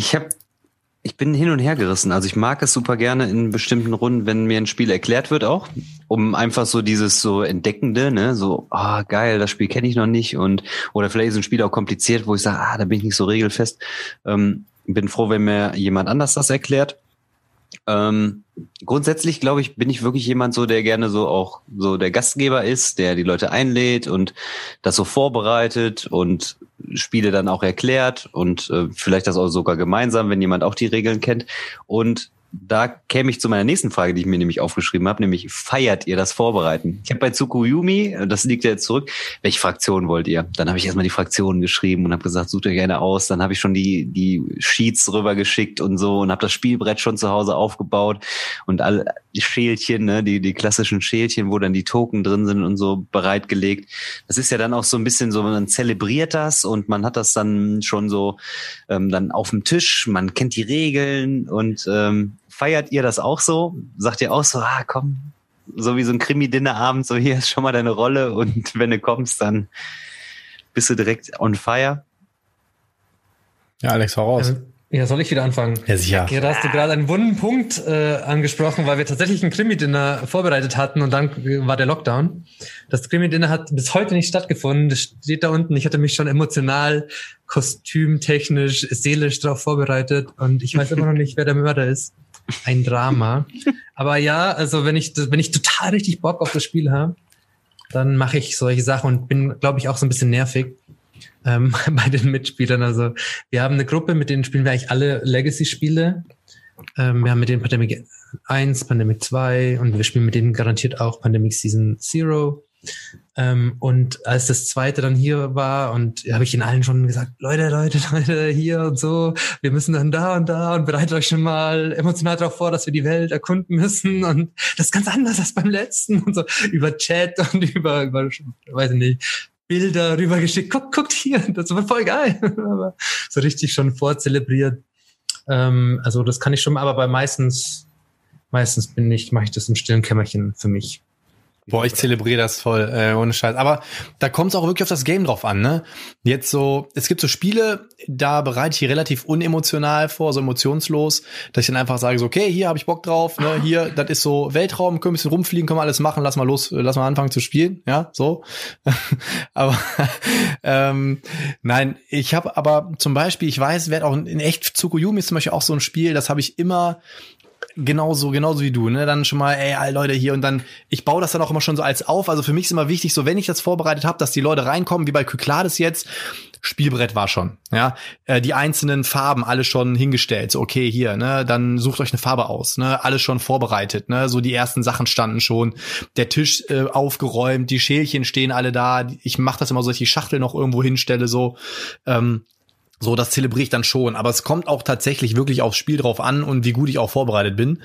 ich bin hin und her gerissen. Also ich mag es super gerne in bestimmten Runden, wenn mir ein Spiel erklärt wird auch, um einfach so dieses so Entdeckende, ne, so, geil, das Spiel kenne ich noch nicht oder vielleicht ist ein Spiel auch kompliziert, wo ich sage, da bin ich nicht so regelfest. Bin froh, wenn mir jemand anders das erklärt. Grundsätzlich, glaube ich, bin ich wirklich jemand so, der gerne so auch so der Gastgeber ist, der die Leute einlädt und das so vorbereitet und Spiele dann auch erklärt und vielleicht das auch sogar gemeinsam, wenn jemand auch die Regeln kennt. Und da käme ich zu meiner nächsten Frage, die ich mir nämlich aufgeschrieben habe, nämlich feiert ihr das Vorbereiten? Ich habe bei Tsukuyomi, das liegt ja jetzt zurück, welche Fraktion wollt ihr? Dann habe ich erstmal die Fraktionen geschrieben und habe gesagt, sucht euch gerne aus. Dann habe ich schon die Sheets rübergeschickt und so und habe das Spielbrett schon zu Hause aufgebaut und alle Schälchen, ne, die klassischen Schälchen, wo dann die Token drin sind und so bereitgelegt. Das ist ja dann auch so ein bisschen so, man zelebriert das und man hat das dann schon so dann auf dem Tisch, man kennt die Regeln und feiert ihr das auch so? Sagt ihr auch so, komm, so wie so ein Krimi-Dinner-Abend, so hier ist schon mal deine Rolle und wenn du kommst, dann bist du direkt on fire? Ja, Alex, hau raus. Ja, soll ich wieder anfangen? Ja, sicher. Ja, da hast du gerade einen wunden Punkt angesprochen, weil wir tatsächlich ein Krimi-Dinner vorbereitet hatten und dann war der Lockdown. Das Krimi-Dinner hat bis heute nicht stattgefunden. Das steht da unten. Ich hatte mich schon emotional, kostümtechnisch, seelisch darauf vorbereitet und ich weiß immer noch nicht, wer der Mörder ist. Ein Drama. Aber ja, also wenn ich total richtig Bock auf das Spiel habe, dann mache ich solche Sachen und bin, glaube ich, auch so ein bisschen nervig bei den Mitspielern. Also wir haben eine Gruppe, mit denen spielen wir eigentlich alle Legacy-Spiele. Wir haben mit denen Pandemic 1, Pandemic 2 und wir spielen mit denen garantiert auch Pandemic Season 0. Und als das zweite dann hier war und habe ich ihnen allen schon gesagt, Leute, hier und so, wir müssen dann da und bereitet euch schon mal emotional darauf vor, dass wir die Welt erkunden müssen und das ist ganz anders als beim letzten und so über Chat und über weiß ich nicht, Bilder rübergeschickt, guckt hier, das war voll geil. Aber so richtig schon vorzelebriert. Also das kann ich schon, aber meistens mache ich das im stillen Kämmerchen für mich. Boah, ich zelebriere das voll, ohne Scheiß. Aber da kommt es auch wirklich auf das Game drauf an, ne? Jetzt so, es gibt so Spiele, da bereite ich die relativ unemotional vor, so emotionslos, dass ich dann einfach sage so, okay, hier habe ich Bock drauf, ne? Hier, das ist so Weltraum, können ein bisschen rumfliegen, können wir alles machen, lass mal anfangen zu spielen, ja, so. Aber nein, ich habe aber zum Beispiel, ich weiß, werde auch in echt Tsukuyomi ist zum Beispiel auch so ein Spiel, das habe ich immer genauso wie du, ne, dann schon mal, Leute hier und dann, ich baue das dann auch immer schon so als auf, also für mich ist immer wichtig, so wenn ich das vorbereitet habe, dass die Leute reinkommen, wie bei Kyklades jetzt, Spielbrett war schon, ja, die einzelnen Farben alle schon hingestellt, so okay, hier, ne, dann sucht euch eine Farbe aus, ne, alles schon vorbereitet, ne, so die ersten Sachen standen schon, der Tisch aufgeräumt, die Schälchen stehen alle da, ich mache das immer so, dass ich die Schachtel noch irgendwo hinstelle, so, so, das zelebriere ich dann schon. Aber es kommt auch tatsächlich wirklich aufs Spiel drauf an und wie gut ich auch vorbereitet bin.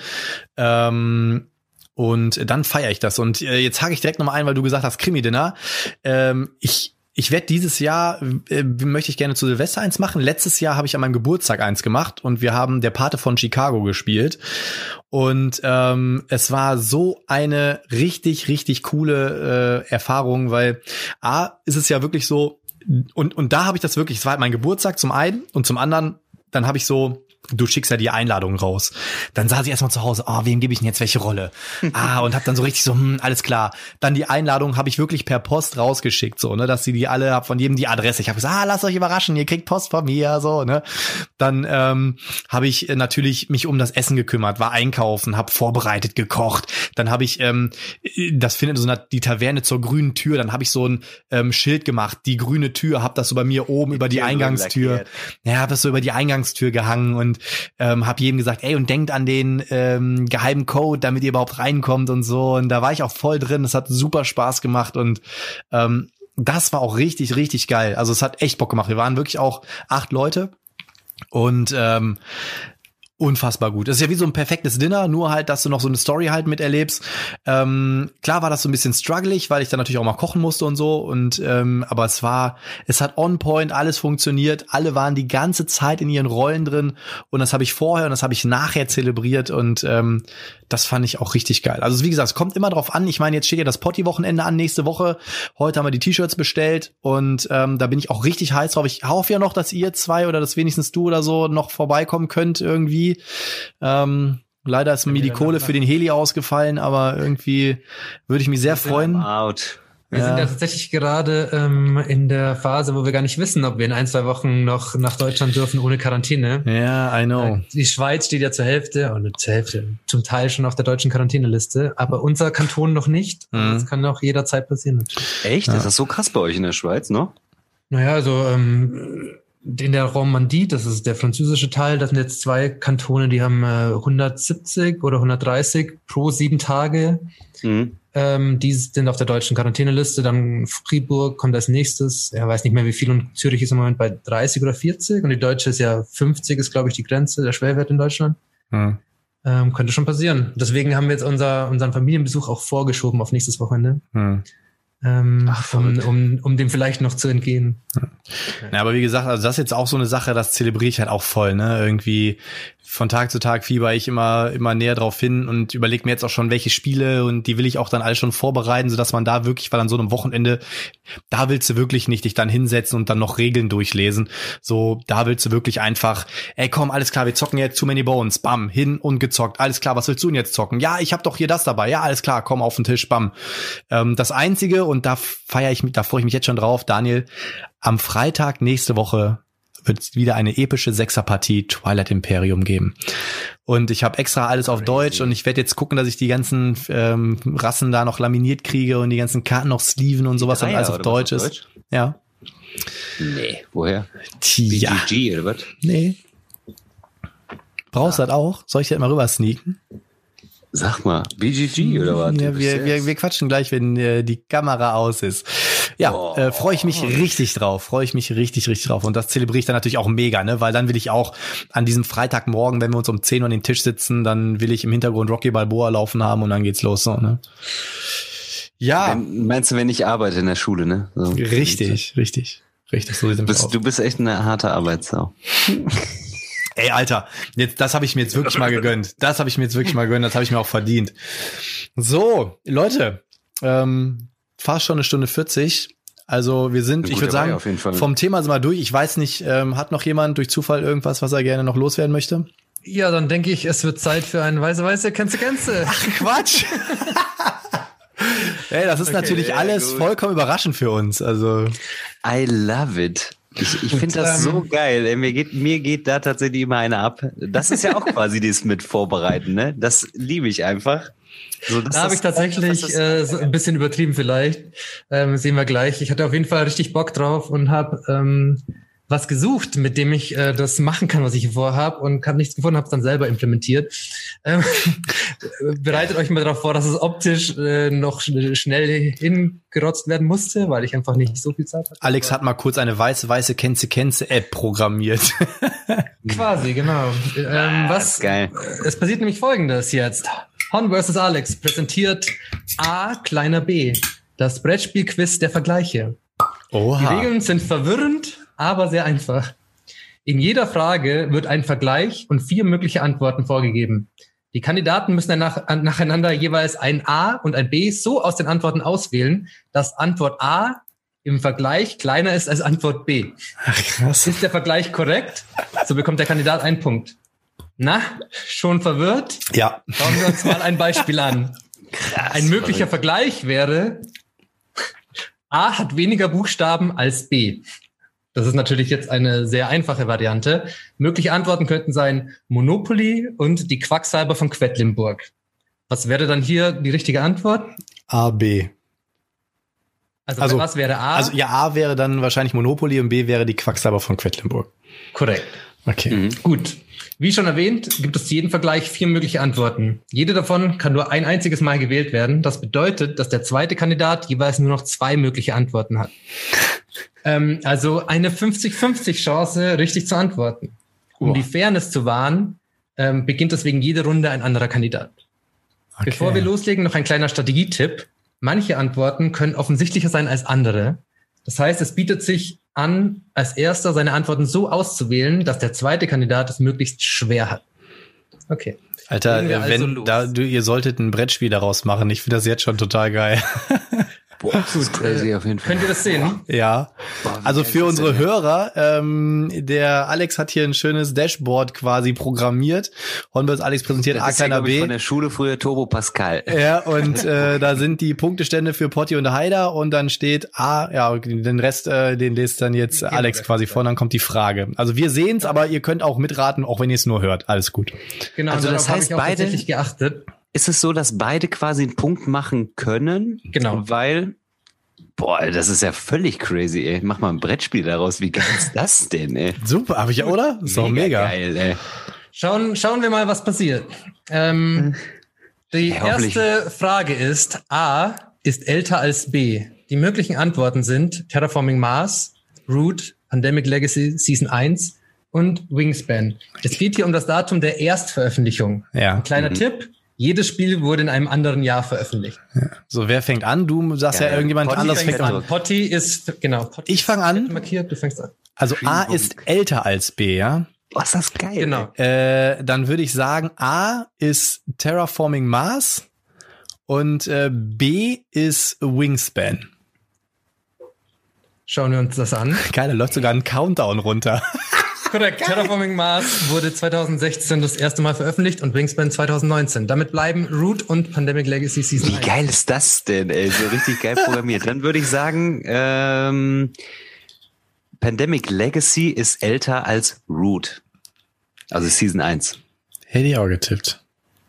Und dann feiere ich das. Und jetzt hake ich direkt nochmal ein, weil du gesagt hast, Krimi-Dinner. Ich ich werde dieses Jahr, möchte ich gerne zu Silvester eins machen. Letztes Jahr habe ich an meinem Geburtstag eins gemacht und wir haben Der Pate von Chicago gespielt. Und es war so eine richtig, richtig coole Erfahrung, weil ist es ja wirklich so, und da habe ich das wirklich, es war halt mein Geburtstag zum einen und zum anderen, dann habe ich so, du schickst ja die Einladung raus. Dann saß ich erstmal zu Hause, wem gebe ich denn jetzt welche Rolle? Und hab dann so richtig so, alles klar. Dann die Einladung habe ich wirklich per Post rausgeschickt, so, ne, dass sie die alle, hab von jedem die Adresse. Ich habe gesagt, lasst euch überraschen, ihr kriegt Post von mir, so, ne. Dann habe ich natürlich mich um das Essen gekümmert, war einkaufen, habe vorbereitet, gekocht. Dann habe ich, das findet so die Taverne zur grünen Tür, dann habe ich so ein Schild gemacht, die grüne Tür, hab das so bei mir oben über die Eingangstür, hab das so über die Eingangstür gehangen und habe jedem gesagt, und denkt an den geheimen Code, damit ihr überhaupt reinkommt und so. Und da war ich auch voll drin. Es hat super Spaß gemacht und das war auch richtig, richtig geil. Also es hat echt Bock gemacht. Wir waren wirklich auch 8 Leute und unfassbar gut. Das ist ja wie so ein perfektes Dinner, nur halt, dass du noch so eine Story halt miterlebst. Klar war das so ein bisschen strugglig, weil ich dann natürlich auch mal kochen musste und so. Und aber es hat on point, alles funktioniert. Alle waren die ganze Zeit in ihren Rollen drin. Und das habe ich vorher und das habe ich nachher zelebriert. Und das fand ich auch richtig geil. Also wie gesagt, es kommt immer drauf an. Ich meine, jetzt steht ja das Potti-Wochenende an nächste Woche. Heute haben wir die T-Shirts bestellt und da bin ich auch richtig heiß drauf. Ich hoffe ja noch, dass ihr 2 oder dass wenigstens du oder so noch vorbeikommen könnt irgendwie. Leider ist mir die Kohle für den Heli ausgefallen, aber irgendwie würde ich mich sehr freuen. Wir sind ja tatsächlich gerade in der Phase, wo wir gar nicht wissen, ob wir in 1-2 Wochen noch nach Deutschland dürfen ohne Quarantäne. Ja, I know. Die Schweiz steht ja zum Teil schon auf der deutschen Quarantäneliste, aber unser Kanton noch nicht. Das kann auch jederzeit passieren. Natürlich. Echt? Ist das so krass bei euch in der Schweiz, ne? Naja, also in der Romandie, das ist der französische Teil, das sind jetzt 2 Kantone, die haben 170 oder 130 pro 7 Tage. Die sind auf der deutschen Quarantäneliste. Dann Fribourg kommt als nächstes. Er weiß nicht mehr wie viel und Zürich ist im Moment bei 30 oder 40 und die deutsche ist ja 50, ist glaube ich die Grenze, der Schwellwert in Deutschland. Könnte schon passieren. Deswegen haben wir jetzt unseren Familienbesuch auch vorgeschoben auf nächstes Wochenende. Um dem vielleicht noch zu entgehen. Ja, aber wie gesagt, also das ist jetzt auch so eine Sache, das zelebriere ich halt auch voll, ne? Irgendwie von Tag zu Tag fieber ich immer näher drauf hin und überlege mir jetzt auch schon, welche Spiele und die will ich auch dann alle schon vorbereiten, sodass man da wirklich, weil an so einem Wochenende, da willst du wirklich nicht dich dann hinsetzen und dann noch Regeln durchlesen. So, da willst du wirklich einfach, komm, alles klar, wir zocken jetzt Too Many Bones, bam, hin und gezockt. Alles klar, was willst du denn jetzt zocken? Ja, ich hab doch hier das dabei. Ja, alles klar, komm auf den Tisch, bam. Das Einzige, und da freue ich mich jetzt schon drauf, Daniel, am Freitag nächste Woche wird es wieder eine epische 6er-Partie Twilight Imperium geben. Und ich habe extra alles auf Deutsch und ich werde jetzt gucken, dass ich die ganzen Rassen da noch laminiert kriege und die ganzen Karten noch sleeven und sowas, damit alles auf Deutsch ist. Ja. Nee, woher? Tja. BGG oder was? Nee. Brauchst du das auch? Soll ich das mal rüber sneaken? Sag mal, BGG oder was? Ja, wir quatschen gleich, wenn die Kamera aus ist. Ja, freue ich mich richtig drauf. Richtig drauf. Und das zelebriere ich dann natürlich auch mega, ne? Weil dann will ich auch an diesem Freitagmorgen, wenn wir uns um 10 Uhr an den Tisch sitzen, dann will ich im Hintergrund Rocky Balboa laufen haben und dann geht's los, so, ne? Ja. Meinst du, wenn ich arbeite in der Schule, ne? So. Richtig. So sieht es aus. Du bist echt eine harte Arbeitssau. Ey, Alter, das habe ich mir jetzt wirklich mal gegönnt. Das habe ich mir auch verdient. So, Leute, fast schon 1:40. Also wir sind, ich würde sagen, vom Thema sind wir durch. Ich weiß nicht, hat noch jemand durch Zufall irgendwas, was er gerne noch loswerden möchte? Ja, dann denke ich, es wird Zeit für einen Weiße, Känze. Ach, Quatsch! Ey, das ist natürlich alles vollkommen überraschend für uns. Also I love it. Ich finde das so geil. Ey, mir geht da tatsächlich immer eine ab. Das ist ja auch quasi das mit Vorbereiten, ne? Das liebe ich einfach. So, da habe ich tatsächlich so ein bisschen übertrieben vielleicht. Sehen wir gleich. Ich hatte auf jeden Fall richtig Bock drauf und habe was gesucht, mit dem ich das machen kann, was ich vorhabe, und habe nichts gefunden, habe es dann selber implementiert. Bereitet euch mal darauf vor, dass es optisch noch schnell hingerotzt werden musste, weil ich einfach nicht so viel Zeit hatte. Alex hat mal kurz eine weiße Känze-App programmiert. Quasi, genau. Geil. Es passiert nämlich Folgendes jetzt. Hon vs. Alex präsentiert A kleiner B, das Brettspiel-Quiz der Vergleiche. Oha. Die Regeln sind verwirrend, aber sehr einfach. In jeder Frage wird ein Vergleich und 4 mögliche Antworten vorgegeben. Die Kandidaten müssen nacheinander jeweils ein A und ein B so aus den Antworten auswählen, dass Antwort A im Vergleich kleiner ist als Antwort B. Ach, krass. Ist der Vergleich korrekt, so bekommt der Kandidat einen Punkt. Na, schon verwirrt? Ja. Schauen wir uns mal ein Beispiel an. Krass, Ein möglicher Vergleich wäre, A hat weniger Buchstaben als B. Das ist natürlich jetzt eine sehr einfache Variante. Mögliche Antworten könnten sein Monopoly und die Quacksalber von Quedlinburg. Was wäre dann hier die richtige Antwort? A, B. Also was wäre A? Also ja, A wäre dann wahrscheinlich Monopoly und B wäre die Quacksalber von Quedlinburg. Korrekt. Okay. Gut. Wie schon erwähnt, gibt es zu jedem Vergleich 4 mögliche Antworten. Jede davon kann nur ein einziges Mal gewählt werden. Das bedeutet, dass der zweite Kandidat jeweils nur noch 2 mögliche Antworten hat. Also eine 50-50 Chance, richtig zu antworten. Um die Fairness zu wahren, beginnt deswegen jede Runde ein anderer Kandidat. Okay. Bevor wir loslegen, noch ein kleiner Strategietipp. Manche Antworten können offensichtlicher sein als andere. Das heißt, es bietet sich an, als erster seine Antworten so auszuwählen, dass der zweite Kandidat es möglichst schwer hat. Okay. Alter, Legen wir also los. ihr solltet ein Brettspiel daraus machen. Ich finde das jetzt schon total geil. Boah, das ist crazy auf jeden Fall. Könnt ihr das sehen? Ja. Also für unsere Hörer, der Alex hat hier ein schönes Dashboard quasi programmiert. Hornbirds Alex präsentiert A kleiner B. Von der Schule früher Turbo Pascal. Ja, und da sind die Punktestände für Potti und Haider und dann steht A, ja, den Rest, den liest dann jetzt Alex quasi vor, und dann kommt die Frage. Also wir sehen's, aber ihr könnt auch mitraten, auch wenn ihr es nur hört. Alles gut. Genau, Also das heißt, ich auch beide tatsächlich geachtet. Ist es so, dass beide quasi einen Punkt machen können? Genau. Weil, das ist ja völlig crazy, ey. Mach mal ein Brettspiel daraus. Wie geil ist das denn, ey? Super, habe ich ja, oder? Ist doch mega. Geil, ey. Schauen wir mal, was passiert. Die erste Frage ist, A ist älter als B. Die möglichen Antworten sind Terraforming Mars, Root, Pandemic Legacy Season 1 und Wingspan. Es geht hier um das Datum der Erstveröffentlichung. Ja. Ein kleiner Tipp. Jedes Spiel wurde in einem anderen Jahr veröffentlicht. Ja. So, wer fängt an? Du sagst ja irgendjemand Potti anders fängt an. Potti ist, genau. Potti Ich fange an. Markiert, du fängst an. Also A ist älter als B, ja? Oh, ist das geil. Genau. Dann würde ich sagen, A ist Terraforming Mars und B ist Wingspan. Schauen wir uns das an. Geil, da läuft sogar ein Countdown runter. Korrekt. Terraforming Mars wurde 2016 das erste Mal veröffentlicht und Wingspan 2019. Damit bleiben Root und Pandemic Legacy Season 1. Wie geil ist das denn, ey? So richtig geil programmiert. Dann würde ich sagen, Pandemic Legacy ist älter als Root. Also Season 1. Hätte ich auch getippt.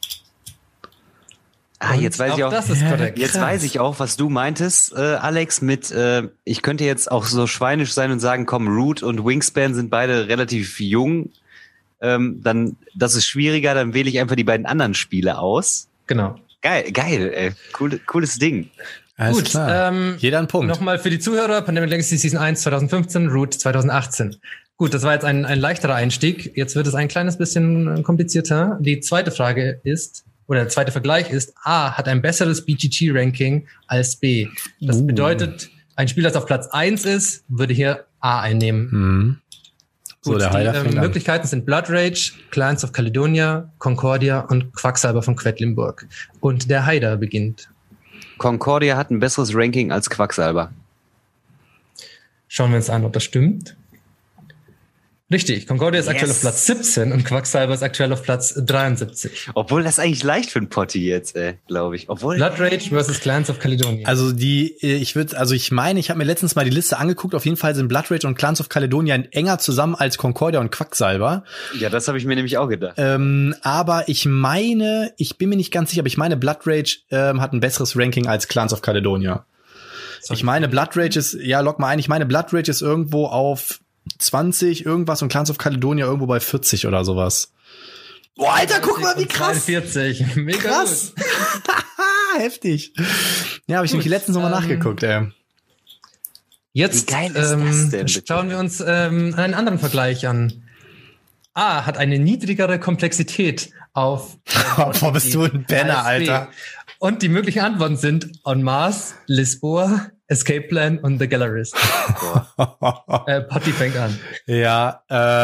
Jetzt weiß ich auch. Das ist korrekt. Jetzt weiß ich auch, was du meintest, Alex, mit ich könnte jetzt auch so schweinisch sein und sagen, komm, Root und Wingspan sind beide relativ jung. Dann, das ist schwieriger, dann wähle ich einfach die beiden anderen Spiele aus. Genau. Geil, ey. Cooles Ding. Alles Gut, klar. Jeder ein Punkt. Nochmal für die Zuhörer, Pandemic Legacy Season 1 2015, Root 2018. Gut, das war jetzt ein leichterer Einstieg. Jetzt wird es ein kleines bisschen komplizierter. Die zweite Frage ist, oder der zweite Vergleich ist, A hat ein besseres BGG-Ranking als B. Das bedeutet, ein Spiel, das auf Platz 1 ist, würde hier A einnehmen. Mhm. So, Gut, der Haider die fängt an. Möglichkeiten sind Blood Rage, Clans of Caledonia, Concordia und Quacksalber von Quedlinburg. Und der Haider beginnt. Concordia hat ein besseres Ranking als Quacksalber. Schauen wir uns an, ob das stimmt. Richtig, Concordia ist aktuell auf Platz 17 und Quacksalber ist aktuell auf Platz 73. Obwohl das eigentlich leicht für einen Potti jetzt, glaube ich. Obwohl Blood Rage versus Clans of Caledonia. Also ich meine, ich habe mir letztens mal die Liste angeguckt, auf jeden Fall sind Blood Rage und Clans of Caledonia enger zusammen als Concordia und Quacksalber. Ja, das habe ich mir nämlich auch gedacht. Aber ich meine, ich bin mir nicht ganz sicher, aber ich meine, Blood Rage hat ein besseres Ranking als Clans of Caledonia. Ich meine, Blood Rage ist, ja, log mal ein, ich meine, Blood Rage ist irgendwo auf 20 irgendwas und Clans of Caledonia irgendwo bei 40 oder sowas. Boah, Alter, guck mal, wie krass. 42. Mega krass. Heftig. Ja, habe ich nämlich letztens nochmal nachgeguckt, ey. Jetzt wie geil ist das denn, bitte? Schauen wir uns einen anderen Vergleich an. A hat eine niedrigere Komplexität auf Boah, bist du ein Banner, Alter. Und die möglichen Antworten sind En Masse, Lisboa, Escape Plan und The Gallerist. Potti fängt an. Ja,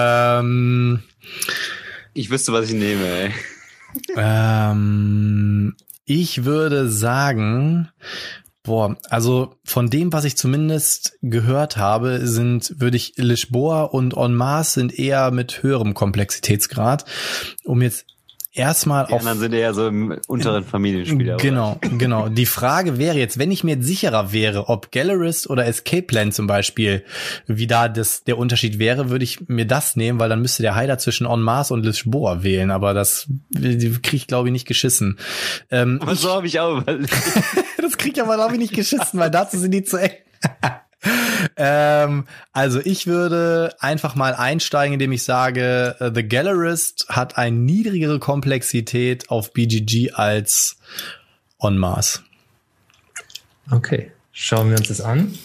Ich wüsste, was ich nehme, ich würde sagen, also von dem, was ich zumindest gehört habe, würde ich Lisboa und En Masse sind eher mit höherem Komplexitätsgrad, um jetzt erstmal Die anderen sind eher so im unteren Familienspieler. Genau. Die Frage wäre jetzt, wenn ich mir jetzt sicherer wäre, ob Gallerist oder Escape Plan zum Beispiel, wie da der Unterschied wäre, würde ich mir das nehmen, weil dann müsste der Haider zwischen En Masse und Lisboa wählen, aber das krieg ich, glaube ich, nicht geschissen. Aber so habe ich auch überlegt. Das krieg ich aber, glaube ich, nicht geschissen, weil dazu sind die zu eng. Also ich würde einfach mal einsteigen, indem ich sage, The Gallerist hat eine niedrigere Komplexität auf BGG als En Masse. Okay, schauen wir uns das an.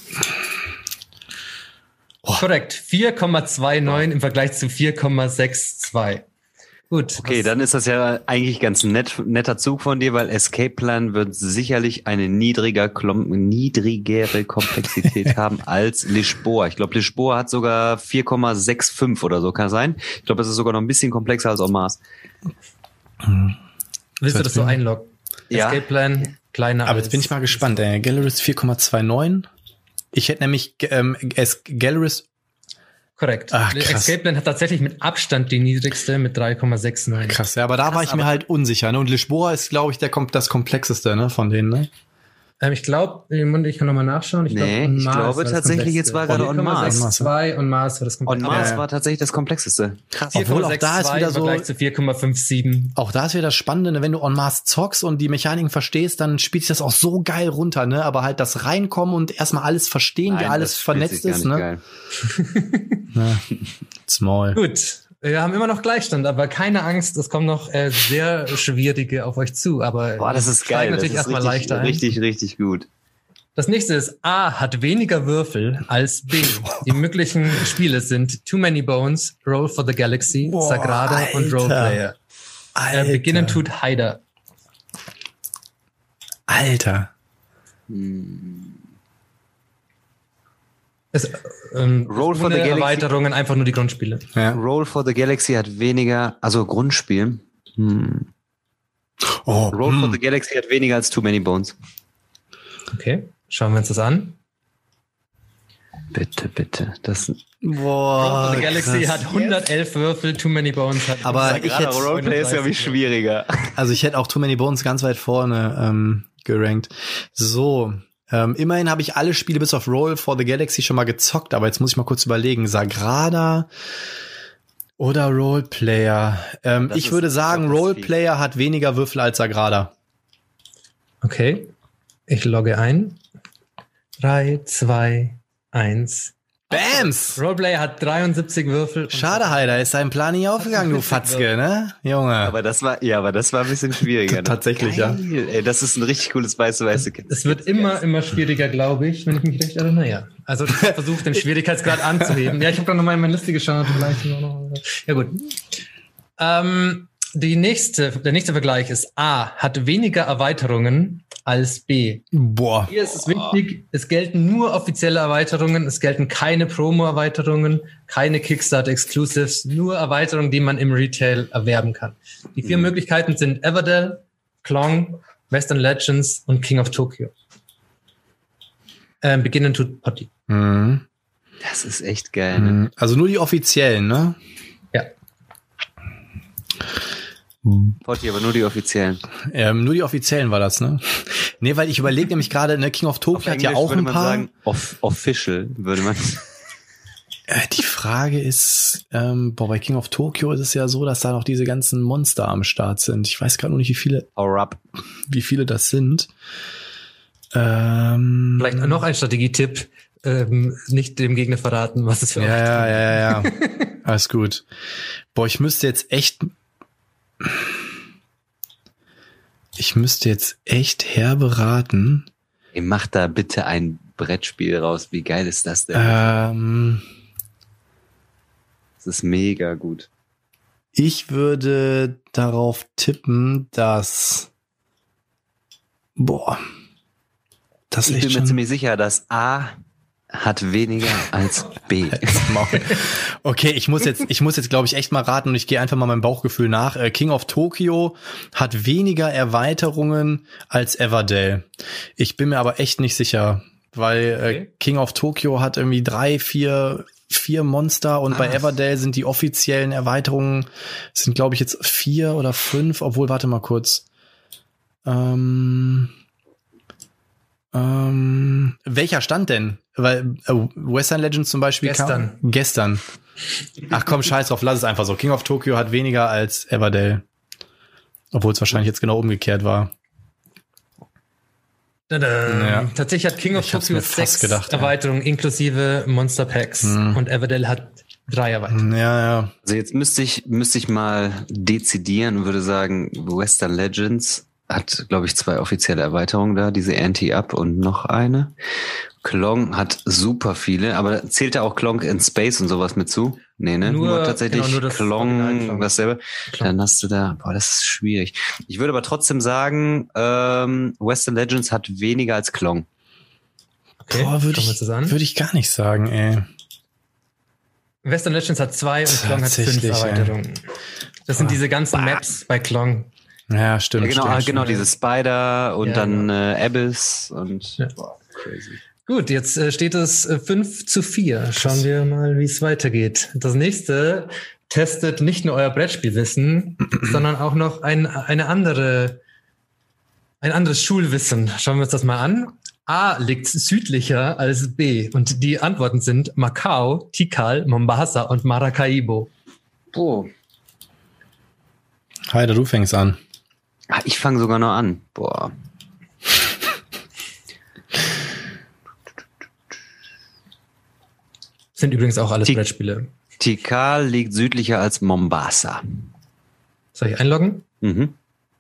Korrekt, 4,29 im Vergleich zu 4,62. Gut. Okay, dann ist das ja eigentlich ganz netter Zug von dir, weil Escape Plan wird sicherlich eine niedrigere Komplexität haben als Lisboa. Ich glaube, Lisboa hat sogar 4,65 oder so, kann sein. Ich glaube, es ist sogar noch ein bisschen komplexer als En Masse. Willst du das so einloggen? Ja. Escape Plan, kleiner Aber jetzt bin ich mal gespannt. Gallerist 4,29. Ich hätte nämlich Gallerist. Korrekt. Ach, krass. Escape Plan hat tatsächlich mit Abstand die niedrigste mit 3,69. Krass, ja, aber da war ich mir halt unsicher. Ne? Und Lisboa ist, glaube ich, das komplexeste, ne, von denen, ne? Ich glaube, ich kann nochmal nachschauen. Ich glaube tatsächlich, jetzt war gerade En Masse. 2 En Masse war das En Masse war tatsächlich das komplexeste. Krass. Obwohl auch da ist wieder so, im Vergleich zu 4,57. Auch da ist wieder das Spannende, ne? Wenn du En Masse zockst und die Mechaniken verstehst, dann spielt sich das auch so geil runter, ne? Aber halt das Reinkommen und erstmal alles verstehen, wie alles vernetzt ist, ne? Ja, small. Gut. Wir haben immer noch Gleichstand, aber keine Angst, es kommen noch sehr schwierige auf euch zu. Aber boah, das ist geil. Natürlich das ist erstmal leichter. Richtig gut. Das nächste ist, A hat weniger Würfel als B. Die möglichen Spiele sind Too Many Bones, Roll for the Galaxy, Sagrada Alter. und Roleplayer. Alter. Beginnen tut Haider. Alter. Roll for the Galaxy. Erweiterungen, einfach nur die Grundspiele. Ja. Roll for the Galaxy hat weniger, also Grundspiel. Roll for the Galaxy hat weniger als Too Many Bones. Okay, schauen wir uns das an. Bitte. Das Roll for the Galaxy krass. hat 111 Würfel, Too Many Bones hat... Aber ich hätte, Roleplay ist ja wie schwieriger. also ich hätte auch Too Many Bones ganz weit vorne gerankt. So, immerhin habe ich alle Spiele bis auf Roll for the Galaxy schon mal gezockt, aber jetzt muss ich mal kurz überlegen. Sagrada oder Roleplayer? Ich würde sagen, Roleplayer hat weniger Würfel als Sagrada. Okay, ich logge ein. 3, 2, 1... Bams! Roleplayer hat 73 Würfel. Schade, Heider, ist dein Plan nicht aufgegangen, du Fatzke, ne? Junge. Aber das war ein bisschen schwieriger. Ne? Tatsächlich, geil. ja. Ey, das ist ein richtig cooles weiße Kind. Es wird immer schwieriger, glaube ich, wenn ich mich recht erinnere. Ja. Also ich versuche den Schwierigkeitsgrad anzuheben. Ja, ich habe gerade nochmal in meine Liste geschaut. Ja gut. Der nächste Vergleich ist A hat weniger Erweiterungen als B. Boah. Hier ist es wichtig, es gelten nur offizielle Erweiterungen, es gelten keine Promo-Erweiterungen, keine Kickstarter-Exclusives, nur Erweiterungen, die man im Retail erwerben kann. Die 4 Möglichkeiten sind Everdell, Klong, Western Legends und King of Tokyo. Beginnen tut Potti. Mhm. Das ist echt geil. Ne? Also nur die offiziellen, ne? Ja. Potti, aber nur die offiziellen. Nur die offiziellen war das, ne? Nee, weil ich überlege nämlich gerade, ne, King of Tokyo hat ja auch ein paar. Sagen, official würde man. Die Frage ist, bei King of Tokyo ist es ja so, dass da noch diese ganzen Monster am Start sind. Ich weiß gerade noch nicht, wie viele das sind. Vielleicht noch ein Strategietipp. Nicht dem Gegner verraten, was es für Ja. Alles gut. Boah, ich müsste jetzt echt herbe raten. Ey, mach da bitte ein Brettspiel raus. Wie geil ist das denn? Das ist mega gut. Ich würde darauf tippen, dass Boah. Das ist Ich echt bin mir ziemlich sicher, dass A hat weniger als B. Okay, ich muss jetzt, glaube ich, echt mal raten und ich gehe einfach mal meinem Bauchgefühl nach. King of Tokyo hat weniger Erweiterungen als Everdell. Ich bin mir aber echt nicht sicher, weil King of Tokyo hat irgendwie 3, 4 Monster und bei Everdell sind die offiziellen Erweiterungen, sind glaube ich jetzt 4 oder 5, obwohl, warte mal kurz. Welcher Stand denn? Weil Western Legends zum Beispiel gestern. Ach komm, scheiß drauf, lass es einfach so. King of Tokyo hat weniger als Everdell. Obwohl es wahrscheinlich jetzt genau umgekehrt war. Ja. Tatsächlich hat King of Tokyo 6 Erweiterungen inklusive Monster Packs und Everdell hat 3 Erweiterungen. Ja. Also jetzt müsste ich mal dezidieren und würde sagen, Western Legends hat, glaube ich, 2 offizielle Erweiterungen da, diese Anti-Up und noch eine. Klong hat super viele, aber zählt da auch Klong in Space und sowas mit zu? Nee, ne? Nur tatsächlich nur das Klong, dasselbe. Dann hast du da, das ist schwierig. Ich würde aber trotzdem sagen, Western Legends hat weniger als Klong. Okay, würde ich gar nicht sagen, ey. Western Legends hat 2 und Klong hat 5 Erweiterungen. Das sind diese ganzen Maps bei Klong. Ja, stimmt. Ja, genau, stimmt. diese Spider und dann Abyss und crazy. Gut, jetzt steht es 5-4. Schauen wir mal, wie es weitergeht. Das nächste testet nicht nur euer Brettspielwissen, sondern auch noch ein anderes Schulwissen. Schauen wir uns das mal an. A liegt südlicher als B und die Antworten sind Macau, Tikal, Mombasa und Maracaibo. Oh. Heider, du fängst an. Ich fange sogar noch an. Boah. Sind übrigens auch alles Brettspiele. Tikal liegt südlicher als Mombasa. Soll ich einloggen? Mhm.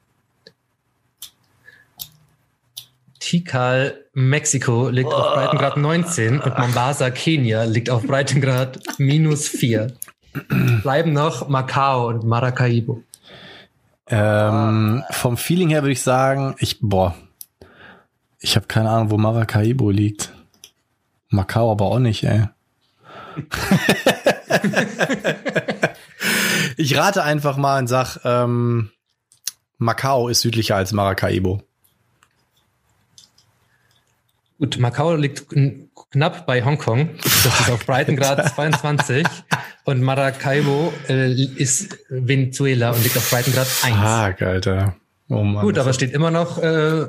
Tikal, Mexiko liegt auf Breitengrad 19 und Mombasa, Kenia liegt auf Breitengrad -4. Bleiben noch Macau und Maracaibo. Vom Feeling her würde ich sagen, ich habe keine Ahnung, wo Maracaibo liegt. Macau aber auch nicht, ey. Ich rate einfach mal und sag, Macau ist südlicher als Maracaibo. Gut, Macau liegt knapp bei Hongkong. Das ist auf Breitengrad 22. Und Maracaibo ist Venezuela und liegt auf Breitengrad 1. Alter. Oh Mann. Gut, aber steht immer noch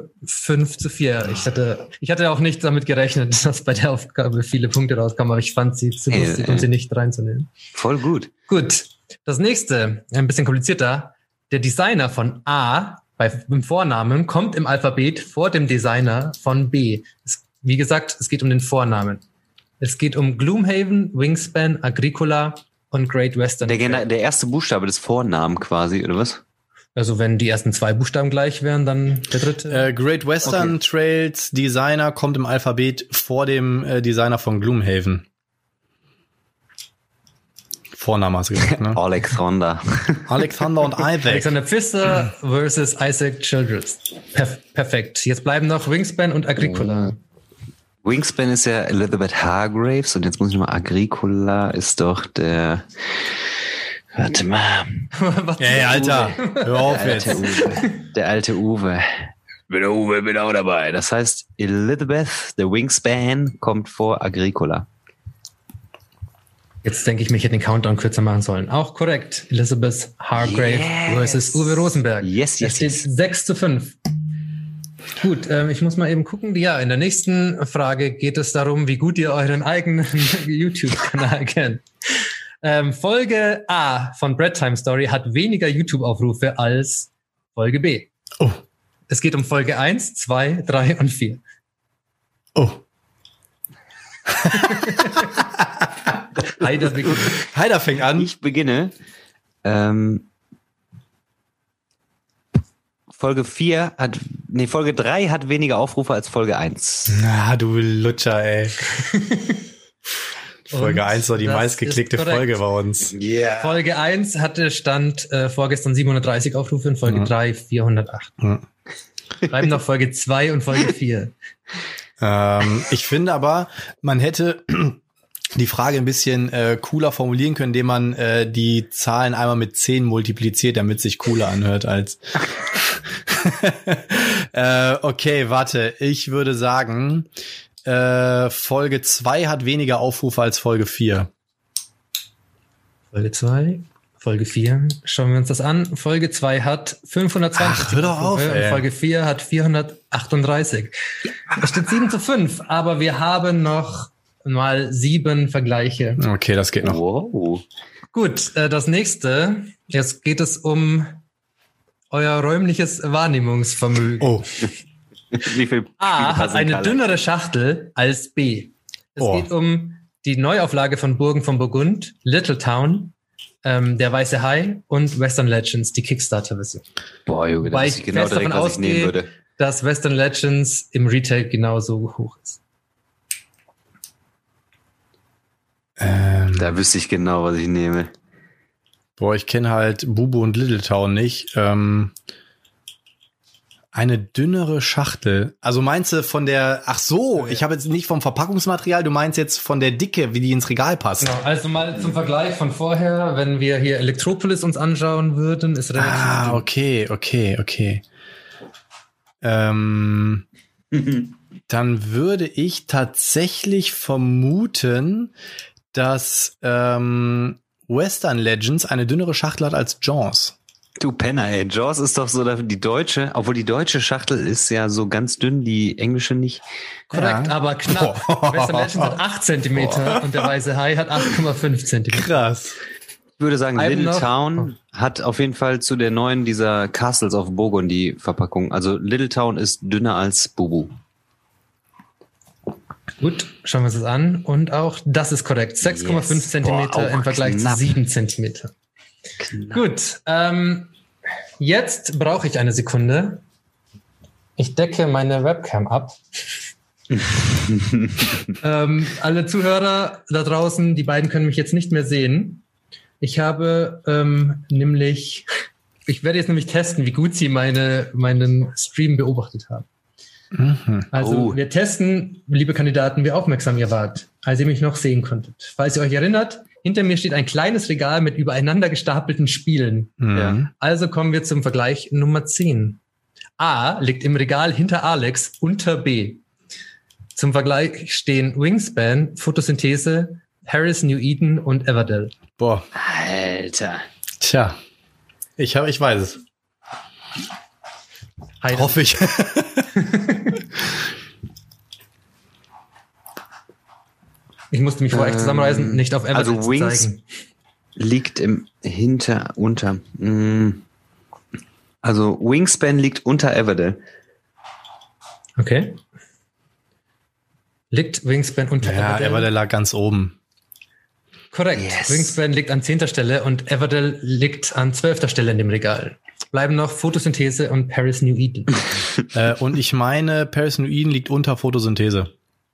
5-4. Ich hatte auch nicht damit gerechnet, dass bei der Aufgabe viele Punkte rauskommen, aber ich fand sie zu lustig, um sie nicht reinzunehmen. Voll gut. Gut, das nächste, ein bisschen komplizierter. Der Designer von A im Vornamen kommt im Alphabet vor dem Designer von B. Wie gesagt, es geht um den Vornamen. Es geht um Gloomhaven, Wingspan, Agricola und Great Western. Der erste Buchstabe des Vornamen quasi, oder was? Also wenn die ersten 2 Buchstaben gleich wären, dann der dritte. Great Western Trails Designer kommt im Alphabet vor dem Designer von Gloomhaven. Vorname hast du gesagt, ne? Alexander und Isaac. Alexander Pfister versus Isaac Childress. Perfekt. Jetzt bleiben noch Wingspan und Agricola. Wingspan ist ja Elizabeth Hargraves und jetzt muss ich nochmal, Agricola ist doch der... Warte mal. Ey, Alter, hör auf jetzt. Der alte Uwe. Bin auch dabei. Das heißt, Elizabeth, der Wingspan, kommt vor Agricola. Jetzt denke ich, ich hätte den Countdown kürzer machen sollen. Auch korrekt. Elizabeth Hargrave versus Uwe Rosenberg. Es steht 6-5. Gut, ich muss mal eben gucken. Ja, in der nächsten Frage geht es darum, wie gut ihr euren eigenen YouTube-Kanal kennt. Folge A von Breadtime Story hat weniger YouTube-Aufrufe als Folge B. Oh. Es geht um Folge 1, 2, 3 und 4. Oh. Heider fängt an. Ich beginne. Folge 3 hat weniger Aufrufe als Folge 1. Na, du Lutscher, ey. Folge 1 war die meistgeklickte Folge bei uns. Yeah. Folge 1 hatte Stand vorgestern 730 Aufrufe und Folge 3 408. Bleiben noch Folge 2 und Folge 4. Ich finde aber, man hätte die Frage ein bisschen cooler formulieren können, indem man die Zahlen einmal mit 10 multipliziert, damit es sich cooler anhört als okay, warte. Ich würde sagen, Folge 2 hat weniger Aufrufe als Folge 4. Folge 2, Folge 4. Schauen wir uns das an. Folge 2 hat 520. Ach, hör doch auf, ey. Und Folge 4 hat 438. Es steht 7:5, aber wir haben noch mal 7 Vergleiche. Okay, das geht noch. Wow. Gut, das nächste. Jetzt geht es um euer räumliches Wahrnehmungsvermögen. Oh. Wie viel A hat eine Kalle? dünnere Schachtel als B. Es geht um die Neuauflage von Burgen von Burgund, Little Town, Der Weiße Hai und Western Legends, die Kickstarter-Version. Boah, Junge, Wobei das ist genau fest direkt, davon was ich nehmen ausgehe, würde. dass Western Legends im Retail genauso hoch ist. Da wüsste ich genau, was ich nehme. Boah, ich kenne halt Bubu und Little Town nicht. Eine dünnere Schachtel. Also meinst du von der, ach so, ich habe jetzt nicht vom Verpackungsmaterial, du meinst jetzt von der Dicke, wie die ins Regal passt. Genau, also mal zum Vergleich von vorher, wenn wir hier Elektropolis uns anschauen würden, ist relativ Okay. Dann würde ich tatsächlich vermuten, dass Western Legends eine dünnere Schachtel hat als Jaws. Du Penner, ey. Jaws ist doch so die deutsche, obwohl die deutsche Schachtel ist ja so ganz dünn, die englische nicht. korrekt, Ja. aber knapp. Western Legends hat 8 Zentimeter und der Weiße Hai hat 8,5 Zentimeter. Krass. Ich würde sagen, Einen Little noch. Town hat auf jeden Fall zu der neuen dieser Castles of Burgundy Verpackung. Also Little Town ist dünner als Bubu. Gut, schauen wir uns das an. Und auch das ist korrekt. 6,5 Yes. Zentimeter Boah, auch im Vergleich knapp. zu 7 Zentimeter. Knapp. Gut, jetzt brauche ich eine Sekunde. Ich decke meine Webcam ab. Alle Zuhörer da draußen, die beiden können mich jetzt nicht mehr sehen. Ich habe nämlich, ich werde jetzt nämlich testen, wie gut sie meinen Stream beobachtet haben. Also wir testen, liebe Kandidaten, wie aufmerksam ihr wart, als ihr mich noch sehen konntet. Falls ihr euch erinnert, hinter mir steht ein kleines Regal mit übereinander gestapelten Spielen. Ja. Also kommen wir zum Vergleich Nummer 10. A liegt im Regal hinter Alex unter B. Zum Vergleich stehen Wingspan, Photosynthese, Paris, New Eden und Everdell. Boah, Alter. tja. Ich weiß es. Heide. Hoffe ich. Ich musste mich vorher echt zusammenreißen, nicht auf Everdell also zu Wings zeigen. liegt unter. Also Wingspan liegt unter Everdell. Okay. Liegt Wingspan unter Ja, Everdell? aber der lag ganz oben. Korrekt. Yes. Wingspan liegt an 10. Stelle und Everdell liegt an 12. Stelle in dem Regal. Bleiben noch Photosynthese und Paris, New Eden. Und ich meine, Paris New Eden liegt unter Photosynthese.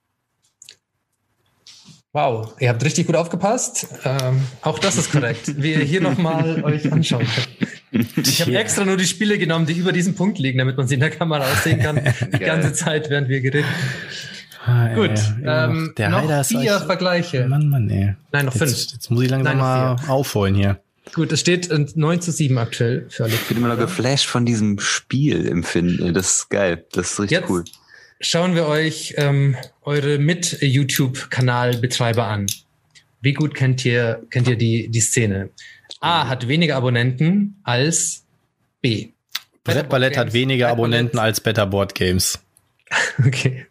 Wow, ihr habt richtig gut aufgepasst. Auch das ist korrekt, wie ihr hier nochmal euch anschauen könnt. Ich habe extra nur die Spiele genommen, die über diesem Punkt liegen, damit man sie in der Kamera aussehen kann, die ganze Zeit, während wir geredet. Gut, der noch Heider ist 4 echt- Vergleiche. Mann, ey. Nein, noch 5. Jetzt muss ich langsam Nein, noch mal aufholen hier. Gut, es steht 9:7 aktuell für alle. Ich bin immer noch geflasht von diesem Spiel empfinden. Das ist geil. Das ist richtig Jetzt cool. schauen wir euch eure Mit-YouTube-Kanalbetreiber an. Wie gut kennt ihr die Szene? A hat weniger Abonnenten als B. Brettballett hat weniger Abonnenten als Better Board Games. Okay.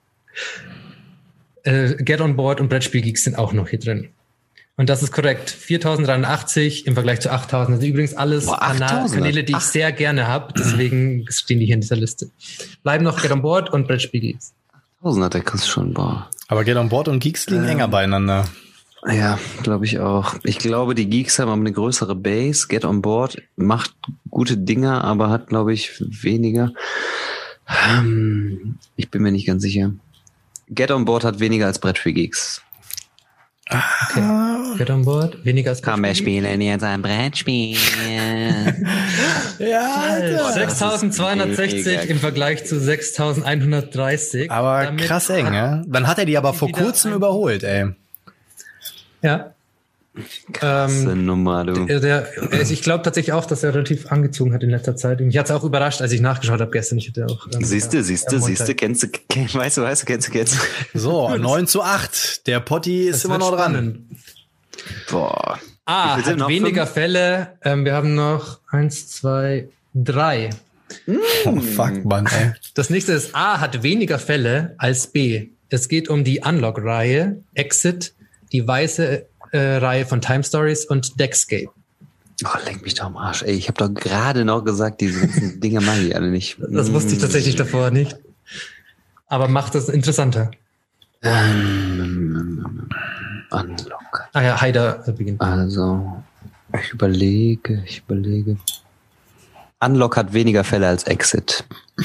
Get on Board und Brettspielgeeks sind auch noch hier drin. Und das ist korrekt. 4.380 im Vergleich zu 8.000. Das sind übrigens alles Boah, 8.000. Kanäle, die ich sehr gerne habe. Deswegen stehen die hier in dieser Liste. Bleiben noch Get on Board und Brettspielgeeks. 1000 hat der Chris schon, boah. Aber Get on Board und Geeks liegen enger beieinander. Ja, glaube ich auch. Ich glaube, die Geeks haben aber eine größere Base. Get on Board macht gute Dinge, aber hat, glaube ich, weniger. Ich bin mir nicht ganz sicher. Get on Board hat weniger als Brettspielgeeks. Okay. Get on board. Weniger als Komm, wir spielen jetzt ein Brettspiel. Ja, Alter. 6260 im Vergleich zu 6130. Aber Damit krass eng, ja? Dann hat er die aber vor kurzem überholt, ey. Ja. Krasse Nummer, du. Ich glaube tatsächlich auch, dass er relativ angezogen hat in letzter Zeit. Mich hat's auch überrascht, als ich nachgeschaut habe gestern. Ich hatte auch. Siehst du, kennst du. So, 9:8. Der Potti ist immer noch dran. Boah. Hat weniger 5 Fälle. Wir haben noch 1, 2, 3. Oh, fuck, Mann, ey. Das nächste ist A hat weniger Fälle als B. Es geht um die Unlock-Reihe, Exit, die weiße Reihe von Time Stories und Deckscape. Oh, leck mich doch am Arsch. Ey, ich habe doch gerade noch gesagt, diese Dinge mag ich alle nicht. Das wusste ich tatsächlich davor nicht. Aber macht es interessanter. Unlock. Ja, Haider beginnt. Also, ich überlege. Unlock hat weniger Fälle als Exit.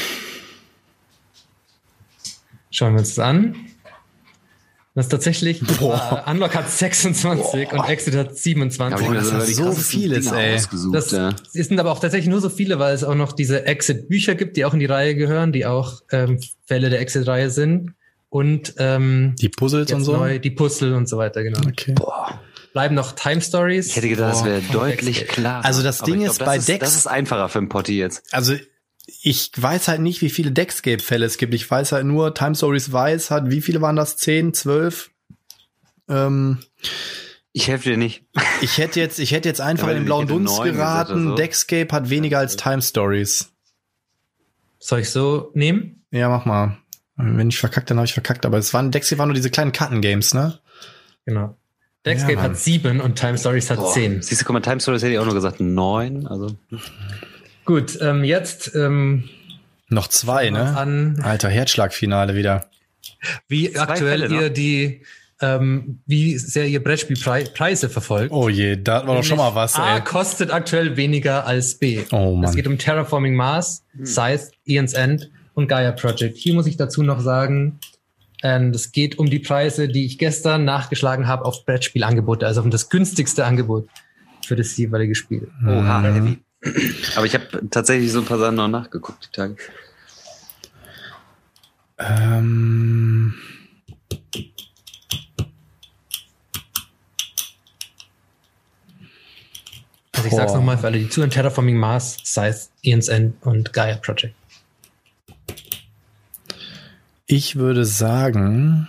Schauen wir uns das an. Das ist tatsächlich, Unlock hat 26 und Exit hat 27. Ja, das ist so vieles, ey. Das sind aber auch tatsächlich nur so viele, weil es auch noch diese Exit-Bücher gibt, die auch in die Reihe gehören, die auch Fälle der Exit-Reihe sind. Und die Puzzles und so? Die Puzzle und so weiter, genau. Okay. Bleiben noch Time Stories. Ich hätte gedacht, das wäre deutlich klarer. Also das Ding ist, bei Decks... Das ist einfacher für einen Potti jetzt. Also ich weiß halt nicht, wie viele Deckscape-Fälle es gibt. Ich weiß halt nur, Time Stories weiß hat, wie viele waren das? 10, 12? Ich helfe dir nicht. Ich hätte jetzt einfach in den blauen Dunst geraten. So. Deckscape hat weniger als Time Stories. Soll ich so nehmen? Ja, mach mal. Wenn ich verkackt, dann habe ich verkackt. Aber Deckscape waren nur diese kleinen Karten-Games, ne? Genau. Deckscape hat 7 und Time Stories hat 10. Siehst du, guck mal, Time Stories hätte ich auch nur gesagt 9. Also gut, jetzt noch 2, ne? Alter, Herzschlagfinale wieder. Wie aktuell Fälle, wie sehr ihr Brettspielpreise verfolgt. Oh je, da hat man doch schon mal was, A kostet aktuell weniger als B. Oh Mann. Es geht um Terraforming Mars, Scythe, Aeon's End und Gaia Project. Hier muss ich dazu noch sagen, es geht um die Preise, die ich gestern nachgeschlagen habe auf Brettspielangebote, also um das günstigste Angebot für das jeweilige Spiel. Oha, heavy. Aber ich habe tatsächlich so ein paar Sachen noch nachgeguckt, die Tage. Also ich sag's nochmal für alle, die zuhören: Terraforming Mars, Scythe, Aeon's End und Gaia Project. Ich würde sagen,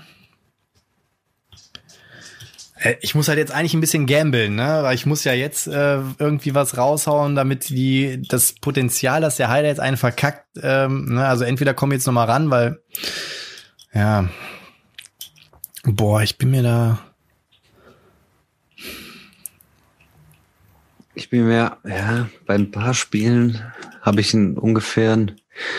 ich muss halt jetzt eigentlich ein bisschen gamblen, ne? Weil ich muss ja jetzt irgendwie was raushauen, damit das Potenzial, dass der Heiler jetzt einen verkackt, ne? Also entweder komme ich jetzt noch mal ran, weil ich bin mir bei ein paar Spielen habe ich einen ungefähren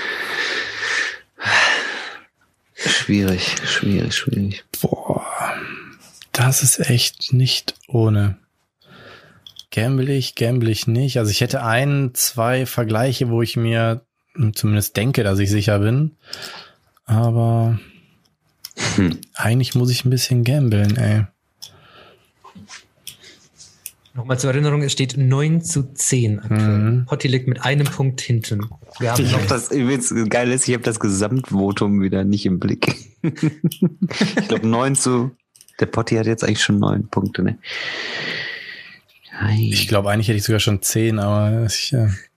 schwierig. Boah, das ist echt nicht ohne. Gamble ich nicht. Also ich hätte 1, 2 Vergleiche, wo ich mir zumindest denke, dass ich sicher bin. Aber eigentlich muss ich ein bisschen gamblen, ey. Nochmal zur Erinnerung, es steht 9:10 aktuell. Potti liegt mit einem Punkt hinten. Ich habe das Gesamtvotum wieder nicht im Blick. Ich glaube der Potti hat jetzt eigentlich schon 9 Punkte, ne? Ich glaube, eigentlich hätte ich sogar schon 10, aber ich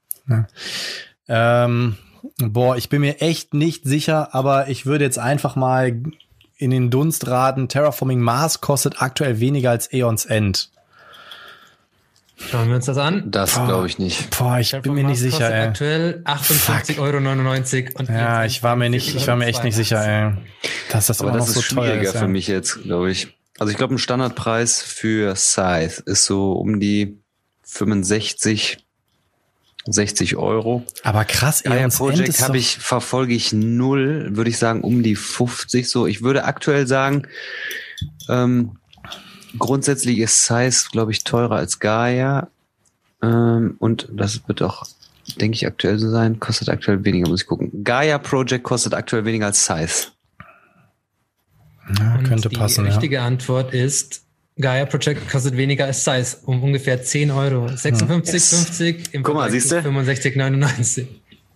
bin mir echt nicht sicher, aber ich würde jetzt einfach mal in den Dunst raten, Terraforming Mars kostet aktuell weniger als Aeon's End. Schauen wir uns das an. Das glaube ich nicht. Ich bin mir nicht sicher, ey. Aktuell 58,99 €. Ja, ich war mir echt nicht sicher, ey. Dass das aber immer das noch so ist teuer schwieriger ist, für mich jetzt, glaube ich. Also ich glaube, ein Standardpreis für Scythe ist so um die 65, 60 €. Aber krass, Gaia Project verfolge ich 0, würde ich sagen, um die 50 so. Ich würde aktuell sagen, grundsätzlich ist Scythe, glaube ich, teurer als Gaia. Und das wird auch, denke ich, aktuell so sein. Kostet aktuell weniger, muss ich gucken. Gaia Project kostet aktuell weniger als Scythe. Ja, könnte passen, die richtige Antwort ist Gaia Project kostet weniger als Size, um ungefähr 10 Euro. 56,50 im Guck mal, siehst du? 65,99.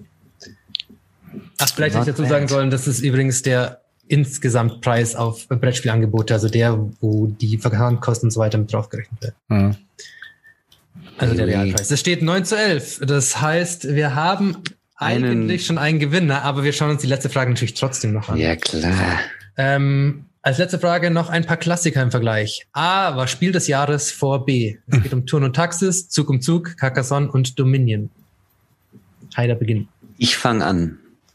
Ach, vielleicht hätte ich dazu sagen sollen, das ist übrigens der Insgesamtpreis auf Brettspielangebote, also der, wo die Versandkosten und so weiter mit draufgerechnet werden. Mhm. Also der Realpreis. Das steht 9:11. Das heißt, wir haben eigentlich schon einen Gewinner, aber wir schauen uns die letzte Frage natürlich trotzdem noch an. Ja, klar. Als letzte Frage noch ein paar Klassiker im Vergleich. A war Spiel des Jahres vor B. Es geht um Turn und Taxis, Zug um Zug, Carcassonne und Dominion. Heider beginnt. Ich fange an.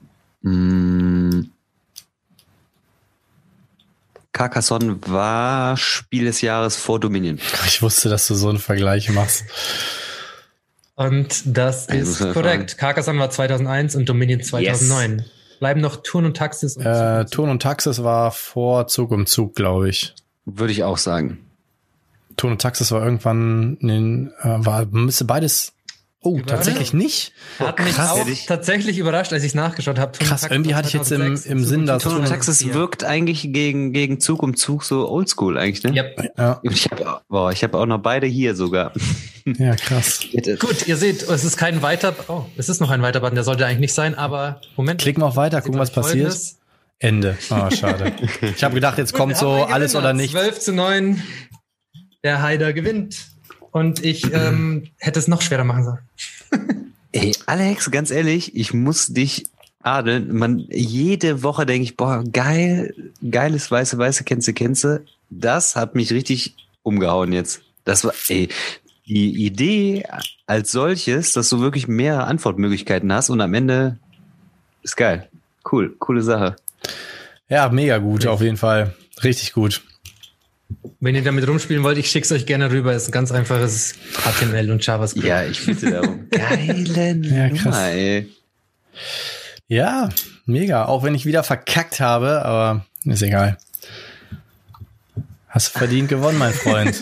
Carcassonne war Spiel des Jahres vor Dominion. Ich wusste, dass du so einen Vergleich machst. Und das ist korrekt. Carcassonne war 2001 und Dominion 2009. Yes. Bleiben noch Turn und Taxis. Und Turn und Taxis war vor Zug um Zug, glaube ich. Würde ich auch sagen. Turn und Taxis war irgendwann, müsste beides. Oh, tatsächlich nicht? Hat mich auch tatsächlich überrascht, als ich es nachgeschaut habe. Krass, irgendwie hatte ich jetzt im Sinn, dass Turn und Taxis wirkt eigentlich gegen Zug um Zug so oldschool eigentlich, ne? Yep. Ja. Ich habe auch noch beide hier sogar. Ja, krass. Gut, ihr seht, es ist kein es ist noch ein Weiterbutton, der sollte eigentlich nicht sein, aber Moment. Klicken wir auf weiter, gucken, was passiert. Ende. Oh, schade. Ich habe gedacht, jetzt kommt so alles oder nichts. 12:9. Der Heider gewinnt. Und ich hätte es noch schwerer machen sollen. Ey, Alex, ganz ehrlich, ich muss dich adeln. Jede Woche denke ich, boah, geiles weiße, kennst. Das hat mich richtig umgehauen jetzt. Das war, die Idee als solches, dass du wirklich mehrere Antwortmöglichkeiten hast und am Ende ist geil. Cool, coole Sache. Ja, mega gut, auf jeden Fall. Richtig gut. Wenn ihr damit rumspielen wollt, ich schick's euch gerne rüber. Es ist ein ganz einfaches HTML und JavaScript. Ja, ich bitte darum. Geilen Nummer, ey. Ja, mega. Auch wenn ich wieder verkackt habe, aber ist egal. Hast du verdient gewonnen, mein Freund.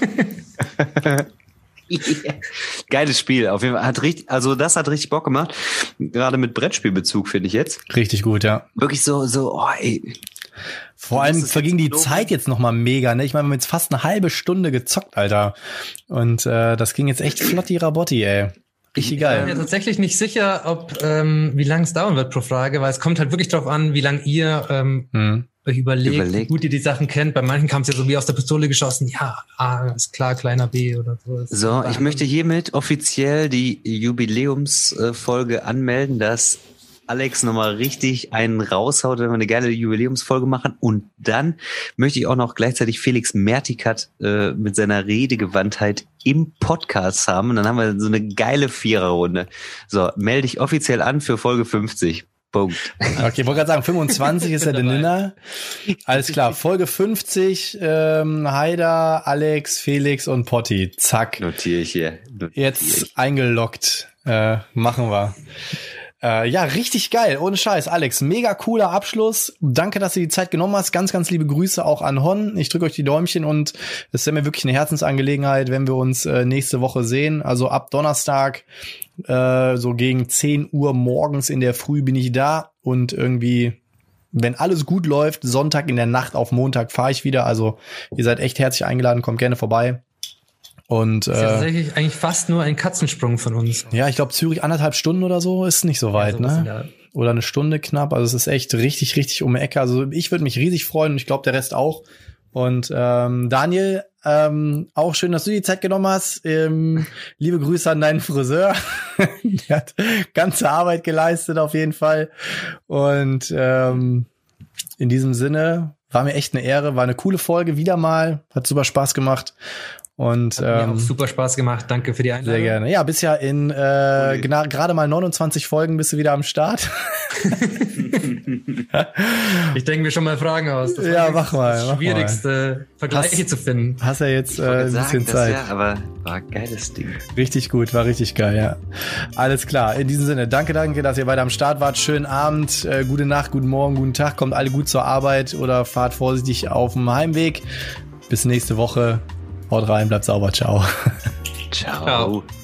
Geiles Spiel. Auf jeden Fall das hat richtig Bock gemacht. Gerade mit Brettspielbezug, finde ich jetzt. Richtig gut, ja. Wirklich ey. Vor allem verging die Zeit jetzt nochmal mega, ne? Ich meine, wir haben jetzt fast eine halbe Stunde gezockt, Alter. Und das ging jetzt echt flotti rabotti, ey. Richtig geil. Ich bin mir tatsächlich nicht sicher, wie lange es dauern wird pro Frage, weil es kommt halt wirklich drauf an, wie lange ihr euch überlegt, wie gut ihr die Sachen kennt. Bei manchen kam es ja so wie aus der Pistole geschossen. Ja, A ist klar, kleiner B oder so. So, ich möchte hiermit offiziell die Jubiläumsfolge anmelden, dass Alex nochmal richtig einen raushaut, wenn wir eine geile Jubiläumsfolge machen. Und dann möchte ich auch noch gleichzeitig Felix Mertikat mit seiner Redegewandtheit im Podcast haben. Und dann haben wir so eine geile Viererrunde. So, melde dich offiziell an für Folge 50. Punkt. Okay, ich wollte gerade sagen, 25 ist ja der Ninner. Alles klar, Folge 50, Heider, Alex, Felix und Potti. Zack. Notiere ich hier. Jetzt eingeloggt. Machen wir. Ja, richtig geil. Ohne Scheiß, Alex. Mega cooler Abschluss. Danke, dass du die Zeit genommen hast. Ganz, ganz liebe Grüße auch an Hon. Ich drücke euch die Däumchen und es ist mir wirklich eine Herzensangelegenheit, wenn wir uns nächste Woche sehen. Also ab Donnerstag, so gegen 10 Uhr morgens in der Früh bin ich da und irgendwie, wenn alles gut läuft, Sonntag in der Nacht auf Montag fahre ich wieder. Also ihr seid echt herzlich eingeladen, kommt gerne vorbei. Und das ist tatsächlich eigentlich fast nur ein Katzensprung von uns. Ja, ich glaube Zürich 1,5 Stunden oder so ist nicht so weit, ne? Oder eine Stunde knapp. Also es ist echt richtig, richtig um die Ecke. Also ich würde mich riesig freuen und ich glaube der Rest auch. Und Daniel, auch schön, dass du die Zeit genommen hast. Liebe Grüße an deinen Friseur. Der hat ganze Arbeit geleistet auf jeden Fall. Und in diesem Sinne war mir echt eine Ehre, war eine coole Folge wieder mal, hat super Spaß gemacht. Und hat mir auch super Spaß gemacht. Danke für die Einladung. Sehr gerne. Ja, bist ja in gerade mal 29 Folgen bist du wieder am Start. Ich denke mir schon mal Fragen aus. Das mach mal. Das Schwierigste, Vergleiche zu finden. Hast ja jetzt ein bisschen Zeit. Ja, aber war ein geiles Ding. Richtig gut, war richtig geil, ja. Alles klar. In diesem Sinne, danke, dass ihr weiter am Start wart. Schönen Abend, gute Nacht, guten Morgen, guten Tag. Kommt alle gut zur Arbeit oder fahrt vorsichtig auf dem Heimweg. Bis nächste Woche. Haut rein, bleibt sauber. Ciao. Ciao.